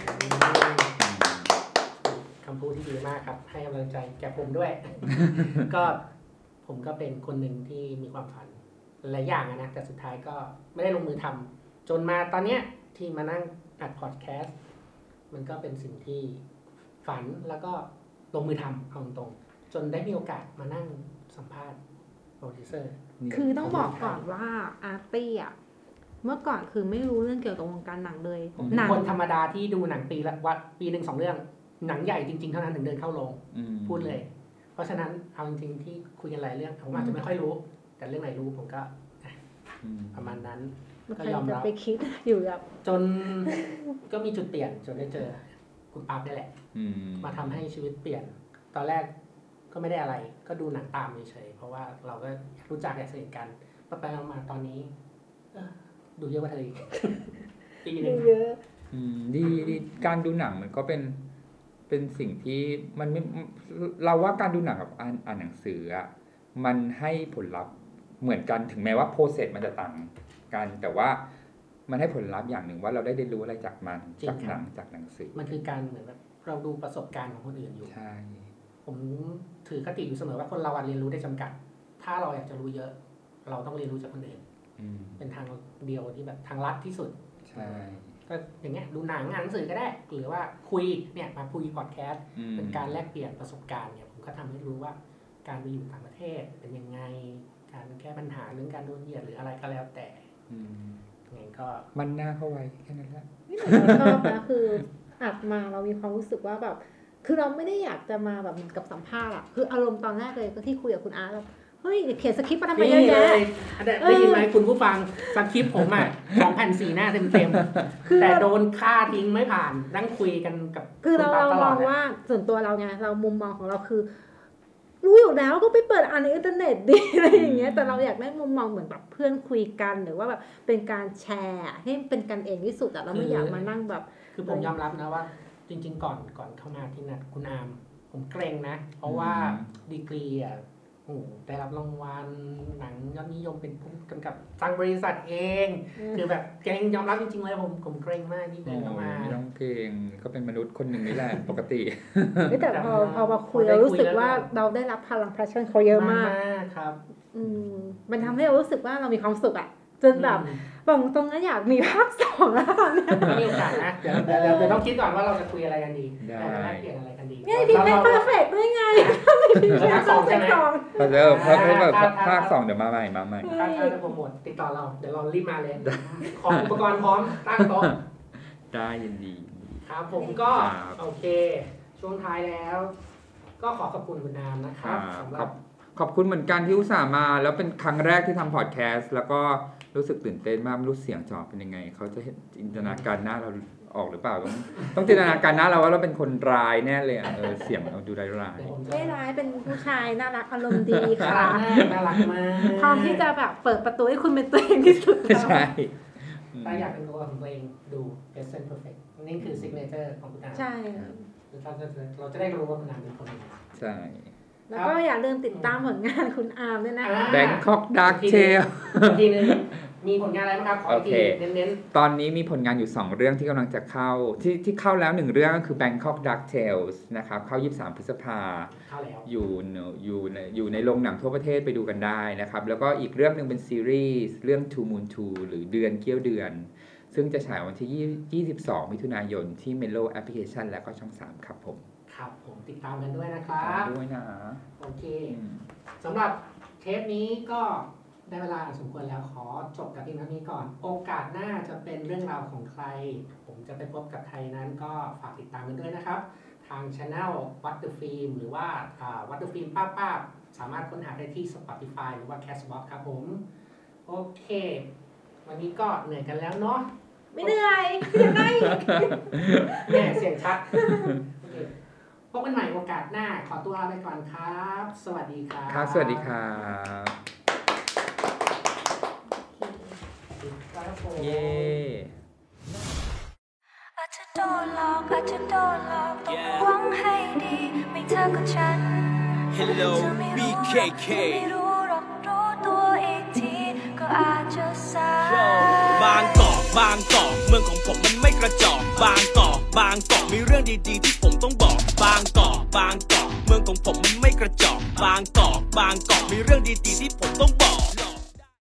คำพูดที่ดีมากครับ ให้กำลังใจแก่ผมด้วย ก็ผมก็เป็นคนหนึ่งที่มีความฝันหลายอย่างอะนะแต่สุดท้ายก็ไม่ได้ลงมือทำจนมาตอนเนี้ยที่มานั่งอัดพอดแคสต์มันก็เป็นสิ่งที่ฝันแล้วก็ลงมือทำเอาตรงๆจนได้มีโอกาสมานั่งสัมภาษณ์โปรดิวเซอร์คือต้องบอกก่อนว่าอาร์ตี้อ่ะเมื่อก่อนคือไม่รู้เรื่องเกี่ยวกับวงการหนังเลยผมหเป็นนังคนธรรมดาที่ดูหนังปีละวัดปีหนึ่งสองเรื่อง หนังใหญ่จริงๆเท่านั้นถึงเดินเข้าโรงอืมพูดเลย เพราะฉะนั้นเอาจริงๆที่คุยกันหลายเรื่องผมอาจจะไม่ค่อยรู้ แต่เรื่องไหนรู้ผมก็อืมประมาณนั้นใคก็รยอมจะรับไปคิดอยู่แบบจนก็มีจุดเปลี่ยนจนได้เจอคุณปั๊บนี่แหละอืมมาทำให้ชีวิตเปลี่ยน ตอนแรกก็ไม่ได้อะไร ก็ดูหนังตามเฉยๆเพราะว่าเราก็รู้จักอยากสนิทกันไปๆมาๆตอนนี้เออดูเยอะกว่าเธออีก ปีหนึงเยอะอืมดีดีการดูหนังมันก็เป็นเป็นสิ่งที่มันไม่เราว่าการดูหนังกับอ่านอ่านหนังสืออ่ะมันให้ผลลัพธ์เหมือนกันถึงแม้ว่าโปรเซสมันจะต่างกัน แต่ว่ามันให้ผลลัพธ์อย่างหนึ่งว่าเราได้เรียนรู้อะไรจากมันจากหนังจากหนังสือมันคือการเหมือนแบบเราดูประสบการณ์ของคนอื่นอยู่ใช่ผมถือคติอยู่เสมอว่าคนเราอะเรียนรู้ได้จำกัด ถ้าเราอยากจะรู้เยอะ เราต้องเรียนรู้จากคนอื่นอืมเป็นทางเดียวที่แบบทางลัดที่สุดใช่ก็อย่างเงี้ยดูหนังอ่านหนังสือก็ได้ หรือว่าคุยเนี่ยมาคุยพอดแคสต์อืมเป็นการแลกเปลี่ยนประสบการณ์เนี่ยผมก็ทำให้รู้ว่าการไปอยู่ต่างประเทศเป็นยังไง การแก้ปัญหาเรื่องการโดนเหยียดหรืออะไรก็แล้วแต่อืมยังไงก็มันหน้าเข้าไว้แค่นั้นแหละนี่เราชอบนะคืออัดมาเรามีความรู้สึกว่าแบบ คือเราไม่ได้อยากจะมาแบบเหมือนกับสัมภาษณ์อะคืออารมณ์ตอนแรกเลยก็ที่คุยกับคุณอาร์ตแบบเฮ้ยเขียนสคริปต์มาทำไมเยอะนี่เลแยะยได้ยินไหมคุณผู้ฟังสคริปต์ผมอ่ะสองแผ่นสี่หน้าเต็มคือๆแต่โดนฆ่าทิ้งไม่ผ่านนั่งคุยกันกับคือเราณเราปั๊บตมลอดงอะว่าส่วนตัวเราไงเรามุมมองของเราคือ รู้อยู่แล้วก็ไปเปิดอ่านในอินเทอร์เน็ตดิ อะไรอย่างเงี้ยแต่เราอยากได้มุมมองเหมือนแบบเพื่อนคุยกันหรือว่าแบบเป็นการแชร์ให้เป็นกันเองที่สุดอะเราไม่อยากมานั่งแบบคือผมยอมรับนะว่า จริง ๆ ก่อนก่อนเข้ามาที่นัดคุณอามผมเกรงนะ เพราะว่าดีกรีอ่ะโอ้ได้รับรางวัลหนังยอดนิยมเป็นผู้กำกับทางบริษัทเอง คือแบบเกรงยอมรับจริงๆเลยผมผมเกรงมากที่เดินเข้ามาน้องเก่งก็เป็นมนุษย์คนหนึ่งนี่แหละ ปกติแต่พอพอมาคุยเรารู้สึกว่าเราได้รับพลังแพชชั่นเขาเยอะมากครับอืมมันทำให้เรารู้สึกว่าเรามีความสุขอ่ะจนแบบบอกตรงนั้นอยากมีภาคสองแล้วเนี่ยมีโอกาสนะเดี๋ยวเดี๋ยวเดี๋ยวต้องคิดก่อนว่าเราจะคุยอะไรกันดีได้เราจะแลกเปลี่ยนอะไรกันดีเนี่ยพี่เป็นเพอร์เฟกต์ด้วยไงพี่เป็นภาคสองใช่ไหมพอเจอพอเจอแบบภาคสองเดี๋ยวมาใหม่มาใหม่ถ้าถ้าจะโปรโมทติดต่อเราเดี๋ยวเรารีบมาเลยของอุปกรณ์พร้อมตั้งโต๊ะได้ยินดีครับผมก็โอเคช่วงท้ายแล้ว ก็ขอขอบคุณคุณนามนะครับสำหรับขอบคุณเหมือนกันที่อุตส่าห์มาแล้วเป็นครั้งแรกที่ทำพอดแคสต์แล้วก็รู้สึกตื่นเต้นมากไม่รู้เสียงจอเป็นยังไงเขาจะเห็นจินตนาการหน้าเราออกหรือเปล่าต้องต้องจินตนาการหน้าเราว่าเราเป็นคนร้ายแน่เลยอ่ะเออเสียงเราดูร้ายร้ายไม่ร้ายเป็นผู้ชายน่ารักอารมณ์ดีค่ะน่ารักมากพร้อมที่จะแบบเปิดประตูให้คุณเป็นตัวเองที่สุดใช่ถ้าอยากเป็นตัวของตัวเองดู Present Perfect นี่คือ signature ของคุณนามใช่เราจะเราจะได้รู้ว่าคุณนามเป็นคนยังไงใช่แล้วก็อย่าลืมติดตามผลงานคุณอาร์มด้วยนะคะ Bangkok Dark Tale ทีนึงมีผลงานอะไรบ้างครับขออีกทีเน้นๆตอนนี้มีผลงานอยู่สองเรื่องที่กำลังจะเข้าที่ที่เข้าแล้วหนึ่งเรื่องก็คือ Bangkok Dark Tales นะครับเข้ายี่สิบสามพฤษภาเข้าแล้วอยู่อยู่ในอยู่ในโรงหนังทั่วประเทศไปดูกันได้นะครับแล้วก็อีกเรื่องนึงเป็นซีรีส์เรื่อง Two Moon Two หรือเดือนเกี้ยวเดือนซึ่งจะฉายวันที่ยี่สิบสองมิถุนายนที่ Melo Application และก็ช่องสามครับผมครับผมติดตามกันด้วยนะครับด้วยนะโอเคสำหรับเทปนี้ก็ได้เวลาสมควรแล้วขอจบกับเพียงเท่านี้ก่อนโอกาสหน้าจะเป็นเรื่องราวของใครผมจะไปพบกับใครนั้นก็ฝากติดตามกันด้วยนะครับทาง Channel What the Film หรือว่า What the Film ป้าๆสามารถค้นหาได้ที่ Spotify หรือว่า Castbox ครับผมโอเควันนี้ก็เหนื่อยกันแล้วเนาะไม่เหนื่อยยังไงแม่เสียงชัดพบกันใหม่โอกาสหน้าขอตัวลาไปก่อนครับสวัสดีครับครับสวัสดีครับเย้อาจจะโดนหลอกอาจจะโดนหลอกต้องหวังให้ดีไม่เธอก็ฉัน Hello บี เค เคไม่รู้หรอกรู้ตัวอีกทีก็อาจจะสายบางกอกบางกอกเมืองของผมมันไม่กระจอกบางกอกบางกอกมีเรื่องดีๆที่ผมต้องบอกบางกอกบางกอกเมืองของผมมันไม่กระจอกบางกอกบางกอกมีเรื่องดีๆที่ผมต้องบอก